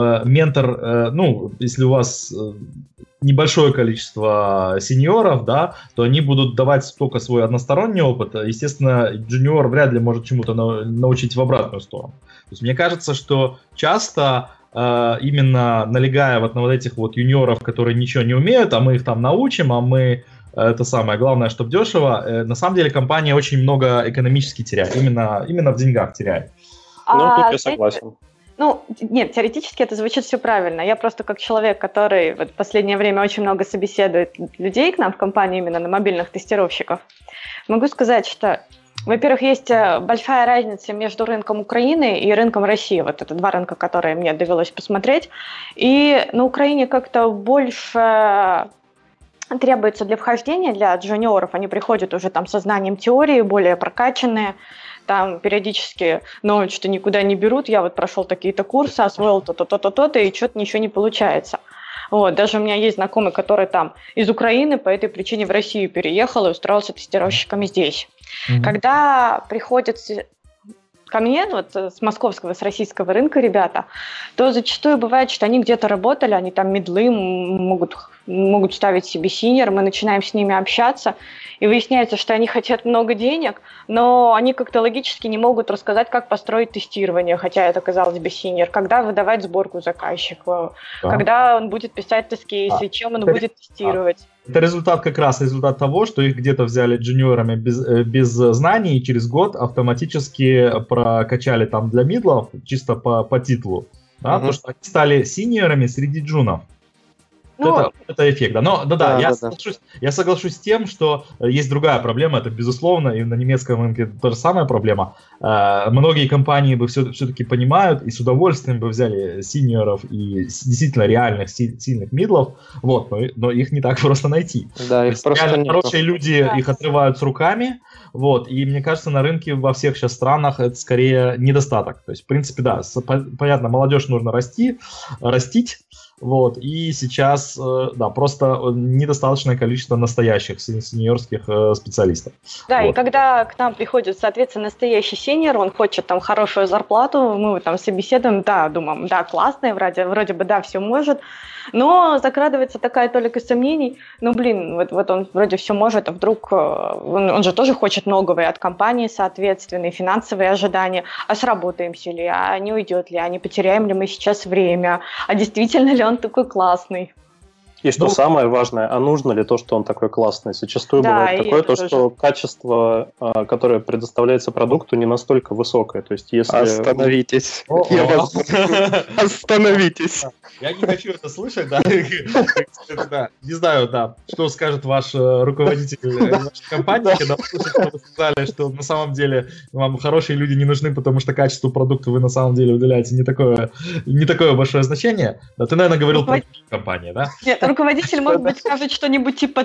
ментор, ну, если у вас небольшое количество сеньоров, да, то они будут давать только свой односторонний опыт. Естественно, джуниор вряд ли может чему-то научить в обратную сторону. То есть мне кажется, что часто именно налегая вот на вот этих вот юниоров, которые ничего не умеют, а мы их там научим, а мы это самое главное, чтобы дешево, на самом деле компания очень много экономически теряет, именно, именно в деньгах теряет. А, ну, тут я согласен. Ну, нет, теоретически это звучит все правильно. Я просто как человек, который вот в последнее время очень много собеседует людей к нам в компании именно на мобильных тестировщиков, могу сказать, что, во-первых, есть большая разница между рынком Украины и рынком России. Вот это два рынка, которые мне довелось посмотреть. И на Украине как-то больше требуется для вхождения, для джуниоров. Они приходят уже там со знанием теории, более прокачанные. Там периодически ноют, что никуда не берут. Я вот прошел такие-то курсы, освоил то-то, то-то, то-то, и что-то ничего не получается. Вот. Даже у меня есть знакомый, который там из Украины по этой причине в Россию переехал и устроился тестировщиками здесь. Mm-hmm. Когда приходят ко мне, вот с московского, с российского рынка ребята, то зачастую бывает, что они где-то работали, они там мидлы могут, могут ставить себе синьор, мы начинаем с ними общаться, и выясняется, что они хотят много денег, но они как-то логически не могут рассказать, как построить тестирование, хотя это, казалось бы, синьор, когда выдавать сборку заказчику, да. когда он будет писать тест-кейсы, а, чем он это, будет тестировать. А, это результат как раз результат того, что их где-то взяли джуниорами без, без знаний и через год автоматически прокачали там для мидлов, чисто по, по титулу, да, угу. потому что они стали синьорами среди джунов. Ну, это, это эффект, да. Но да, да, да, я, да, соглашусь, да. я соглашусь с тем, что есть другая проблема, это безусловно, и на немецком рынке та же самая проблема. Э, многие компании бы все, все-таки понимают и с удовольствием бы взяли синьоров и действительно реальных си, сильных мидлов, вот, но, но их не так просто найти. Да, их просто реально нету. Хорошие люди да. их отрывают с руками, вот, и мне кажется, на рынке во всех сейчас странах это скорее недостаток. То есть, в принципе, да, понятно, молодежь нужно расти, растить. Вот, и сейчас, да, просто недостаточное количество настоящих сеньорских специалистов. Да, вот. И когда к нам приходит, соответственно, настоящий сеньор, он хочет там хорошую зарплату, мы там собеседуем, да, думаем, да, классный, вроде, вроде бы, да, все может, но закрадывается такая толика сомнений, ну, блин, вот, вот он вроде все может, а вдруг он, он же тоже хочет многого и от компании, соответственно, и финансовые ожидания, а сработаемся ли, а не уйдет ли, а не потеряем ли мы сейчас время, а действительно ли он такой классный. И что ну, самое важное, а нужно ли то, что он такой классный? Зачастую да, бывает такое, то, что качество, которое предоставляется продукту, не настолько высокое. То есть, если... Остановитесь. Остановитесь. Я не хочу это слышать, да. Не знаю, да, что скажет ваш руководитель вашей компании, когда вы сказали, что на самом деле вам хорошие люди не нужны, потому что качеству продукта вы на самом деле уделяете не такое, не такое большое значение. Да, ты, наверное, говорил про компанию, да? Нет, руководитель, может быть, скажет что-нибудь типа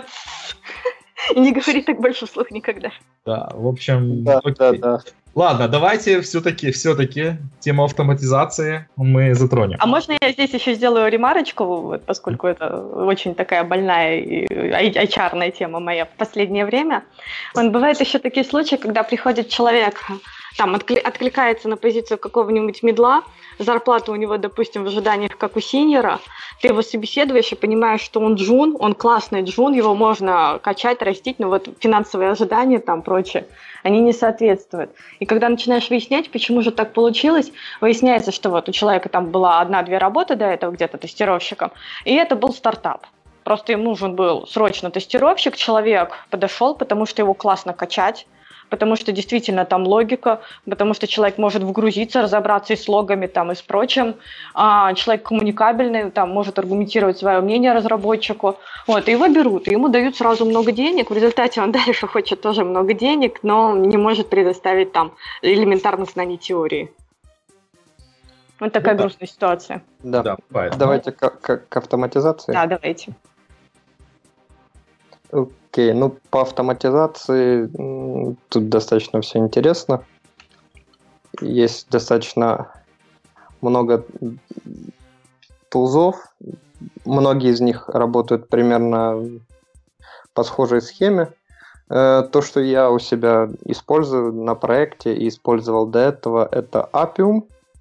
и не говорит так больше вслух никогда. Да, в общем, да, да, да. Ладно, давайте все-таки, все-таки тему автоматизации мы затронем. А можно я здесь еще сделаю ремарочку, вот, поскольку это очень такая больная и эйч ар-ная тема моя в последнее время. Вот, бывают еще такие случаи, когда приходит человек, там, откли- откликается на позицию какого-нибудь мидла, зарплата у него, допустим, в ожиданиях, как у синьора, ты его собеседуешь и понимаешь, что он джун, он классный джун, его можно качать, растить, но вот финансовые ожидания, там, прочее, они не соответствуют. И когда начинаешь выяснять, почему же так получилось, выясняется, что вот у человека там была одна-две работы до этого где-то тестировщиком, и это был стартап. Просто им нужен был срочно тестировщик, человек подошел, потому что его классно качать, потому что действительно там логика, потому что человек может вгрузиться, разобраться и с логами, там, и с прочим. А человек коммуникабельный, там, может аргументировать свое мнение разработчику. Вот, и его берут, и ему дают сразу много денег. В результате он дальше хочет тоже много денег, но не может предоставить там элементарных знаний теории. Вот такая Ну, да. грустная ситуация. Да. Да, бывает. Давайте к, к- к автоматизации. Да, давайте. Окей, ну по автоматизации м, тут достаточно все интересно. Есть достаточно много тулзов. Многие из них работают примерно по схожей схеме. Э, То, что я у себя использую на проекте и использовал до этого, это Appium.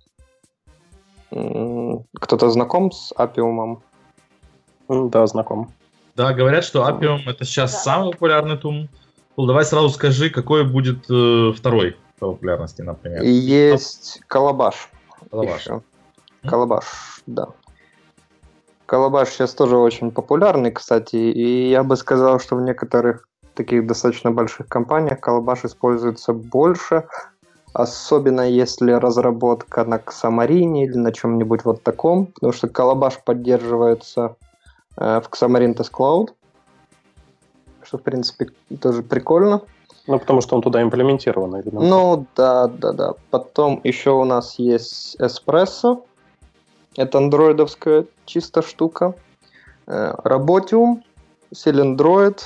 М, Кто-то знаком с Appium? М, Да, знаком. Да, говорят, что Appium это сейчас Да. самый популярный тул. Ну, давай сразу скажи, какой будет э, второй по популярности, например. И есть Calabash. Calabash. Еще. Calabash, да. Calabash сейчас тоже очень популярный, кстати, и я бы сказал, что в некоторых таких достаточно больших компаниях Calabash используется больше, особенно если разработка на Xamarin или на чем-нибудь вот таком, потому что Calabash поддерживается э, в Xamarin Test Cloud, что, в принципе, тоже прикольно. Ну, потому что он туда имплементирован. Или наоборот. Ну, да, да, да. Потом еще у нас есть Espresso. Это андроидовская чисто штука. Э, Robotium, Cylindroid.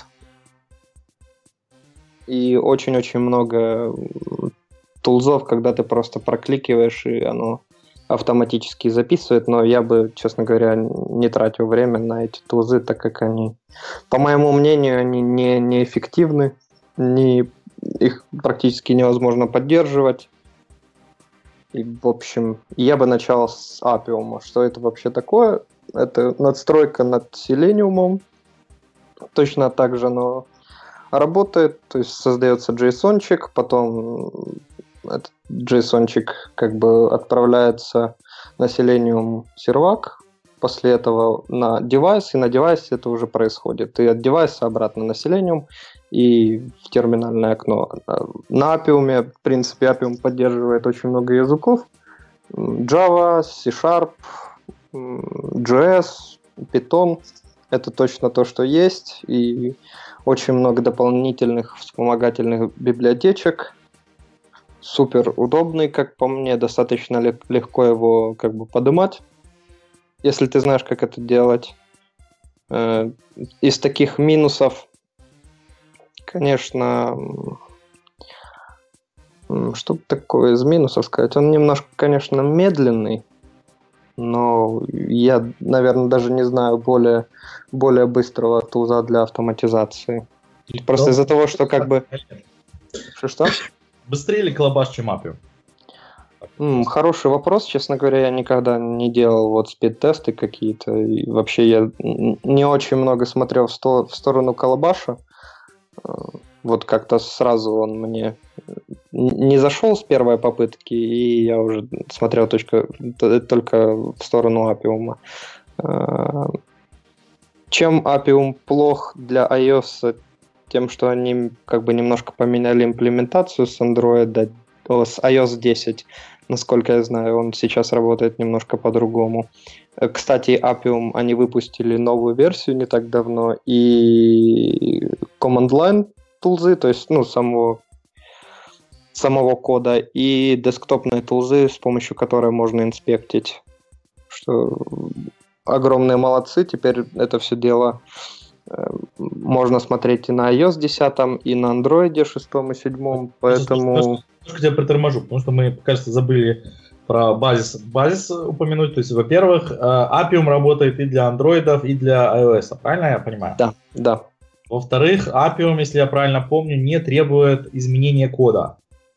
И очень-очень много м, тулзов, когда ты просто прокликиваешь, и оно автоматически записывает. Но я бы, честно говоря, не тратил время на эти тулзы, так как они, по моему мнению, они не, неэффективны. Не, их практически невозможно поддерживать. И, в общем, я бы начал с Appium. Что это вообще такое? Это надстройка над Selenium. Точно так же оно работает. То есть создается JSON-чик, потом этот JSON-чик как бы отправляется на Selenium сервак, после этого на девайс, и на девайсе это уже происходит. И от девайса обратно на Selenium и в терминальное окно. На Appium, в принципе, Appium поддерживает очень много языков. Java, C-Sharp, джей эс, Python. Это точно то, что есть. И очень много дополнительных вспомогательных библиотечек. Супер удобный, как по мне. Достаточно лег- легко его как бы подымать, если ты знаешь, как это делать. Э, Из таких минусов, конечно, м, что бы такое из минусов сказать? Он немножко, конечно, медленный, но я, наверное, даже не знаю более, более быстрого тулза для автоматизации. Просто Но- из-за того, что как бы... Что-что? Быстрее ли Calabash, чем Appium? М, Хороший вопрос. Честно говоря, я никогда не делал вот спид-тесты какие-то. И вообще я н- не очень много смотрел в, сто- в сторону Calabash. Э, Вот как-то сразу он мне н- не зашел с первой попытки, и я уже смотрел точка- т- только в сторону Appium. Э, Чем Appium плох для iOS? Тем, что они как бы немножко поменяли имплементацию с Android, о, с iOS десять. Насколько я знаю, он сейчас работает немножко по-другому. Э, Кстати, Appium, они выпустили новую версию не так давно, и command line тулзы, то есть, ну, самого, самого кода, и десктопные тулзы, с помощью которой можно инспектить. Что огромные молодцы, теперь это все дело э, можно смотреть и на iOS десять, и на Android шесть и семь, поэтому... Немножко тебя приторможу, потому что мы, кажется, забыли про базис, базис упомянуть. То есть, во-первых, э, Appium работает и для андроидов, и для iOS, правильно я понимаю? Да, да. Во-вторых, Appium, если я правильно помню, не требует изменения кода.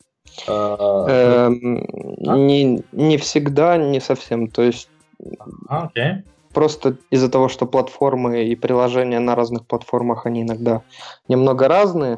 Э, Эм, А? Не, не всегда, не совсем. То есть а, окей. просто из-за того, что платформы и приложения на разных платформах, они иногда немного разные,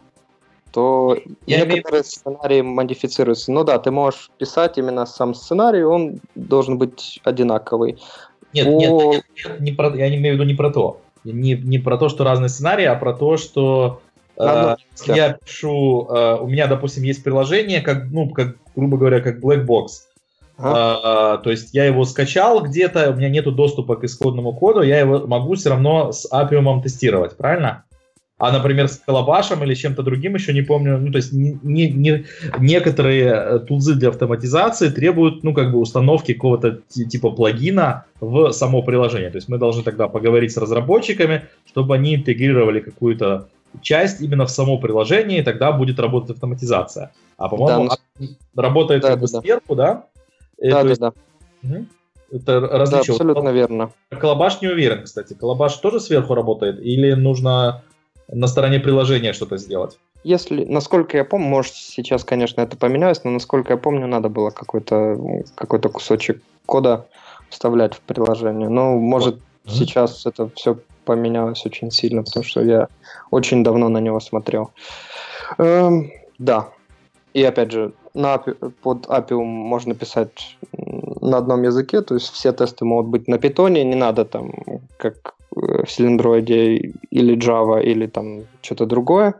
то Я имею в некоторые сценарии модифицируются. Ну да, ты можешь писать именно сам сценарий, он должен быть одинаковый. Нет, По- нет, нет, нет, не про, я не имею в виду не про то. Не, не про то, что разные сценарии, а про то, что э, На одном если я пишу, э, у меня, допустим, есть приложение, как, ну, как, грубо говоря, как Black Box. Ага. Э, то есть я его скачал где-то, у меня нету доступа к исходному коду, я его могу все равно с Appium тестировать, правильно? А, например, с Колобашем или чем-то другим еще не помню. Ну, то есть не, не, не, некоторые тулзы для автоматизации требуют, ну, как бы установки какого-то типа плагина в само приложение. То есть мы должны тогда поговорить с разработчиками, чтобы они интегрировали какую-то часть именно в само приложение, и тогда будет работать автоматизация. А, по-моему, да, ну... работает да, как да, бы да. сверху, да? Да, да, есть... да. Угу. Это различие. Да, абсолютно вот, верно. Колобаш не уверен, кстати. Колобаш тоже сверху работает или нужно на стороне приложения что-то сделать? Если, насколько я помню, может сейчас, конечно, это поменялось, но насколько я помню, надо было какой-то, какой-то кусочек кода вставлять в приложение. Но может вот. Сейчас mm-hmm. это все поменялось очень сильно, потому что я очень давно на него смотрел. Эм, да. И опять же, на, под Appium можно писать на одном языке, то есть все тесты могут быть на Python, не надо там, как в Cylindroid или Java, или там что-то другое.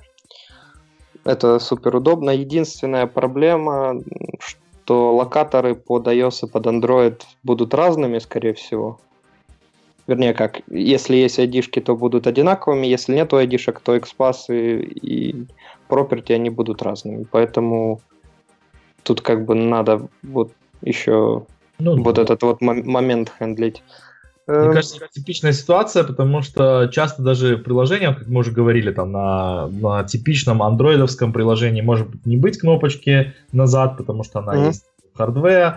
Это супер удобно. Единственная проблема, что локаторы под iOS и под Android будут разными, скорее всего. Вернее, как, если есть айдишки, то будут одинаковыми, если нет айдишек, то XPath и, и property, они будут разными. Поэтому тут как бы надо вот еще ну, вот да. этот вот м- момент хендлить. Мне кажется, это типичная ситуация, потому что часто даже приложения, как мы уже говорили, там на, на типичном андроидовском приложении может быть не быть кнопочки назад, потому что она mm-hmm. есть в хардвее,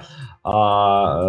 а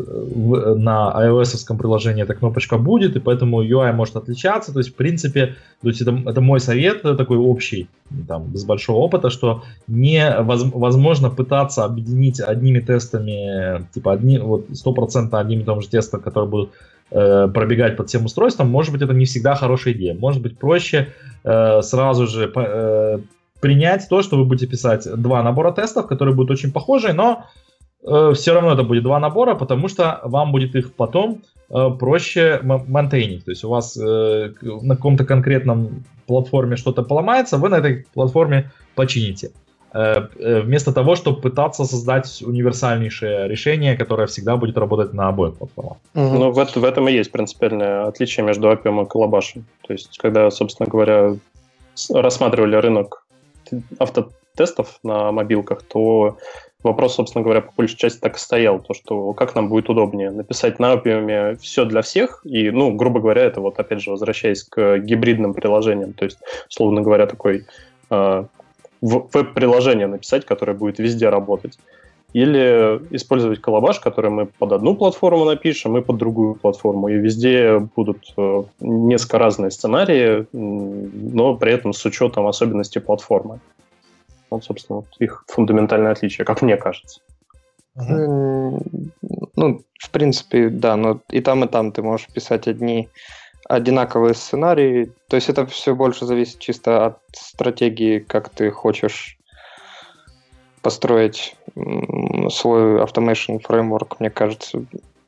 в, на iOS-овском приложении эта кнопочка будет, и поэтому ю ай может отличаться. То есть, в принципе, то есть это, это мой совет такой общий, там, без большого опыта, что не воз, возможно пытаться объединить одними тестами, типа одни, вот сто процентов одним и том же тестом, которые будут э, пробегать под всем устройством. Может быть, это не всегда хорошая идея. Может быть, проще э, сразу же э, принять то, что вы будете писать два набора тестов, которые будут очень похожи, но э, все равно это будет два набора, потому что вам будет их потом э, проще мейнтейнить. То есть у вас э, на каком-то конкретном платформе что-то поломается, вы на этой платформе почините. Э, э, вместо того, чтобы пытаться создать универсальнейшее решение, которое всегда будет работать на обоих платформах. Mm-hmm. Ну, в, это, в этом и есть принципиальное отличие между Appium и Колобашем. То есть, когда, собственно говоря, рассматривали рынок автотестов на мобилках, то вопрос, собственно говоря, по большей части так и стоял, то, что как нам будет удобнее написать на Appium все для всех, и, ну, грубо говоря, это вот, опять же, возвращаясь к гибридным приложениям, то есть, условно говоря, такой э, веб-приложение написать, которое будет везде работать, или использовать Колобаш, который мы под одну платформу напишем и под другую платформу, и везде будут э, несколько разные сценарии, но при этом с учетом особенностей платформы. Вот, собственно, вот их фундаментальное отличие, как мне кажется. Uh-huh. Ну, в принципе, да, но и там, и там ты можешь писать одни одинаковые сценарии. То есть это все больше зависит чисто от стратегии, как ты хочешь построить свой automation framework, мне кажется.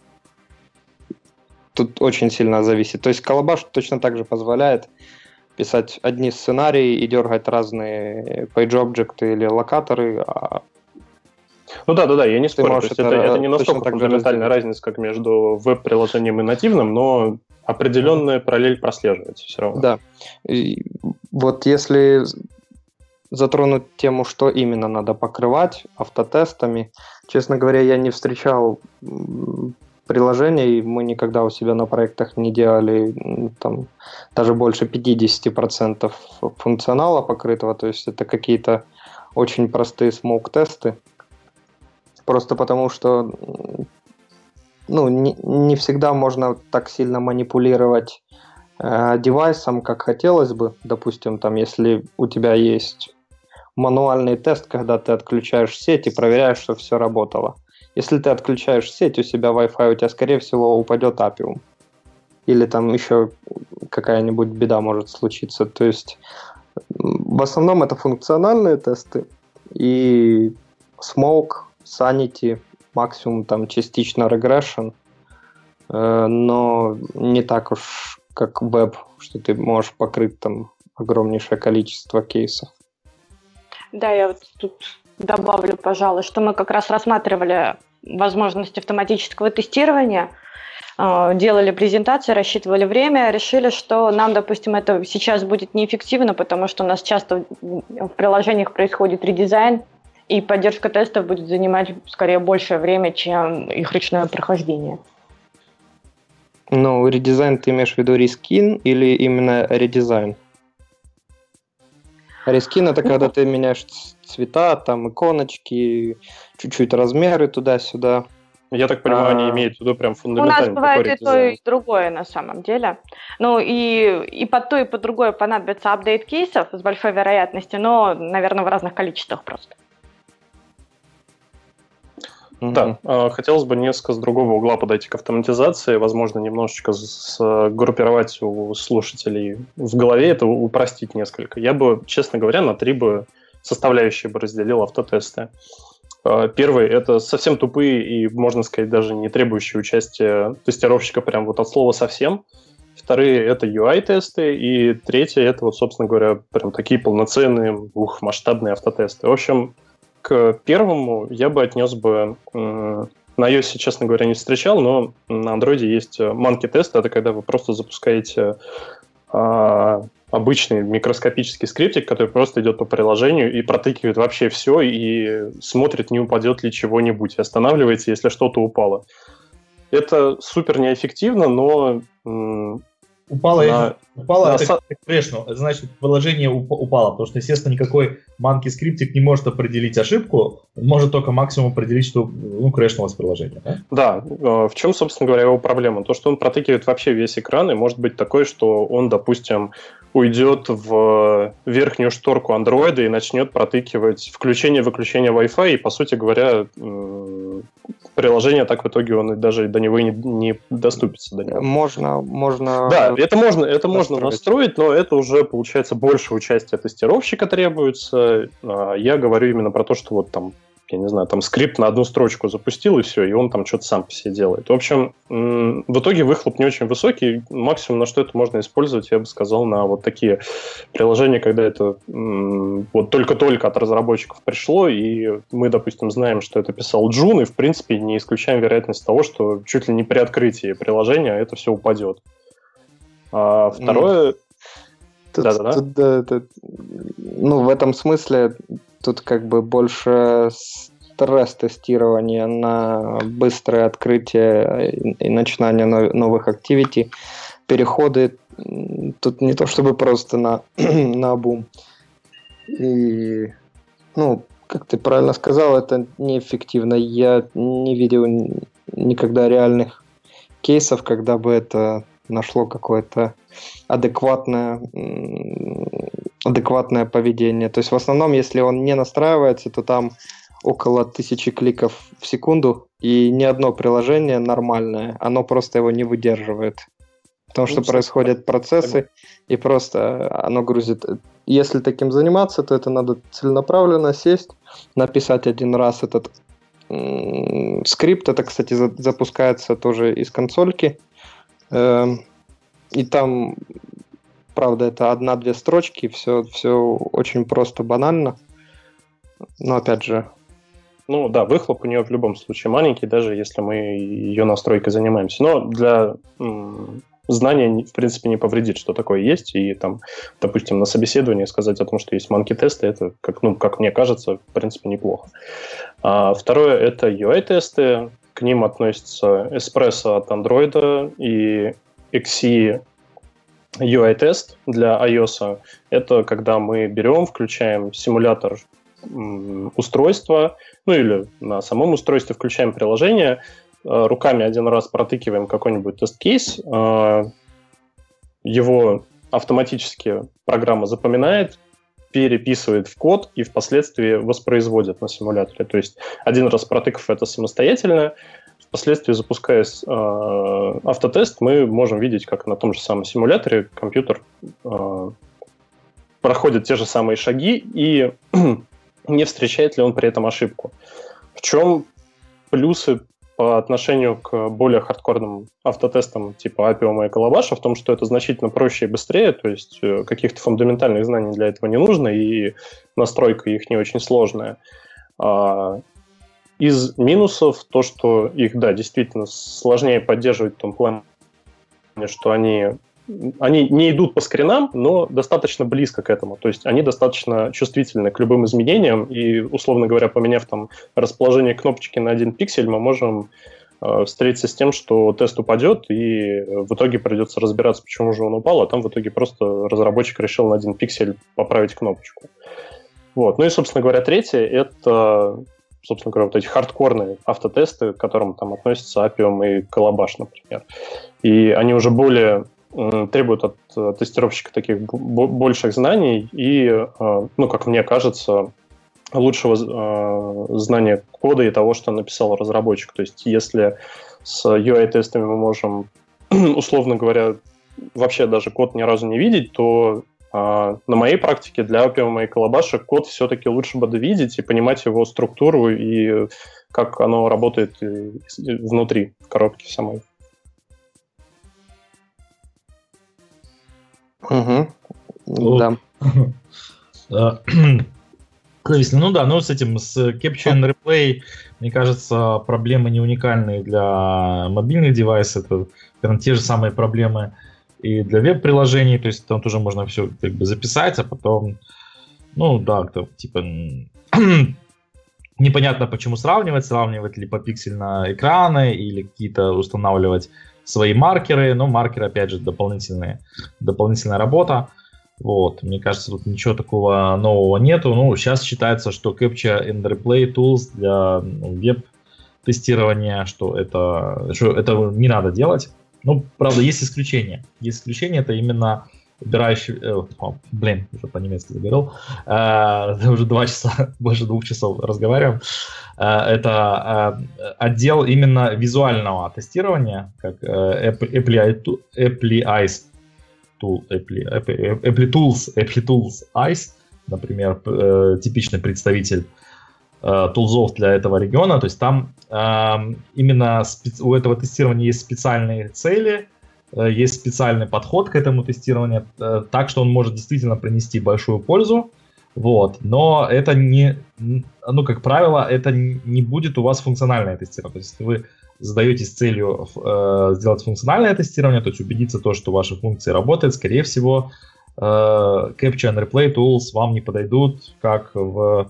Тут очень сильно зависит. То есть Колобаш точно так же позволяет писать одни сценарии и дергать разные page-объекты или локаторы. А ну да, да, да, я не спорю. То есть это, это не настолько фундаментальная разница, как между веб-приложением и нативным, но определенная параллель прослеживается все равно. Да. И вот если затронуть тему, что именно надо покрывать автотестами, честно говоря, я не встречал приложений, мы никогда у себя на проектах не делали там даже больше пятьдесят процентов функционала покрытого, то есть это какие-то очень простые смоук-тесты, просто потому что ну, не, не всегда можно так сильно манипулировать э, девайсом, как хотелось бы. Допустим, там, если у тебя есть мануальный тест, когда ты отключаешь сеть и проверяешь, что все работало. Если ты отключаешь сеть, у себя Wi-Fi, у тебя, скорее всего, упадет Appium. Или там еще какая-нибудь беда может случиться. То есть, в основном это функциональные тесты. И Smoke, Sanity, максимум там частично Regression. Э, но не так уж, как веб, что ты можешь покрыть там огромнейшее количество кейсов. Да, я вот тут добавлю, пожалуй, что мы как раз рассматривали возможность автоматического тестирования делали презентации, рассчитывали время, решили, что нам, допустим, это сейчас будет неэффективно, потому что у нас часто в приложениях происходит редизайн, и поддержка тестов будет занимать скорее большее время, чем их ручное прохождение. Ну, редизайн ты имеешь в виду рескин или именно редизайн? Рескин — это когда ты меняешь цвета, там иконочки, чуть-чуть размеры туда-сюда. Я так понимаю, они имеют в виду прям фундаментальный. У нас бывает и то, и другое на самом деле. Ну и, и по то, и по другое понадобится апдейт кейсов с большой вероятностью, но, наверное, в разных количествах просто. Да, mm-hmm. хотелось бы несколько с другого угла подойти к автоматизации, возможно, немножечко сгруппировать у слушателей в голове, это упростить несколько. Я бы, честно говоря, на три бы составляющие бы разделил автотесты. Первый – это совсем тупые и, можно сказать, даже не требующие участия тестировщика прям вот от слова совсем. Вторые – это ю ай-тесты. И третье – это, вот, собственно говоря, прям такие полноценные, ух, масштабные автотесты. В общем, к первому я бы отнес бы... На iOS, честно говоря, не встречал, но на Android есть monkey-тест. Это когда вы просто запускаете а, обычный микроскопический скриптик, который просто идет по приложению и протыкивает вообще все и смотрит, не упадет ли чего-нибудь, и останавливается, если что-то упало. Это супер неэффективно, но... Упало, на... упало на... это крэшнуло. Это значит, приложение упало, потому что, естественно, никакой monkey скриптик не может определить ошибку, он может только максимум определить, что ну, крэшнулось приложение. Да? Да, в чем, собственно говоря, его проблема? То, что он протыкивает вообще весь экран, и может быть такое, что он, допустим, уйдет в верхнюю шторку Android и начнет протыкивать включение-выключение Wi-Fi, и, по сути говоря, приложение так в итоге он даже до него и не, не доступится. До него. Можно, можно... Да, это можно, это можно настроить, но это уже, получается, больше участия тестировщика требуется. Я говорю именно про то, что вот там, я не знаю, там скрипт на одну строчку запустил, и все, и он там что-то сам по себе делает. В общем, в итоге выхлоп не очень высокий. Максимум, на что это можно использовать, я бы сказал, на вот такие приложения, когда это вот только-только от разработчиков пришло, и мы, допустим, знаем, что это писал Джун, и, в принципе, не исключаем вероятность того, что чуть ли не при открытии приложения это все упадет. А второе... Тут, да, да, тут, да, тут, ну, в этом смысле тут как бы больше стресс-тестирование на быстрое открытие и начинание новых активити. Переходы тут не то чтобы просто на, на бум. И, ну, как ты правильно сказал, это неэффективно. Я не видел никогда реальных кейсов, когда бы это нашло какое-то адекватное, адекватное поведение. То есть в основном, если он не настраивается, то там около тысячи кликов в секунду, и ни одно приложение нормальное, оно просто его не выдерживает. Потому что ну, происходят процессы, и просто оно грузит. Если таким заниматься, то это надо целенаправленно сесть, написать один раз этот м- скрипт. Это, кстати, за- запускается тоже из консольки. И там, правда, это одна-две строчки, все, все очень просто, банально. Но опять же... Ну да, выхлоп у нее в любом случае маленький, даже если мы ее настройкой занимаемся. Но для м- знания, в принципе, не повредит, что такое есть. И там, допустим, на собеседовании сказать о том, что есть monkey-тесты, это, как, ну, как мне кажется, в принципе, неплохо. А второе – это ю ай-тесты. К ним относятся Espresso от Android и икс и ю ай-тест для iOS. Это когда мы берем, включаем симулятор м, устройства, ну или на самом устройстве включаем приложение, э, руками один раз протыкиваем какой-нибудь тест-кейс, э, его автоматически программа запоминает, переписывает в код и впоследствии воспроизводит на симуляторе. То есть один раз протыкав это самостоятельно, впоследствии запуская э, автотест, мы можем видеть, как на том же самом симуляторе компьютер э, проходит те же самые шаги и не встречает ли он при этом ошибку. В чем плюсы по отношению к более хардкорным автотестам типа Appium и Calabash? В том, что это значительно проще и быстрее, то есть каких-то фундаментальных знаний для этого не нужно, и настройка их не очень сложная. из минусов то, что их, да, действительно сложнее поддерживать в том плане, что они, они не идут по скринам, но достаточно близко к этому. То есть они достаточно чувствительны к любым изменениям, и, условно говоря, поменяв там расположение кнопочки на один пиксель, мы можем э, встретиться с тем, что тест упадет, и в итоге придется разбираться, почему же он упал, а там в итоге просто разработчик решил на один пиксель поправить кнопочку. Вот. Ну и, собственно говоря, третье — это, собственно говоря, вот эти хардкорные автотесты, к которым там относятся Appium и Calabash, например. И они уже более э, требуют от э, тестировщика таких б- больших знаний и, э, ну, как мне кажется, лучшего э, знания кода и того, что написал разработчик. То есть если с ю ай-тестами мы можем, условно говоря, вообще даже код ни разу не видеть, то на моей практике для Appium и Calabash код все-таки лучше бы довидеть и понимать его структуру и как оно работает внутри коробки самой. Угу. Да. Ну да, ну с этим, с Capture and Replay, мне кажется, проблемы не уникальные для мобильных девайсов, это прям те же самые проблемы и для веб-приложений, то есть там тоже можно все как бы записать, а потом, ну да, кто, типа непонятно почему сравнивать, сравнивать ли по пиксельно экраны или какие-то устанавливать свои маркеры, но маркеры, опять же, дополнительные, дополнительная работа. Вот, мне кажется, тут ничего такого нового нету. Ну, сейчас считается, что Capture and Replay Tools для ну, веб-тестирования, что это, что это не надо делать. Ну, правда, есть исключения. Есть исключения, это именно убирающий... Э, о, блин, уже по-немецки заговорил. Э, уже два часа, больше двух часов разговариваем. Э, это э, отдел именно визуального тестирования, как э, Apply Eyes Tool, Apply, Apply, Apply Tools, Apply Tools Eyes, например, э, типичный представитель э, тулзов для этого региона. То есть там э, именно специ... у этого тестирования есть специальные цели, э, есть специальный подход к этому тестированию, э, так что он может действительно принести большую пользу. Вот. Но это не, ну, как правило, это не будет у вас функциональное тестирование. То есть если вы задаетесь целью э, сделать функциональное тестирование, то есть убедиться то, что ваши функции работают, скорее всего, э, Capture and Replay Tools вам не подойдут как в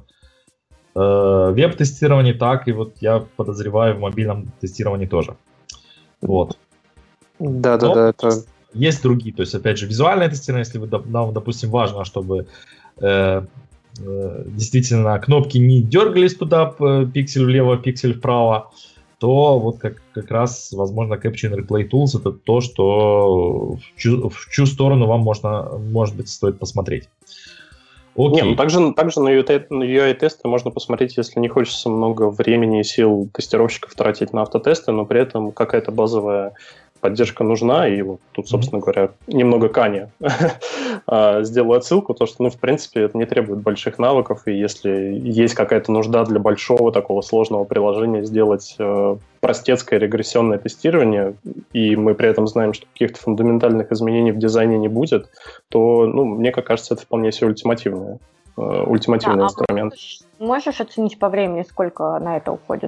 э, веб-тестировании, так и вот я подозреваю в мобильном тестировании тоже. Вот. Да, да, да. Это... Есть другие, то есть, опять же, визуальное тестирование, если вы, нам, допустим, важно, чтобы э, э, действительно кнопки не дергались туда, пиксель влево, пиксель вправо, то вот как, как раз, возможно, Capture and Replay Tools — это то, что в чью, в чью сторону вам можно, может быть, стоит посмотреть. Окей. Не, ну также, также на ю ай-тесты можно посмотреть, если не хочется много времени и сил тестировщиков тратить на автотесты, но при этом какая-то базовая поддержка нужна, и вот тут, собственно говоря, немного Кани сделаю отсылку, то что, ну, в принципе, это не требует больших навыков, и если есть какая-то нужда для большого такого сложного приложения сделать э, простецкое регрессионное тестирование, и мы при этом знаем, что каких-то фундаментальных изменений в дизайне не будет, то, ну, мне как кажется, это вполне себе ультимативный, э, ультимативный да, инструмент. А можешь оценить по времени, сколько на это уходит?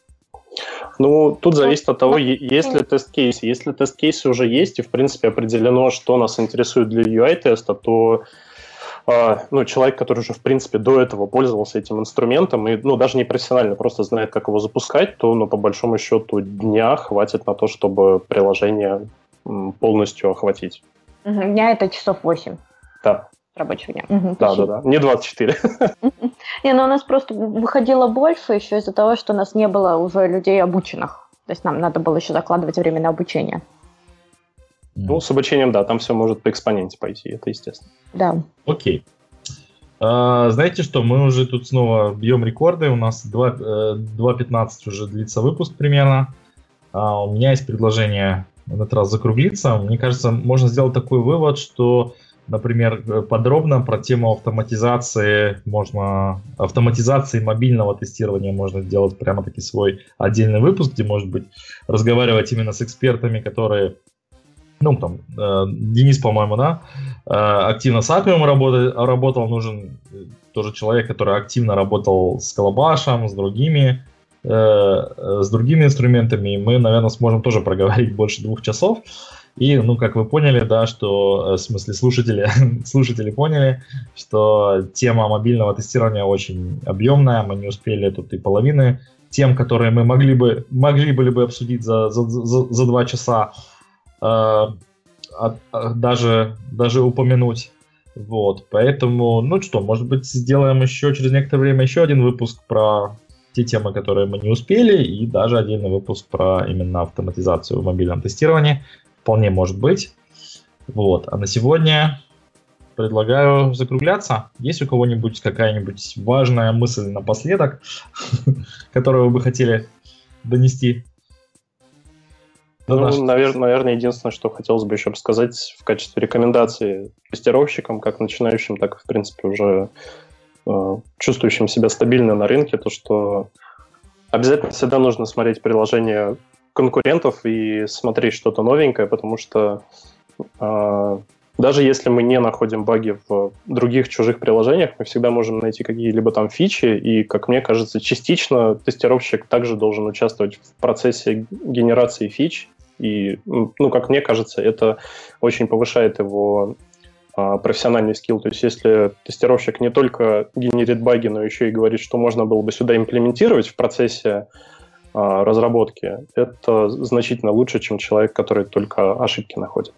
Ну, тут зависит от того, есть ли тест-кейсы. Если тест-кейсы уже есть, и, в принципе, определено, что нас интересует для ю ай-теста, то э, ну, человек, который уже, в принципе, до этого пользовался этим инструментом, и, ну, даже не профессионально, просто знает, как его запускать, то, ну, по большому счету, дня хватит на то, чтобы приложение м, полностью охватить. Дня — это часов восемь. Да. Рабочего дня. Угу, да, да, да. Не двадцать четыре. Не, ну у нас просто выходило больше еще из-за того, что у нас не было уже людей обученных. То есть нам надо было еще закладывать время на обучение. Ну, с обучением, да, там все может по экспоненте пойти, это естественно. Да. Окей. А, знаете что, мы уже тут снова бьем рекорды, у нас два пятнадцать уже длится выпуск примерно. А, у меня есть предложение в этот раз закруглиться. Мне кажется, можно сделать такой вывод, что, например, подробно про тему автоматизации можно, автоматизации мобильного тестирования можно сделать прямо-таки свой отдельный выпуск, где, может быть, разговаривать именно с экспертами, которые, ну, там, э, Денис, по-моему, да, э, активно с Appium работал, работал, нужен тоже человек, который активно работал с Calabash, с другими э, с другими инструментами, мы, наверное, сможем тоже проговорить больше двух часов. И, ну, как вы поняли, да, что, в смысле, слушатели, слушатели поняли, что тема мобильного тестирования очень объемная, мы не успели тут и половины тем, которые мы могли бы, могли были бы обсудить за, за, за, за два часа, э, а, а, даже, даже упомянуть. Вот, поэтому, ну что, может быть, сделаем еще через некоторое время еще один выпуск про те темы, которые мы не успели, и даже отдельный выпуск про именно автоматизацию в мобильном тестировании. Вполне может быть. Вот. А на сегодня предлагаю закругляться. Есть у кого-нибудь какая-нибудь важная мысль напоследок, которую вы бы хотели донести? Ну, навер- наверное, единственное, что хотелось бы еще сказать в качестве рекомендации тестировщикам, как начинающим, так и, в принципе, уже э, чувствующим себя стабильно на рынке, то, что обязательно всегда нужно смотреть приложения конкурентов и смотреть что-то новенькое, потому что э, даже если мы не находим баги в других чужих приложениях, мы всегда можем найти какие-либо там фичи, и, как мне кажется, частично тестировщик также должен участвовать в процессе генерации фич, и, ну, как мне кажется, это очень повышает его э, профессиональный скилл. То есть если тестировщик не только генерит баги, но еще и говорит, что можно было бы сюда имплементировать в процессе разработки, это значительно лучше, чем человек, который только ошибки находит.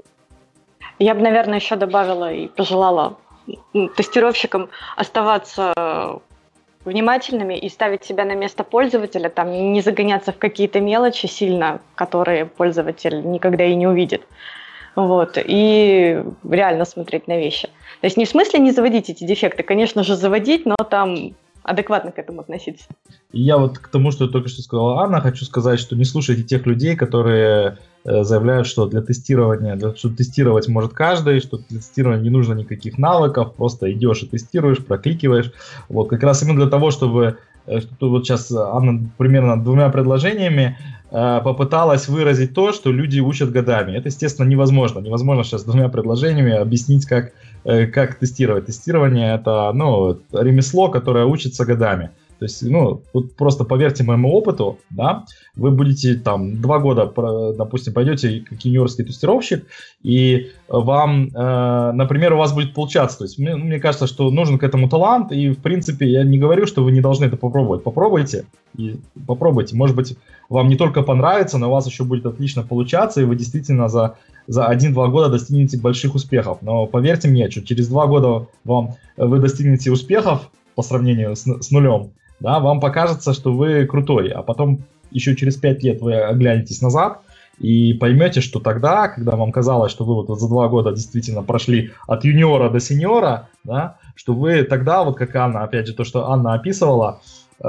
Я бы, наверное, еще добавила и пожелала тестировщикам оставаться внимательными и ставить себя на место пользователя, там, не загоняться в какие-то мелочи сильно, которые пользователь никогда и не увидит. Вот, и реально смотреть на вещи. То есть не в смысле не заводить эти дефекты, конечно же, заводить, но там адекватно к этому относиться. И я вот к тому, что только что сказала Анна, хочу сказать, что не слушайте тех людей, которые э, заявляют, что для тестирования, для, что тестировать может каждый, что для тестирования не нужно никаких навыков, просто идешь и тестируешь, прокликиваешь. Вот как раз именно для того, чтобы, э, что вот сейчас Анна примерно двумя предложениями э, попыталась выразить то, что люди учат годами. Это, естественно, невозможно. Невозможно сейчас двумя предложениями объяснить, как как тестировать. Тестирование — это, ну, ремесло, которое учится годами. То есть, ну, тут просто поверьте моему опыту, да, вы будете там два года, допустим, пойдете как юниорский тестировщик, и вам, э, например, у вас будет получаться. То есть, мне, мне кажется, что нужен к этому талант, и, в принципе, я не говорю, что вы не должны это попробовать. Попробуйте, и попробуйте. Может быть, вам не только понравится, но у вас еще будет отлично получаться, и вы действительно за за один-два года достигнете больших успехов. Но поверьте мне, что через два года вам, вы достигнете успехов по сравнению с, с нулем, да, вам покажется, что вы крутой, а потом еще через пять лет вы оглянетесь назад и поймете, что тогда, когда вам казалось, что вы вот за два года действительно прошли от юниора до сеньора, да, что вы тогда, вот как Анна, опять же, то, что Анна описывала,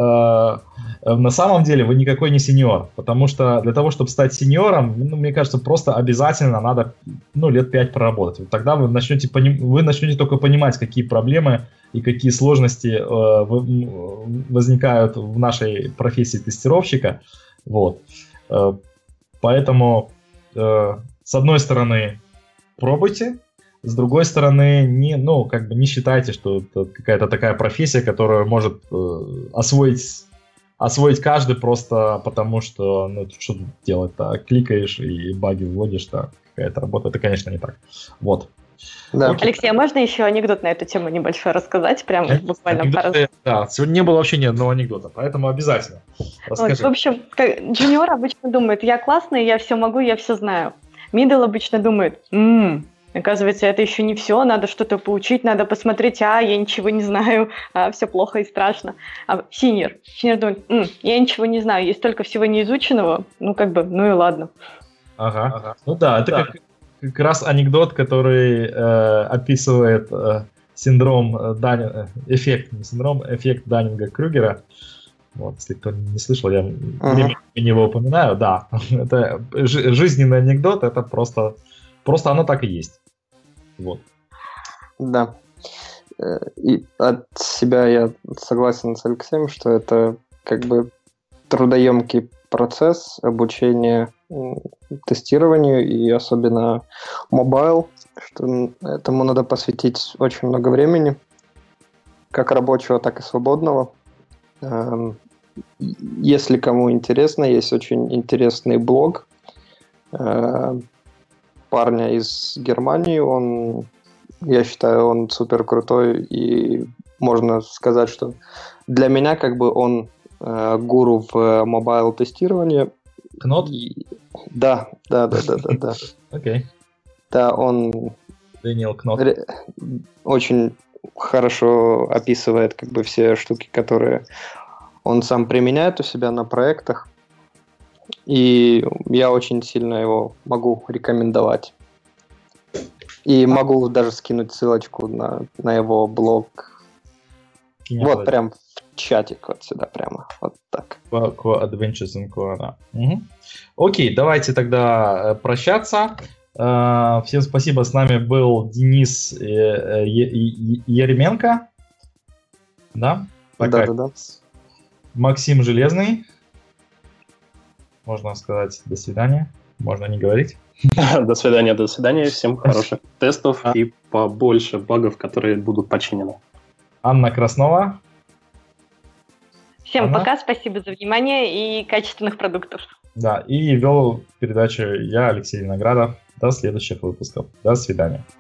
на самом деле вы никакой не сеньор, потому что для того, чтобы стать сеньором, ну, мне кажется, просто обязательно надо, ну, лет пять проработать. Вот тогда вы начнете, поним... вы начнете только понимать, какие проблемы и какие сложности э, возникают в нашей профессии тестировщика. Вот. Э, поэтому, э, с одной стороны, пробуйте. С другой стороны, не, ну, как бы не считайте, что это какая-то такая профессия, которую может э, освоить, освоить каждый просто потому, что, ну, что тут делать-то, кликаешь и баги вводишь-то, какая-то работа. Это, конечно, не так. Вот. Да. Алексей, а можно еще анекдот на эту тему небольшой рассказать? Прям буквально пару... Да, сегодня не было вообще ни одного анекдота, поэтому обязательно расскажи. Вот, в общем, джуниор обычно думает, я классный, я все могу, я все знаю. Мидл обычно думает, м-м, оказывается, это еще не все, надо что-то поучить, надо посмотреть, а, я ничего не знаю, а, все плохо и страшно. А синьор, синьор думает, м, я ничего не знаю, есть столько всего неизученного, ну, как бы, ну и ладно. Ага, ага. Ну да, это да. Как, как раз анекдот, который э, описывает э, синдром Дани... эффект, не синдром, эффект Даннинга-Крюгера. Вот, если кто не слышал, я uh-huh. его упоминаю, да. Это жи- жизненный анекдот, это просто, просто оно так и есть. Вот. Да. И от себя я согласен с Алексеем, что это как бы трудоемкий процесс обучения тестированию, и особенно мобайл, что этому надо посвятить очень много времени, как рабочего, так и свободного. если кому интересно, есть очень интересный блог э, парня из Германии. Он, я считаю, он супер крутой, и можно сказать, что для меня как бы он э, гуру в мобайл-тестировании. Кнот? И... Да, да, да, да, да, да. Окей. Да, он Дэниел Кнот. ре- очень хорошо описывает как бы все штуки, которые он сам применяет у себя на проектах. И я очень сильно его могу рекомендовать. И могу даже скинуть ссылочку на, на его блог. Кинь Вот вот. прям в чатик вот сюда прямо. Вот так. Ко- Ко- Adventures in Koala. Мгм. Окей, давайте тогда э, прощаться. Э, Всем спасибо. С нами был Денис э, э, Е- Е- Еременко. Да? Пока. Да-да-да. Максим Железный. Можно сказать до свидания. Можно не говорить. До свидания, до свидания. Всем хороших тестов А. и побольше багов, которые будут починены. Анна Краснова. Всем Ага. пока, спасибо за внимание и качественных продуктов. Да, и вел передачу я, Алексей Виноградов. До следующих выпусков. До свидания.